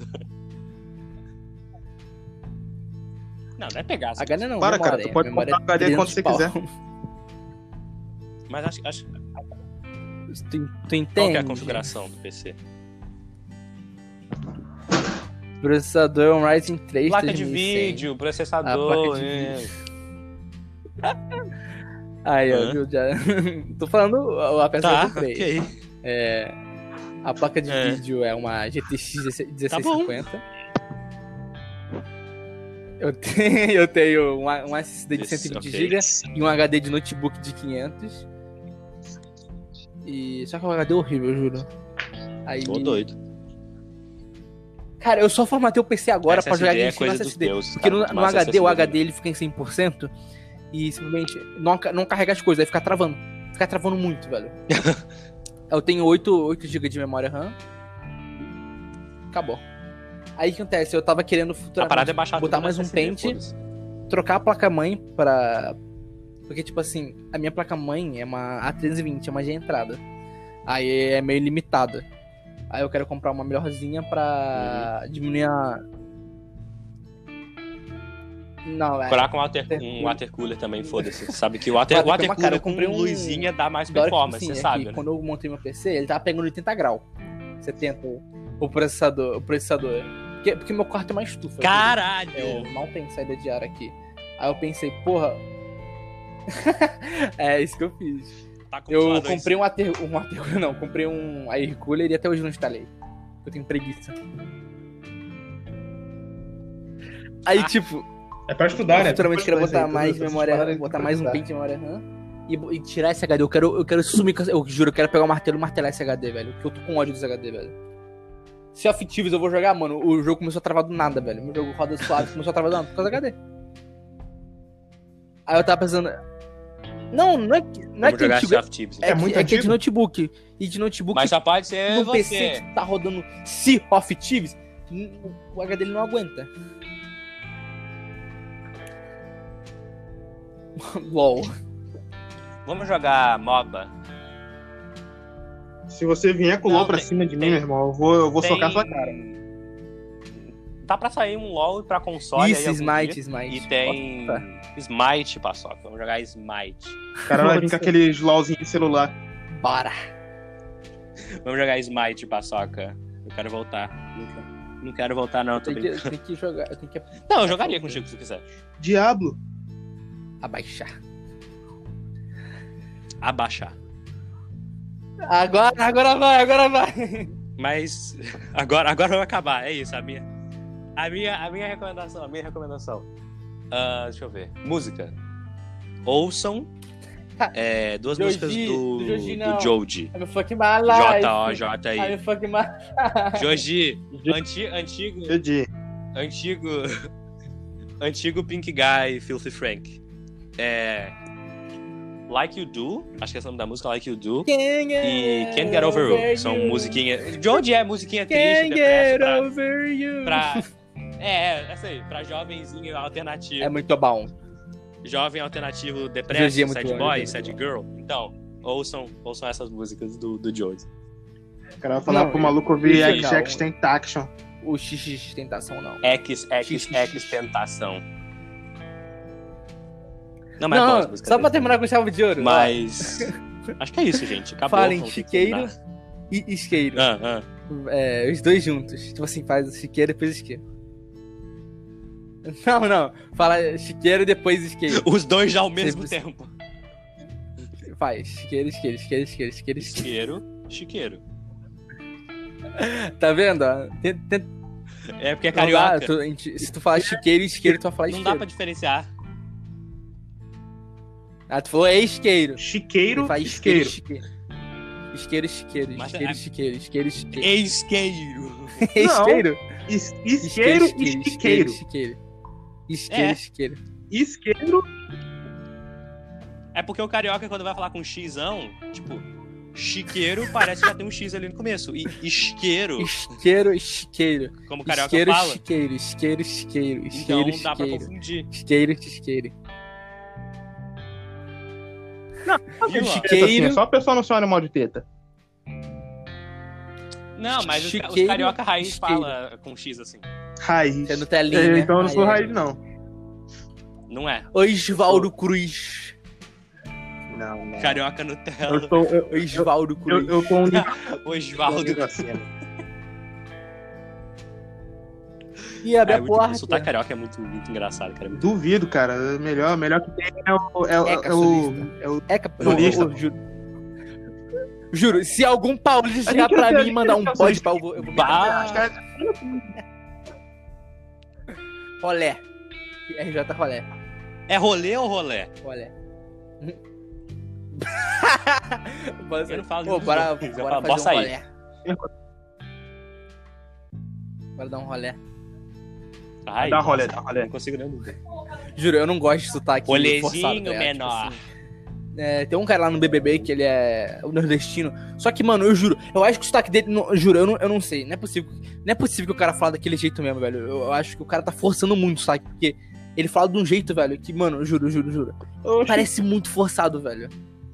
Não, vai pegar. HD não, Para, memória, cara, tu pode memória botar HD quando 300 você pau. quiser. Mas acho Tu entende? qual que é a configuração do PC? Processador é um Ryzen 3 Placa de 3100. vídeo, A processador. placa de Aí, ó, viu? Já... Tô falando a peça que eu comprei. ok. A placa de É. vídeo é uma GTX Tá bom. 1650. Eu tenho um SSD de 120 Ok. GB e um HD de notebook de 500. E só que o HD é horrível, eu juro. Aí, Tô doido. cara, eu só formatei o PC agora pra jogar SSD é Genshin no coisa dos SSD. deuses, Porque cara. no Quanto mais HD, o SSD, HD ele fica em 100% e simplesmente não carrega as coisas, aí fica travando. Fica travando muito, velho. Eu tenho 8 GB de memória RAM. Acabou. Aí o que acontece? Eu tava querendo A parada é futuramente baixar botar tudo mais no um SSD, pente, foda-se. trocar a placa-mãe pra... Porque, tipo assim, a minha placa-mãe é uma A320, é uma de entrada. Aí é meio limitada. Aí eu quero comprar uma melhorzinha pra diminuir a... Não, é... Procurar com um water cooler também, foda-se. Sabe que o water Cara, cooler eu comprei com um- luzinha dá mais Da hora que, performance, assim, você é sabe, que né? quando eu montei meu PC, ele tava pegando 80 graus. 70, o processador. Porque meu quarto é uma estufa. Caralho! Mal tem saída de ar aqui. Aí eu pensei, porra. É isso que eu fiz. Tá com Eu ventilador em comprei um water cooler, não, comprei um air cooler e até hoje não instalei. Eu tenho preguiça. Aí, tipo, É pra estudar, né? futuramente eu quero Pra estudar botar isso aí, mais todas essas memória, paradas botar pra mais um estudar. pente de memória RAM e tirar esse HD. Eu quero sumir com eu juro, eu quero pegar o martelo e martelar esse HD, velho. Porque eu tô com ódio desse HD, velho. Sea of Thieves eu vou jogar, mano. O jogo começou a travar do nada, velho. Meu jogo roda suave, começou a travar do nada por causa do HD. Aí eu tava pensando. Não é que Vamos é jogar antigo. Sea of Thieves. É, muito que é de antigo? notebook. E de notebook Mas só pode ser no você. PC que tá rodando Sea of Thieves, o HD ele não aguenta. LOL. Vamos jogar MOBA. Se você vier com o Não, LOL pra tem- cima de mim, tem- meu irmão, eu vou Tem- socar sua cara. Tá pra sair um LoL pra console Isso, aí algum Smite, dia. Smite. E tem Smite, Paçoca. Vamos jogar Smite. O cara vai vir com aqueles LOLzinhos de celular. Bora. Vamos jogar Smite, Paçoca. Eu quero voltar. Não quero voltar, não. Tô brincando. Tem que jogar. Tem que Não, eu jogaria contigo se tu quiser. Diablo. abaixar. Abaixar. Agora vai. Mas agora vai acabar. É isso, a minha recomendação. Deixa eu ver. Música. Ouçam duas Joji, músicas do Joji, não. do Joji. I'm fucking my life. J-O-J-I. I'm fucking my... Joji, GG. antigo Pink Guy, Filthy Frank. Like You Do, acho que é o nome da música, Like You Do. E Can't Get Over You. São musiquinhas. Joji é musiquinha triste, Can't get depressa over you. essa aí, pra jovenzinho alternativo. É muito bom. Jovem alternativo Joji depresso, é muito sad bom, boy, Joji é sad girl. Então, ouçam essas músicas do Joji. O cara vai falar Não, pro maluco ouvir isso é X Tentaction. O XX Tentação não. X Tentação. Não, mas é boa as músicas Só pra dele. terminar com chave de ouro. Mas. Acho que é isso, gente. Acabou. Falem vamos ter que chiqueiro terminar. e isqueiro. Os dois juntos. Tipo assim, faz chiqueiro e depois isqueiro. Não. Fala chiqueiro e depois isqueiro. Os dois já ao mesmo Sempre- tempo. Faz chiqueiro. Chiqueiro. Tá vendo? Ó? É porque é Não dá, carioca. se tu falar chiqueiro e isqueiro, tu vai falar Não isqueiro. dá pra diferenciar. Ah, tu falou isqueiro. Chiqueiro, Tu faz isqueiro. Isqueiro. Mas Isqueiro. Isqueiro. Isqueiro. Isqueiro e chiqueiro. Isqueiro. Isqueiro. É porque o carioca, quando vai falar com xão, tipo, chiqueiro parece que já tem um X ali no começo. E isqueiro, Isqueiro. como o carioca Isqueiro, fala, isqueiro. então dá pra confundir. Isqueiro. Viu, ó? Chiqueiro. Assim, é só a pessoa não ser um animal de teta. Não, mas os Chiqueiro, carioca raiz isqueiro. fala com X assim. Raiz. É Nutelinha, né? Então eu não sou Aí, raiz, não. Não é. Osvaldo Cruz. Não. Carioca Eu Nutella. tô, Osvaldo Cruz. eu tô um Osvaldo. assim. E abre a O porta. sotaque carioca é muito, muito engraçado, cara. Duvido, cara. Melhor que tem Eca, é o Eca, Sulista. Juro, se algum paulista chegar pra mim e mandar um pode pau, eu vou Bah. Rolé. RJ Rolé. É rolê ou rolé? Rolé. Eu não falo Pô, dos bora dois, eu fazer falo, um bossa aí. rolé. Bora dar um rolé. Ai, Dá rolê, nossa, dá rolê. Não consigo nem dizer. Juro, eu não gosto de sotaque Rolezinho forçado, tá ligado? menor. Tem um cara lá no BBB que ele é o nordestino. Só que, mano, eu juro, eu acho que o sotaque dele, juro, eu não sei. Não é possível que o cara fala daquele jeito mesmo, velho. Eu acho que o cara tá forçando muito o sotaque, porque ele fala de um jeito, velho, que, mano, eu juro. Parece muito forçado, velho.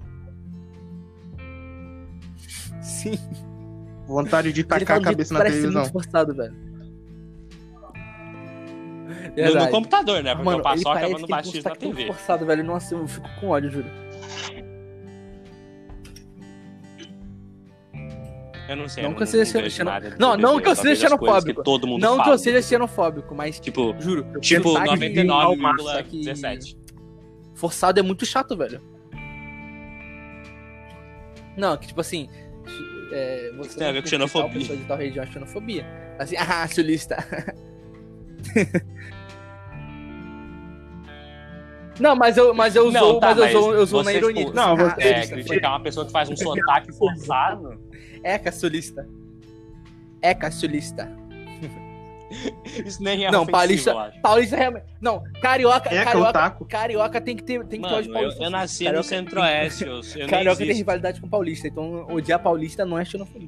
Sim. Vontade de Ele tacar fala a de um jeito cabeça que na parece televisão. muito forçado, velho. No Verdade. computador, né? Porque Mano, o ele Paçoca parece manda no que ele tem um baixismo na sotaque muito TV. forçado, velho. Nossa, eu fico com ódio, juro. Eu não sei. Não eu que eu seja vejo xeno- nada do Não, não BBB, que eu só seja vejo as coisas xenofóbico. que todo mundo Não que fala. eu seja xenofóbico, mas, Tipo, juro. sotaque 99,17. Forçado é muito chato, velho. Não, que tipo assim. Você tem a ver com xenofobia. Pessoa de tal região é xenofobia. Assim, sulista. Não, mas eu Não, tá, usou na você, ironia. tipo, não, você- sulista. criticar uma pessoa que faz um sotaque forçado. Eca sulista. Eca sulista. Isso nem é Não, ofensivo, eu acho. Paulista realmente. Não, carioca. Otaku. Carioca tem que ter ódio Mano, paulista. eu nasci Carioca no Centro-Oeste. Eu Carioca nem tem existo. rivalidade com paulista, então odiar paulista não é xenofobia.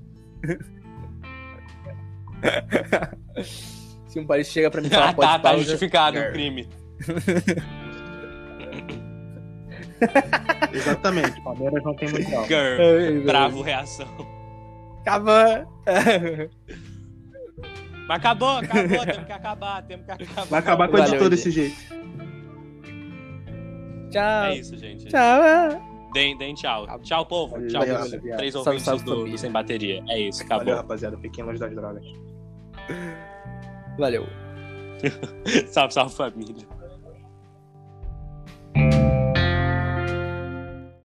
Se um paulista chega pra mim e fala Ah, pode tá pau, eu já- justificado o crime. Exatamente. Palmeiras não tem mundial. Grr, bravo reação. Acaba. Mas acabou, temos que acabar. Vai acabar com o Valeu, editor Edi. desse jeito. Tchau. É isso, gente. Tchau. Deem tchau. Tchau, povo. Tchau, Valeu, pros valeu. 3 Salve, ouvintes salve, do família. Sem Bateria. É isso, Valeu, acabou. rapaziada. Fiquem longe das drogas. Valeu. Salve, salve, família.